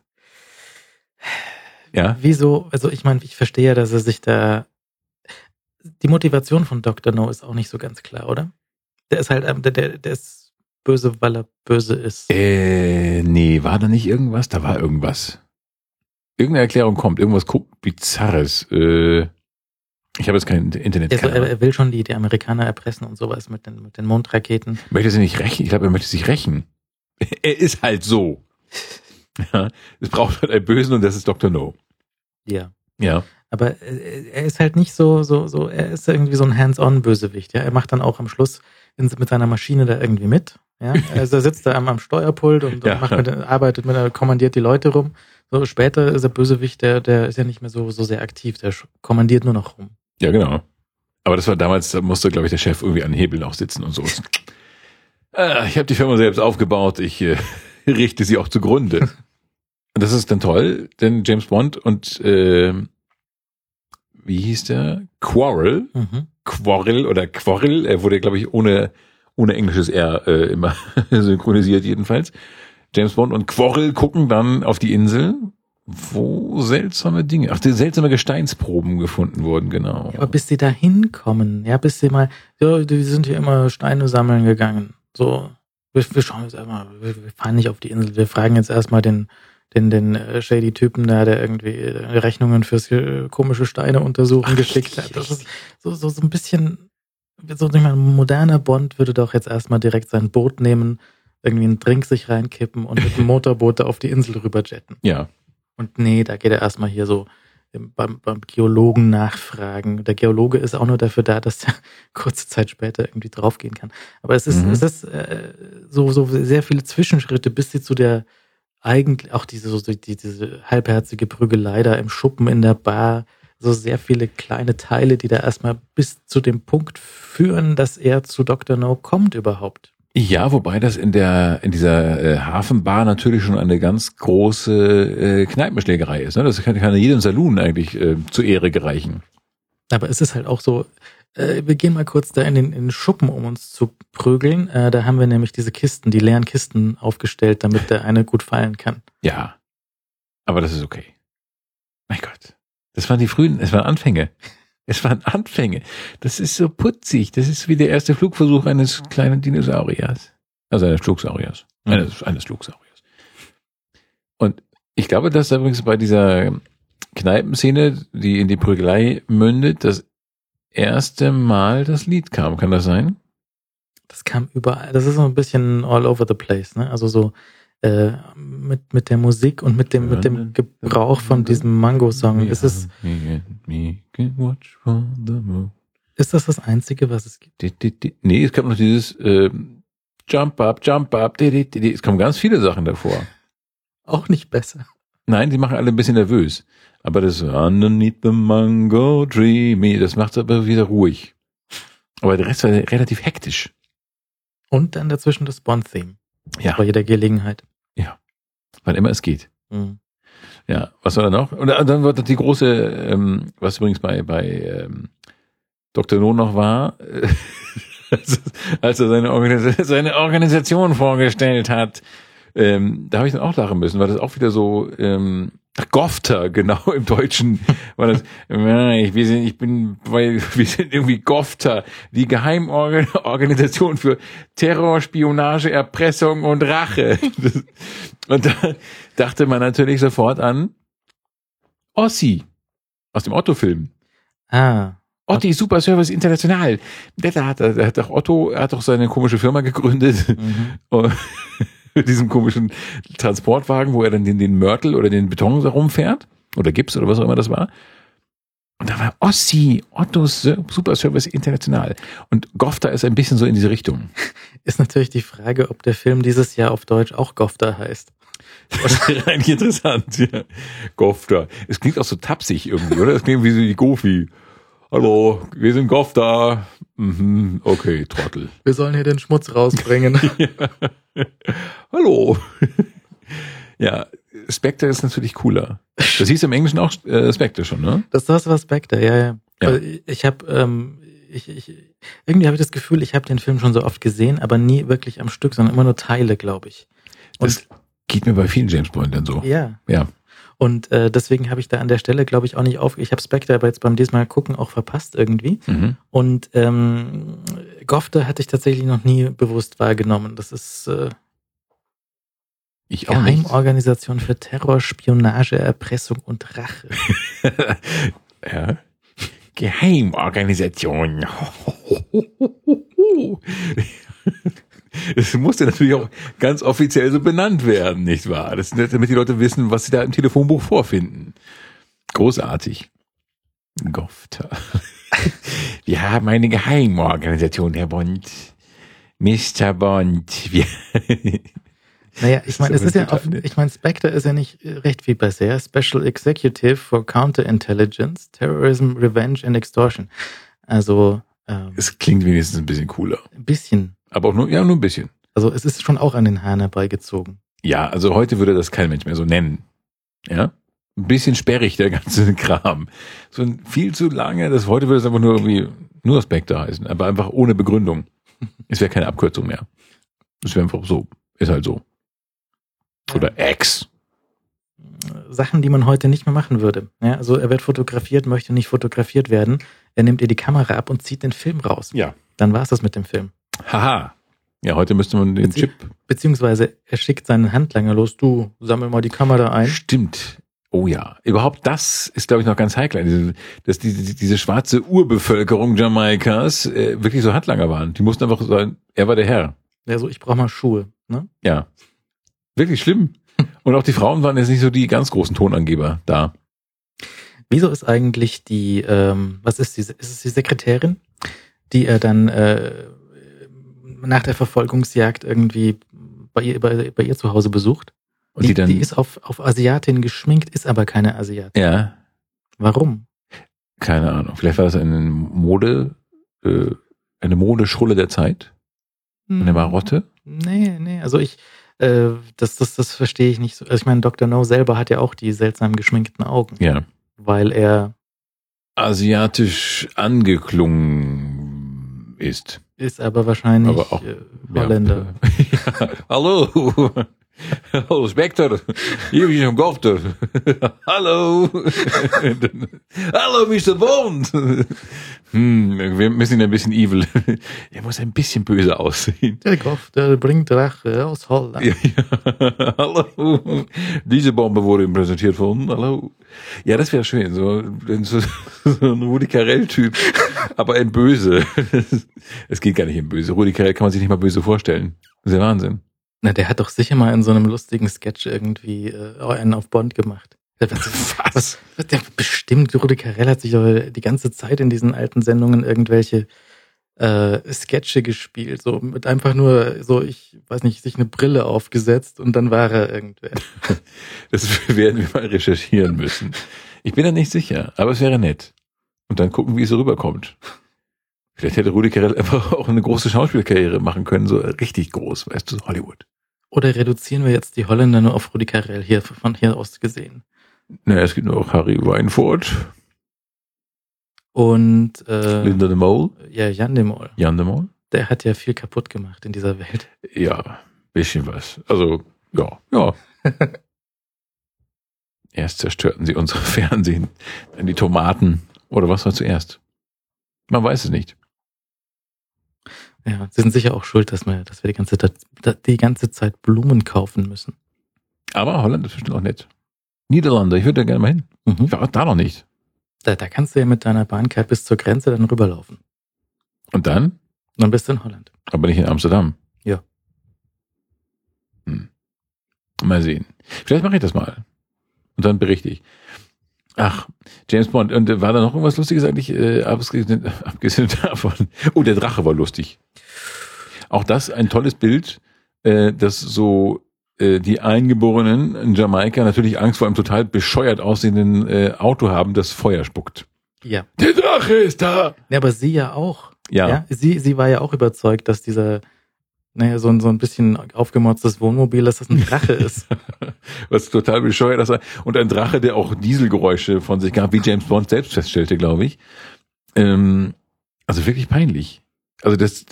Ja. Wieso? Also ich meine, ich verstehe ja, dass er sich da... Die Motivation von Dr. No ist auch nicht so ganz klar, oder? Der ist halt, der ist böse, weil er böse ist. Nee, war da nicht irgendwas? Da war irgendwas. Irgendeine Erklärung kommt, irgendwas Bizarres. Ich habe jetzt kein Internet. Also er will schon die Amerikaner erpressen und sowas mit den Mondraketen. Möchte sie nicht rächen? Ich glaube, er möchte sich rächen. Er ist halt so. Ja, es braucht halt einen Bösen und das ist Dr. No. Ja. Ja. Aber er ist halt nicht so, er ist irgendwie so ein Hands-on-Bösewicht. Ja, er macht dann auch am Schluss mit seiner Maschine da irgendwie mit. Ja, also er sitzt da am Steuerpult und Ja. kommandiert die Leute rum. So später ist der Bösewicht, der ist ja nicht mehr so sehr aktiv, der kommandiert nur noch rum. Ja, genau. Aber das war damals, da musste, glaube ich, der Chef irgendwie an Hebeln auch sitzen und so. Ich habe die Firma selbst aufgebaut, ich richte sie auch zugrunde. Und das ist dann toll, denn James Bond und wie hieß der? Quarrel. Quarrel oder Quarrel, er wurde, glaube ich, ohne englisches R immer synchronisiert jedenfalls. James Bond und Quarrel gucken dann auf die Insel, wo seltsame seltsame Gesteinsproben gefunden wurden, genau. Ja, aber bis sie da hinkommen, ja, bis sie mal, ja, die sind hier immer Steine sammeln gegangen. So, wir schauen jetzt einmal, wir fahren nicht auf die Insel, wir fragen jetzt erstmal den shady Typen da, der irgendwie Rechnungen fürs komische Steine untersuchen geschickt hat. Das ist so ein bisschen, so ein moderner Bond würde doch jetzt erstmal direkt sein Boot nehmen, irgendwie einen Drink sich reinkippen und mit dem Motorboot da auf die Insel rüber jetten. Ja. Und nee, da geht er erstmal hier so beim Geologen nachfragen. Der Geologe ist auch nur dafür da, dass der kurze Zeit später irgendwie draufgehen kann. Aber es ist so sehr viele Zwischenschritte, bis sie zu der eigentlich auch diese halbherzige Prügelei da im Schuppen in der Bar, so sehr viele kleine Teile, die da erstmal bis zu dem Punkt führen, dass er zu Dr. No kommt überhaupt. Ja, wobei das in dieser Hafenbar natürlich schon eine ganz große Kneipenschlägerei ist. Ne? Das kann jedem Saloon eigentlich zur Ehre gereichen. Aber es ist halt auch so, wir gehen mal kurz da in den Schuppen, um uns zu prügeln. Da haben wir nämlich diese Kisten, die leeren Kisten aufgestellt, damit der eine gut fallen kann. Ja, aber das ist okay. Mein Gott, es waren Anfänge. Es waren Anfänge. Das ist so putzig. Das ist wie der erste Flugversuch eines kleinen Dinosauriers. Also eines Flugsauriers. Eines Flugsauriers. Und ich glaube, dass da übrigens bei dieser Kneipenszene, die in die Prügelei mündet, das erste Mal das Lied kam. Kann das sein? Das kam überall. Das ist so ein bisschen all over the place, ne? Also so mit der Musik und mit dem Gebrauch von diesem Mango-Song. Ist das Einzige, was es gibt? Nee, es gab noch dieses Jump up, es kommen ganz viele Sachen davor. Auch nicht besser. Nein, die machen alle ein bisschen nervös. Aber das Underneath the Mango Tree, das macht es aber wieder ruhig. Aber der Rest war relativ hektisch. Und dann dazwischen das Bond-Theme. Ja. Bei jeder Gelegenheit. Ja. Wann immer es geht. Mhm. Ja, was war da noch? Und dann wird die große, was übrigens bei Dr. No noch war, als er seine Organisation vorgestellt hat, da habe ich dann auch lachen müssen, weil das auch wieder so Gofter, genau, im Deutschen war das, wir sind irgendwie Gofter, die Geheimorganisation für Terror, Spionage, Erpressung und Rache. Und da dachte man natürlich sofort an Ossi aus dem Otto-Film. Otti Super Service International. Otto hat doch seine komische Firma gegründet. Mit diesem komischen Transportwagen, wo er dann den Mörtel oder den Beton rumfährt. Oder Gips oder was auch immer das war. Und da war Ossi, Ottos Super Service International. Und Gofter ist ein bisschen so in diese Richtung. Ist natürlich die Frage, ob der Film dieses Jahr auf Deutsch auch Gofter heißt. Das wäre eigentlich interessant, ja. Gofter. Es klingt auch so tapsig irgendwie, oder? Es klingt wie so die Gofi. Hallo, wir sind Gofter. Okay, Trottel. Wir sollen hier den Schmutz rausbringen. Ja. Hallo. Ja, Spectre ist natürlich cooler. Das hieß im Englischen auch Spectre schon, ne? Das war Spectre, ja. Ich habe irgendwie habe ich das Gefühl, ich habe den Film schon so oft gesehen, aber nie wirklich am Stück, sondern immer nur Teile, glaube ich. Und das geht mir bei vielen James Bondern so. Ja. Ja. Und deswegen habe ich da an der Stelle, glaube ich, auch nicht ich habe Spectre aber jetzt beim diesmal gucken auch verpasst irgendwie. Und Gofte hatte ich tatsächlich noch nie bewusst wahrgenommen. Das ist ich auch nicht. Geheimorganisation für Terror, Spionage, Erpressung und Rache. Ja. Geheimorganisation. Es musste natürlich auch ganz offiziell so benannt werden, nicht wahr? Das ist, damit die Leute wissen, was sie da im Telefonbuch vorfinden. Großartig. Gofta. Wir haben eine Geheimorganisation, Herr Bond. Mr. Bond. Naja, ich meine, Spectre ist ja nicht recht viel besser. Special Executive for Counterintelligence, Terrorism, Revenge and Extortion. Also es klingt wenigstens ein bisschen cooler. Ein bisschen. Aber auch nur ein bisschen. Also es ist schon auch an den Haaren herbeigezogen. Ja, also heute würde das kein Mensch mehr so nennen. Ja? Ein bisschen sperrig, der ganze Kram. So ein viel zu lange, heute würde es einfach nur Spectre heißen, aber einfach ohne Begründung. Es wäre keine Abkürzung mehr. Es wäre einfach so. Ist halt so. Oder X. Sachen, die man heute nicht mehr machen würde. Ja, also er wird fotografiert, möchte nicht fotografiert werden. Er nimmt ihr die Kamera ab und zieht den Film raus. Ja. Dann war es das mit dem Film. Haha. Ja, heute müsste man den Chip... Beziehungsweise er schickt seinen Handlanger los. Du, sammel mal die Kamera ein. Stimmt. Oh ja. Überhaupt das ist, glaube ich, noch ganz heikel. Dass diese schwarze Urbevölkerung Jamaikas wirklich so Handlanger waren. Die mussten einfach sagen, er war der Herr. Ja, so, ich brauche mal Schuhe. Ne? Ja. Wirklich schlimm. Und auch die Frauen waren jetzt nicht so die ganz großen Tonangeber da. Wieso ist eigentlich die, was ist diese? Ist es die Sekretärin, die er dann nach der Verfolgungsjagd irgendwie bei ihr zu Hause besucht? Und die ist auf Asiatin geschminkt, ist aber keine Asiatin. Ja. Warum? Keine Ahnung. Vielleicht war das eine Modeschrulle der Zeit? Eine Marotte? Nee. Also das verstehe ich nicht so. Also ich meine, Dr. No selber hat ja auch die seltsam geschminkten Augen. Ja. Weil er asiatisch angeklungen ist. Ist aber wahrscheinlich aber auch, Holländer. Ja. Hallo. Hallo Spectre. Hier bin ich am Gofter. Hallo. Hallo Mr. Bond. Wir müssen ihn ein bisschen evil. Er muss ein bisschen böse aussehen. Der Gofter bringt Rache aus Holland. Ja. Hallo. Diese Bombe wurde ihm präsentiert von. Hallo. Ja, das wäre schön. So ein Rudi Carrell-Typ. Aber ein Böse. Es geht gar nicht im Böse. Rudi Carrell kann man sich nicht mal böse vorstellen. Das ist ja Wahnsinn. Na, der hat doch sicher mal in so einem lustigen Sketch irgendwie einen auf Bond gemacht. Was? Der bestimmt, Rudi Carrell hat sich doch die ganze Zeit in diesen alten Sendungen irgendwelche Sketche gespielt, so mit einfach nur so, ich weiß nicht, sich eine Brille aufgesetzt und dann war er irgendwer. Das werden wir mal recherchieren müssen. Ich bin da nicht sicher, aber es wäre nett. Und dann gucken, wie es so rüberkommt. Vielleicht hätte Rudi Carrell einfach auch eine große Schauspielkarriere machen können, so richtig groß, weißt du, Hollywood. Oder reduzieren wir jetzt die Holländer nur auf Rudi Carrell hier von hier aus gesehen? Naja, es gibt nur auch Harry Weinfurt. Und Linda de Mol. Ja, Jan de Mol. Jan de Mol. Der hat ja viel kaputt gemacht in dieser Welt. Ja, bisschen was. Also, ja. Erst zerstörten sie unsere Fernsehen, dann die Tomaten. Oder was war zuerst? Man weiß es nicht. Ja, sie sind sicher auch schuld, dass wir die ganze Zeit Blumen kaufen müssen. Aber Holland ist bestimmt auch nett. Niederlande, ich würde da gerne mal hin. Ich war auch da noch nicht. Da kannst du ja mit deiner Bahncard bis zur Grenze dann rüberlaufen. Und dann? Dann bist du in Holland. Aber nicht in Amsterdam. Ja. Mal sehen. Vielleicht mache ich das mal. Und dann berichte ich. Ach, James Bond. Und war da noch irgendwas Lustiges eigentlich, abgesehen davon? Oh, der Drache war lustig. Auch das ein tolles Bild, das so die Eingeborenen in Jamaika natürlich Angst vor einem total bescheuert aussehenden Auto haben, das Feuer spuckt. Ja. Der Drache ist da! Ja, aber sie ja auch. Ja, sie war ja auch überzeugt, dass dieser, so ein bisschen aufgemotztes Wohnmobil, dass das ein Drache ist. Was total bescheuert ist. Und ein Drache, der auch Dieselgeräusche von sich gab, wie James Bond selbst feststellte, glaube ich. Also wirklich peinlich. Also das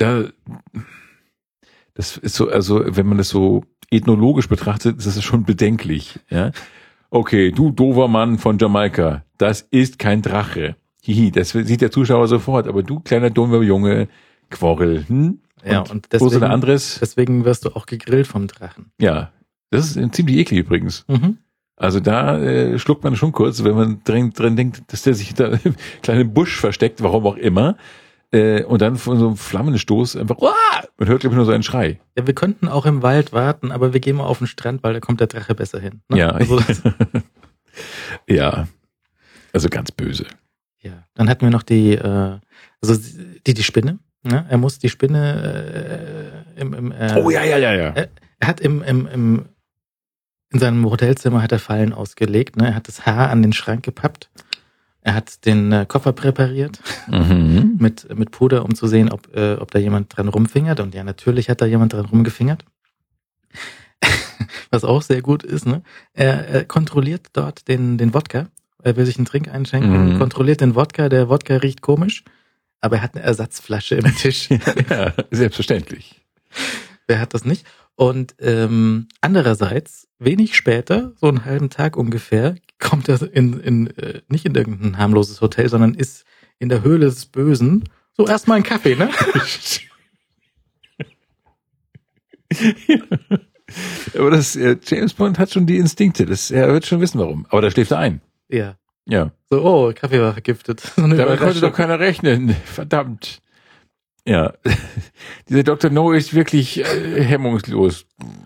ist so, also wenn man das so ethnologisch betrachtet, ist das schon bedenklich. Ja? Okay, du doofer Mann von Jamaika, das ist kein Drache. Hihi, das sieht der Zuschauer sofort, aber du kleiner dummer Junge, Quarrel. Ja, und deswegen wirst du auch gegrillt vom Drachen. Ja, das ist ziemlich eklig übrigens. Mhm. Also da schluckt man schon kurz, wenn man drin denkt, dass der sich da im kleinen Busch versteckt, warum auch immer. Und dann von so einem Flammenstoß einfach, man hört, glaube ich, nur so einen Schrei. Ja, wir könnten auch im Wald warten, aber wir gehen mal auf den Strand, weil da kommt der Drache besser hin. Ne? Ja. Also, ja. Also ganz böse. Ja. Dann hatten wir noch die Spinne. Ne? Er muss die Spinne oh ja. Er hat in seinem Hotelzimmer hat er Fallen ausgelegt. Ne? Er hat das Haar an den Schrank gepappt. Er hat den Koffer präpariert mit Puder, um zu sehen, ob da jemand dran rumfingert. Und ja, natürlich hat da jemand dran rumgefingert. Was auch sehr gut ist, ne? Er kontrolliert dort den Wodka. Er will sich einen Trink einschenken, kontrolliert den Wodka. Der Wodka riecht komisch, aber er hat eine Ersatzflasche im Tisch. Ja, selbstverständlich. Wer hat das nicht? Und andererseits, wenig später, so einen halben Tag ungefähr, kommt er nicht in irgendein harmloses Hotel, sondern ist in der Höhle des Bösen. So, erstmal einen Kaffee, ne? Ja. Aber James Bond hat schon die Instinkte. Er wird schon wissen, warum. Aber da schläft er ein. Ja. Ja. So, Kaffee war vergiftet. Damit konnte doch keiner rechnen. Verdammt. Ja. Dieser Dr. No ist wirklich hemmungslos.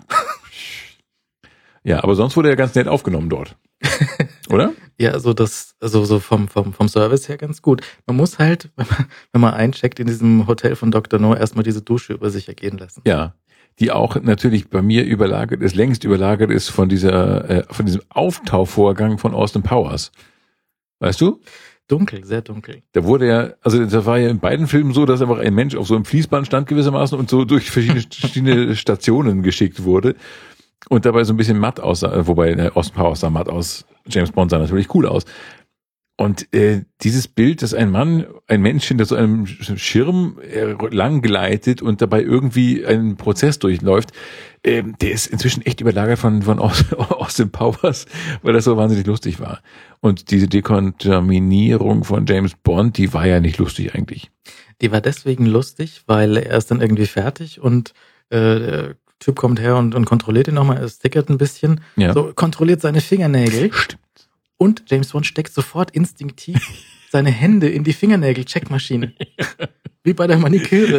Ja, aber sonst wurde er ganz nett aufgenommen dort. Oder? Ja, also so vom Service her ganz gut. Man muss halt, wenn man eincheckt in diesem Hotel von Dr. No, erstmal diese Dusche über sich ergehen lassen. Ja. Die auch natürlich bei mir längst überlagert ist von diesem Auftauvorgang von Austin Powers. Weißt du? Dunkel, sehr dunkel. Da wurde das war ja in beiden Filmen so, dass einfach ein Mensch auf so einem Fließband stand gewissermaßen und so durch verschiedene Stationen geschickt wurde und dabei so ein bisschen matt aussah, wobei Austin Powers sah matt aus, James Bond sah natürlich cool aus. Und dieses Bild, dass ein Mensch hinter so einem Schirm lang gleitet und dabei irgendwie einen Prozess durchläuft, der ist inzwischen echt überlagert von Austin Powers, weil das so wahnsinnig lustig war. Und diese Dekontaminierung von James Bond, die war ja nicht lustig eigentlich. Die war deswegen lustig, weil er ist dann irgendwie fertig und der Typ kommt her und kontrolliert ihn nochmal, er stickert ein bisschen, so kontrolliert seine Fingernägel. Stimmt. Und James Bond steckt sofort instinktiv seine Hände in die Fingernägel-Checkmaschine. Wie bei der Maniküre.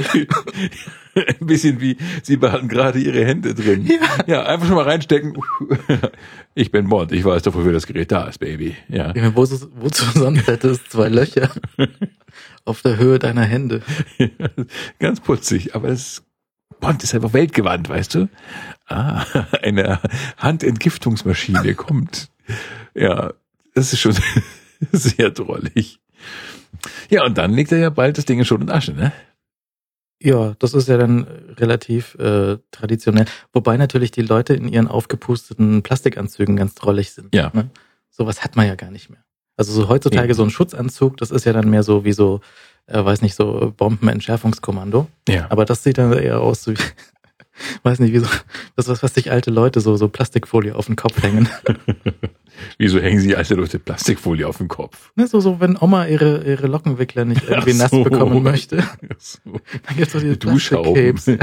Ein bisschen wie, sie behalten gerade ihre Hände drin. Ja, einfach schon mal reinstecken. Ich bin Bond, ich weiß doch, wofür das Gerät da ist, Baby. Ja. Wozu sonst hätte es 2 Löcher auf der Höhe deiner Hände. Ganz putzig, aber Bond ist einfach weltgewandt, weißt du? Eine Handentgiftungsmaschine kommt. Ja, das ist schon sehr drollig. Ja, und dann liegt er ja bald das Ding in Schutt und Asche, ne? Ja, das ist ja dann relativ traditionell. Wobei natürlich die Leute in ihren aufgepusteten Plastikanzügen ganz drollig sind. Ja. Ne? Sowas hat man ja gar nicht mehr. Also so heutzutage so ein Schutzanzug, das ist ja dann mehr so wie so, so Bombenentschärfungskommando. Ja. Aber das sieht dann eher aus wie, weiß nicht, wie so, das was sich alte Leute so Plastikfolie auf den Kopf hängen. Wieso hängen sie alte Leute Plastikfolie auf den Kopf? Ne, so wenn Oma ihre Lockenwickler nicht irgendwie nass bekommen möchte. So. Dann gibt's doch diese Duschhauben.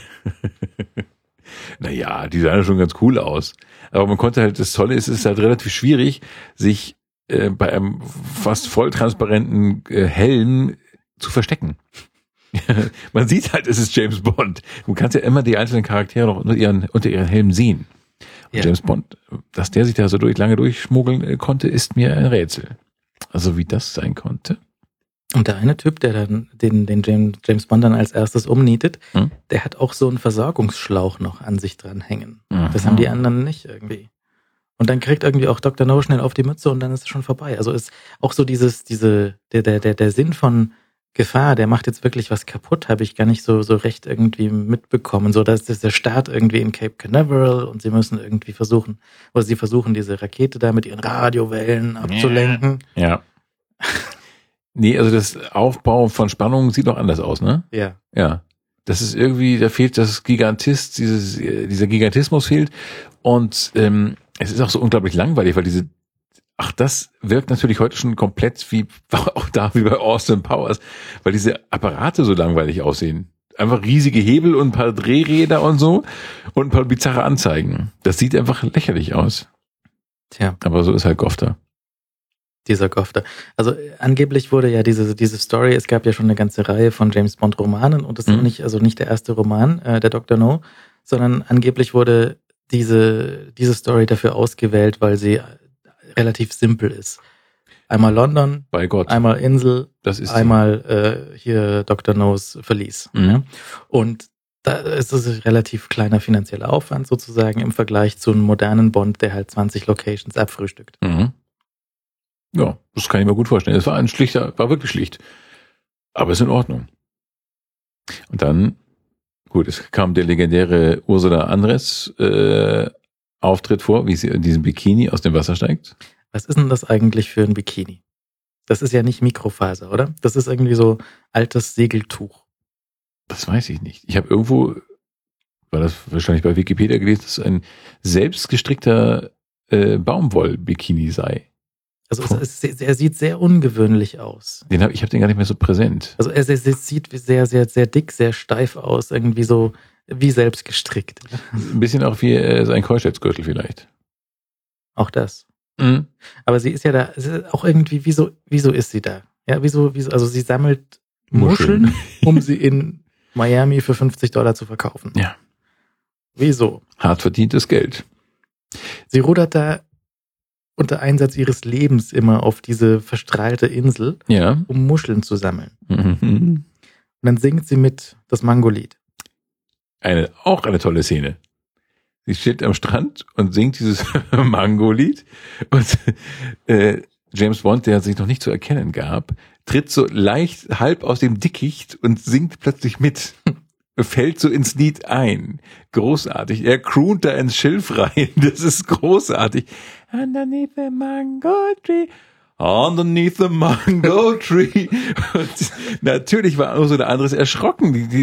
Naja, die sahen schon ganz cool aus. Aber man konnte halt, das Tolle ist, es ist halt relativ schwierig, sich bei einem fast volltransparenten Helm zu verstecken. Man sieht halt, es ist James Bond. Du kannst ja immer die einzelnen Charaktere noch unter ihren Helmen sehen. Und James Bond, dass der sich da so lange durchschmuggeln konnte, ist mir ein Rätsel. Also wie das sein konnte. Und der eine Typ, der dann den James Bond dann als erstes umnietet, der hat auch so einen Versorgungsschlauch noch an sich dran hängen. Das haben die anderen nicht irgendwie. Und dann kriegt irgendwie auch Dr. No schnell auf die Mütze und dann ist es schon vorbei. Also ist auch so der Sinn von Gefahr, der macht jetzt wirklich was kaputt, habe ich gar nicht so recht irgendwie mitbekommen. So, dass der Start irgendwie in Cape Canaveral und sie müssen irgendwie versuchen diese Rakete da mit ihren Radiowellen abzulenken. Ja. Nee, also das Aufbau von Spannungen sieht doch anders aus, ne? Ja. Ja. Das ist irgendwie, da fehlt dieser Gigantismus fehlt. Und es ist auch so unglaublich langweilig, weil das wirkt natürlich heute schon komplett wie bei Austin Powers, weil diese Apparate so langweilig aussehen. Einfach riesige Hebel und ein paar Drehräder und so und ein paar bizarre Anzeigen. Das sieht einfach lächerlich aus. Tja. Aber so ist halt Gofter. Dieser Gofter. Also angeblich wurde ja diese Story, es gab ja schon eine ganze Reihe von James Bond Romanen und das ist nicht der erste Roman, der Dr. No, sondern angeblich wurde diese Story dafür ausgewählt, weil sie relativ simpel ist. Einmal London, bei Gott. Einmal Insel, einmal hier Dr. No's Verlies. Ja? Und da ist es ein relativ kleiner finanzieller Aufwand sozusagen im Vergleich zu einem modernen Bond, der halt 20 Locations abfrühstückt. Mhm. Ja, das kann ich mir gut vorstellen. Es war war wirklich schlicht. Aber ist in Ordnung. Und dann, gut, es kam der legendäre Ursula Andress Auftritt vor, wie sie in diesem Bikini aus dem Wasser steigt. Was ist denn das eigentlich für ein Bikini? Das ist ja nicht Mikrofaser, oder? Das ist irgendwie so altes Segeltuch. Das weiß ich nicht. Ich habe irgendwo, war das wahrscheinlich bei Wikipedia gelesen, dass es ein selbstgestrickter Baumwoll-Bikini sei. Also er sieht sehr ungewöhnlich aus. Ich habe den gar nicht mehr so präsent. Also er sieht sehr, sehr, sehr dick, sehr steif aus, irgendwie so wie selbst gestrickt. Ein bisschen auch wie sein Keuschheitsgürtel vielleicht. Auch das. Mhm. Aber sie ist ja da, auch irgendwie, wieso ist sie da? Ja, wieso, also sie sammelt Muscheln, um sie in Miami für $50 zu verkaufen. Ja. Wieso? Hart verdientes Geld. Sie rudert da unter Einsatz ihres Lebens immer auf diese verstrahlte Insel, um Muscheln zu sammeln. Mhm. Und dann singt sie mit das Mangolied. Auch eine tolle Szene. Sie steht am Strand und singt dieses Mangolied und James Bond, der sich noch nicht zu erkennen gab, tritt so leicht halb aus dem Dickicht und singt plötzlich mit. Fällt so ins Lied ein. Großartig. Er croont da ins Schilf rein. Das ist großartig. Underneath the mango tree. Underneath the mango tree. Und natürlich war Ursula Andress erschrocken. Die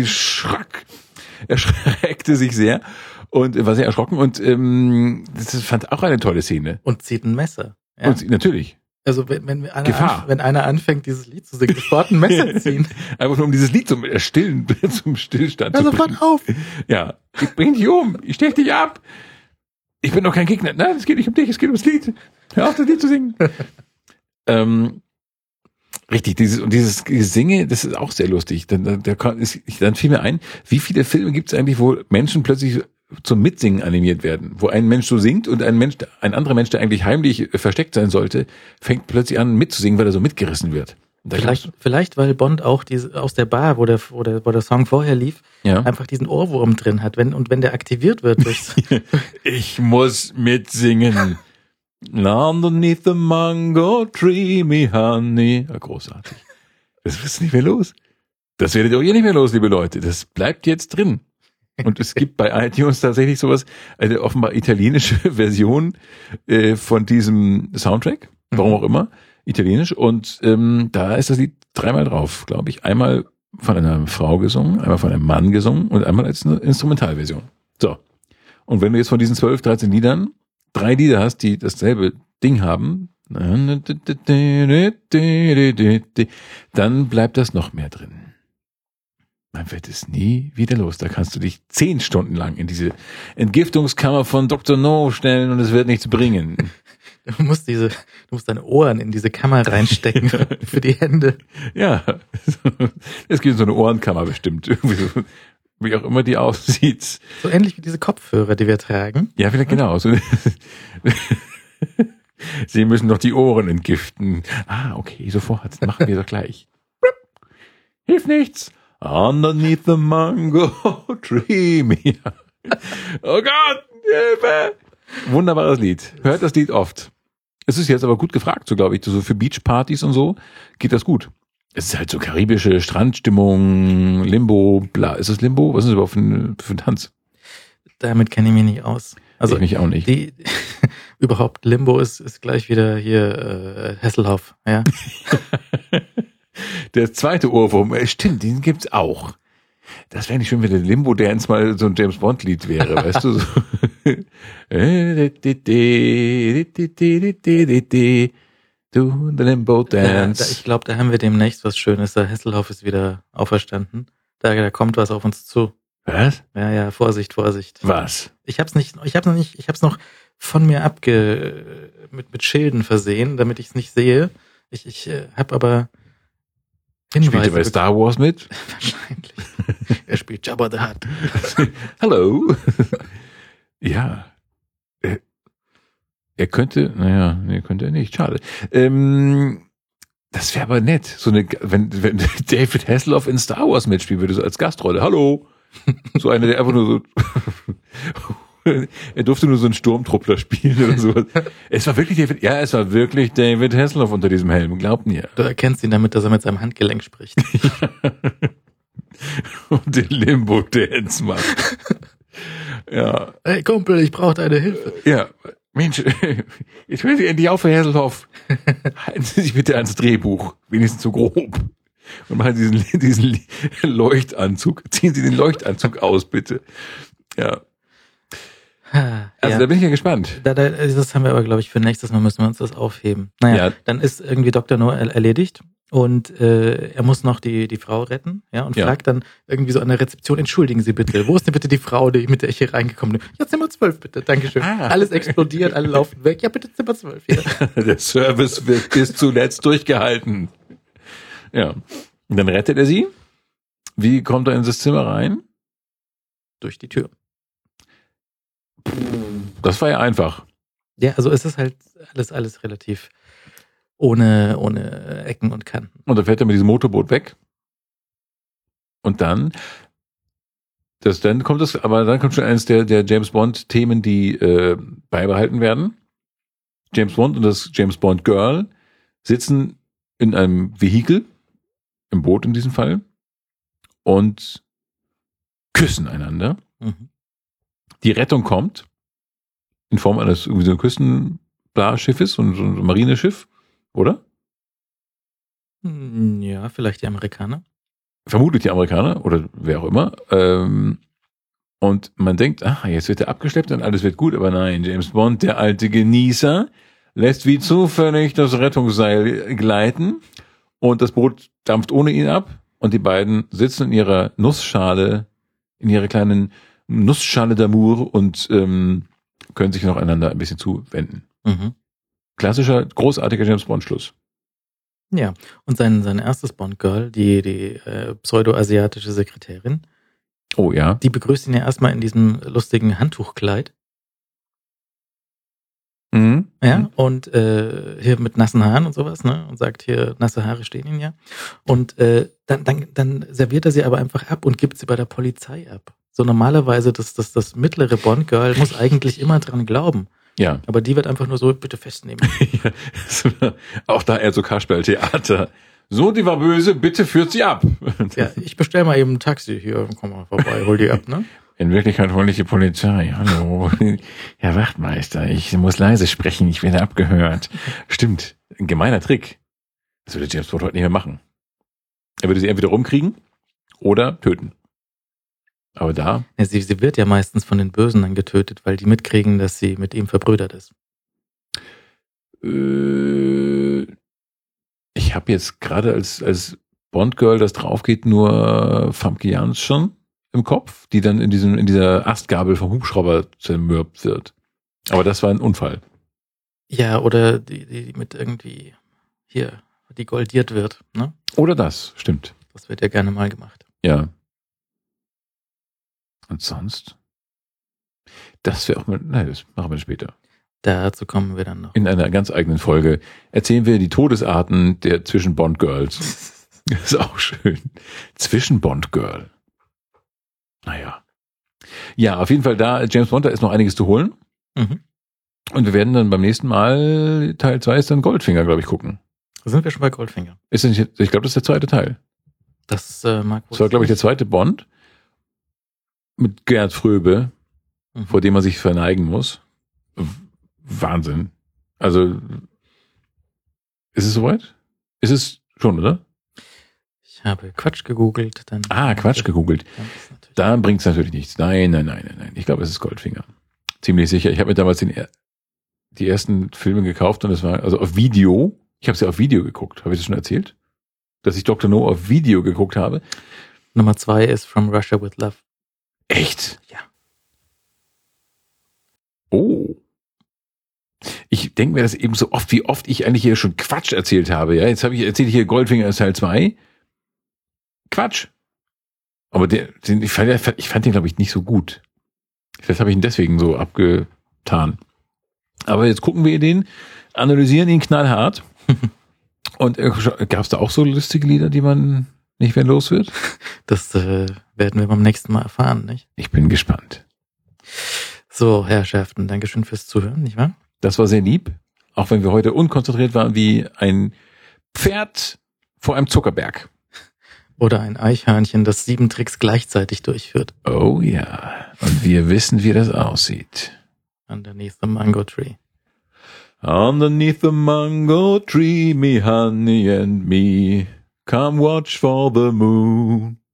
erschreckte sich sehr und war sehr erschrocken und das fand auch eine tolle Szene. Und zieht ein Messer. Ja? Und natürlich. Also wenn einer anfängt, dieses Lied zu singen, sofort ein Messer ziehen. Einfach nur um dieses Lied zum Stillstand zu bringen. Sofort auf. Ja, ich bring dich um, ich stech dich ab. Ich bin doch kein Gegner. Nein, es geht nicht um dich, es geht ums Lied. Hör auf, das Lied zu singen. Richtig, dieses Gesinge, das ist auch sehr lustig. Dann fiel mir ein, wie viele Filme gibt es eigentlich, wo Menschen plötzlich zum Mitsingen animiert werden, wo ein Mensch so singt und ein anderer Mensch, der eigentlich heimlich versteckt sein sollte, fängt plötzlich an mitzusingen, weil er so mitgerissen wird. Vielleicht, weil Bond auch aus der Bar, wo der Song vorher lief, einfach diesen Ohrwurm drin hat. Wenn der aktiviert wird. Ich muss mitsingen. Underneath the mango tree, me honey. Ja, großartig. Das ist nicht mehr los. Das werdet ihr auch hier nicht mehr los, liebe Leute. Das bleibt jetzt drin. Und es gibt bei iTunes tatsächlich sowas, eine offenbar italienische Version von diesem Soundtrack, warum auch immer, italienisch. Und da ist das Lied 3-mal drauf, glaube ich. Einmal von einer Frau gesungen, einmal von einem Mann gesungen und einmal als eine Instrumentalversion. So. Und wenn du jetzt von diesen 12, 13 Liedern 3 Lieder hast, die dasselbe Ding haben, dann bleibt das noch mehr drin. Man wird es nie wieder los. Da kannst du dich 10 Stunden lang in diese Entgiftungskammer von Dr. No stellen und es wird nichts bringen. Du musst deine Ohren in diese Kammer reinstecken für die Hände. Ja, es gibt so eine Ohrenkammer bestimmt. Irgendwie so, wie auch immer die aussieht. So ähnlich wie diese Kopfhörer, die wir tragen. Ja, vielleicht genau. So. Sie müssen doch die Ohren entgiften. Ah, okay, sofort. Machen wir doch gleich. Hilft nichts. Underneath the mango tree. Oh Gott, Hilfe! Wunderbares Lied. Hört das Lied oft. Es ist jetzt aber gut gefragt, so glaube ich. So für Beachpartys und so geht das gut. Es ist halt so karibische Strandstimmung, Limbo, bla. Ist das Limbo? Was ist das überhaupt für ein Tanz? Damit kenne ich mich nicht aus. Also ich mich auch nicht. Überhaupt Limbo ist gleich wieder hier Hasselhoff, ja. Der zweite Ohrwurm, stimmt, den gibt's auch. Das wäre nicht schön, wenn der Limbo-Dance mal so ein James-Bond-Lied wäre, weißt du? So. Do the Limbo-Dance. Ich glaube, da haben wir demnächst was Schönes. Der Hasselhoff ist wieder auferstanden. Da kommt was auf uns zu. Was? Ja, Vorsicht. Was? Ich hab's noch von mir mit Schilden versehen, damit ich es nicht sehe. Ich habe aber Hinweise. Spielt er bei Star Wars mit? Wahrscheinlich. Er spielt Jabba the Hutt. Hallo. Ja. Er könnte, könnte er nicht. Schade. Das wäre aber nett. Wenn David Hasselhoff in Star Wars mitspielen würde, so als Gastrolle. Hallo. So einer, der einfach nur so er durfte nur so einen Sturmtruppler spielen oder sowas. Es war wirklich David Hasselhoff unter diesem Helm, glaubt mir. Du erkennst ihn damit, dass er mit seinem Handgelenk spricht. Und den Limbo-Dance macht. Ja. Hey Kumpel, ich brauche deine Hilfe. Ja, Mensch, jetzt hören Sie endlich auf, Herr Hasselhoff. Halten Sie sich bitte ans Drehbuch, wenigstens so grob. Und machen diesen Leuchtanzug. Ziehen Sie den Leuchtanzug aus, bitte. Ja. Also da bin ich ja gespannt. Das haben wir aber, glaube ich, für nächstes Mal müssen wir uns das aufheben. Naja, Dann ist irgendwie Dr. No erledigt und er muss noch die Frau retten, ja, und fragt dann irgendwie so an der Rezeption, entschuldigen Sie bitte, wo ist denn bitte die Frau, mit der ich hier reingekommen bin? Ja, Zimmer 12 bitte, Dankeschön. Alles explodiert, alle laufen weg. Ja, bitte Zimmer 12. Ja. Der Service wird bis zuletzt durchgehalten. Ja. Und dann rettet er sie. Wie kommt er in das Zimmer rein? Durch die Tür. Das war ja einfach. Ja, also es ist halt alles relativ ohne Ecken und Kanten. Und dann fährt er mit diesem Motorboot weg. Und dann kommt schon eines der James Bond Themen, die beibehalten werden. James Bond und das James Bond Girl sitzen in einem Vehikel, im Boot in diesem Fall, und küssen einander. Mhm. Die Rettung kommt in Form eines irgendwie so Küstenschiffes, so ein Marineschiff, oder? Ja, vielleicht die Amerikaner. Vermutlich die Amerikaner oder wer auch immer. Und man denkt, jetzt wird er abgeschleppt und alles wird gut, aber nein, James Bond, der alte Genießer, lässt wie zufällig das Rettungsseil gleiten und das Boot dampft ohne ihn ab und die beiden sitzen in ihrer Nussschale, in ihrer kleinen Nussschale d'Amour und können sich noch einander ein bisschen zuwenden. Mhm. Klassischer, großartiger James Bond-Schluss. Ja, und sein erstes Bond-Girl, die pseudo-asiatische Sekretärin, oh ja, die begrüßt ihn ja erstmal in diesem lustigen Handtuchkleid. Mhm. Ja, und hier mit nassen Haaren und sowas, ne? Und sagt hier, nasse Haare stehen ihm ja. Und dann serviert er sie aber einfach ab und gibt sie bei der Polizei ab. So normalerweise, das mittlere Bond-Girl muss eigentlich immer dran glauben. Ja. Aber die wird einfach nur so, bitte festnehmen. Ja, auch da eher so Kasperltheater. So, die war böse, bitte führt sie ab. Ja, ich bestell mal eben ein Taxi hier, komm mal vorbei, hol die ab, ne? In Wirklichkeit hole ich die Polizei. Hallo. Herr Wachtmeister, ich muss leise sprechen, ich werde abgehört. Stimmt, ein gemeiner Trick. Das würde James Bond heute nicht mehr machen. Er würde sie entweder rumkriegen oder töten. Aber da... Ja, sie wird ja meistens von den Bösen dann getötet, weil die mitkriegen, dass sie mit ihm verbrüdert ist. Ich habe jetzt gerade als Bond-Girl, das draufgeht, nur Famke Janssen im Kopf, die dann in dieser Astgabel vom Hubschrauber zermürbt wird. Aber das war ein Unfall. Ja, oder die mit irgendwie hier, die goldiert wird, ne? Oder das, stimmt. Das wird ja gerne mal gemacht. Ja. Und sonst? Das wäre auch mal, das machen wir später. Dazu kommen wir dann noch. In einer ganz eigenen Folge erzählen wir die Todesarten der Zwischen-Bond-Girls. Das ist auch schön. Zwischen-Bond-Girl. Naja. Ja, auf jeden Fall da, James Bond, da ist noch einiges zu holen. Mhm. Und wir werden dann beim nächsten Mal, Teil 2 ist dann Goldfinger, glaube ich, gucken. Sind wir schon bei Goldfinger? Ich glaube, das ist der zweite Teil. Das mag wohl. Das war, glaube ich, der zweite Bond mit Gerd Fröbe, vor dem man sich verneigen muss. Wahnsinn. Also, ist es soweit? Ist es schon, oder? Ich habe Quatsch gegoogelt. Quatsch gegoogelt. Da bringt es natürlich nichts. Nein. Ich glaube, es ist Goldfinger. Ziemlich sicher. Ich habe mir damals die ersten Filme gekauft und es war also auf Video. Ich habe sie auf Video geguckt. Habe ich das schon erzählt? Dass ich Dr. No auf Video geguckt habe. Nummer 2 ist From Russia with Love. Echt? Ja. Oh. Ich denke mir das eben so oft, wie oft ich eigentlich hier schon Quatsch erzählt habe. Ja, jetzt erzähle ich hier Goldfinger ist Teil 2. Quatsch. Aber ich fand den, glaube ich, nicht so gut. Vielleicht habe ich ihn deswegen so abgetan. Aber jetzt gucken wir den, analysieren ihn knallhart. Und gab es da auch so lustige Lieder, die man nicht mehr los wird? Das werden wir beim nächsten Mal erfahren, nicht? Ich bin gespannt. So, Herrschaften, Dankeschön fürs Zuhören, nicht wahr? Das war sehr lieb, auch wenn wir heute unkonzentriert waren wie ein Pferd vor einem Zuckerberg. Oder ein Eichhörnchen, das 7 Tricks gleichzeitig durchführt. Oh ja, und wir wissen, wie das aussieht. Underneath the mango tree. Underneath the mango tree, me honey and me, come watch for the moon.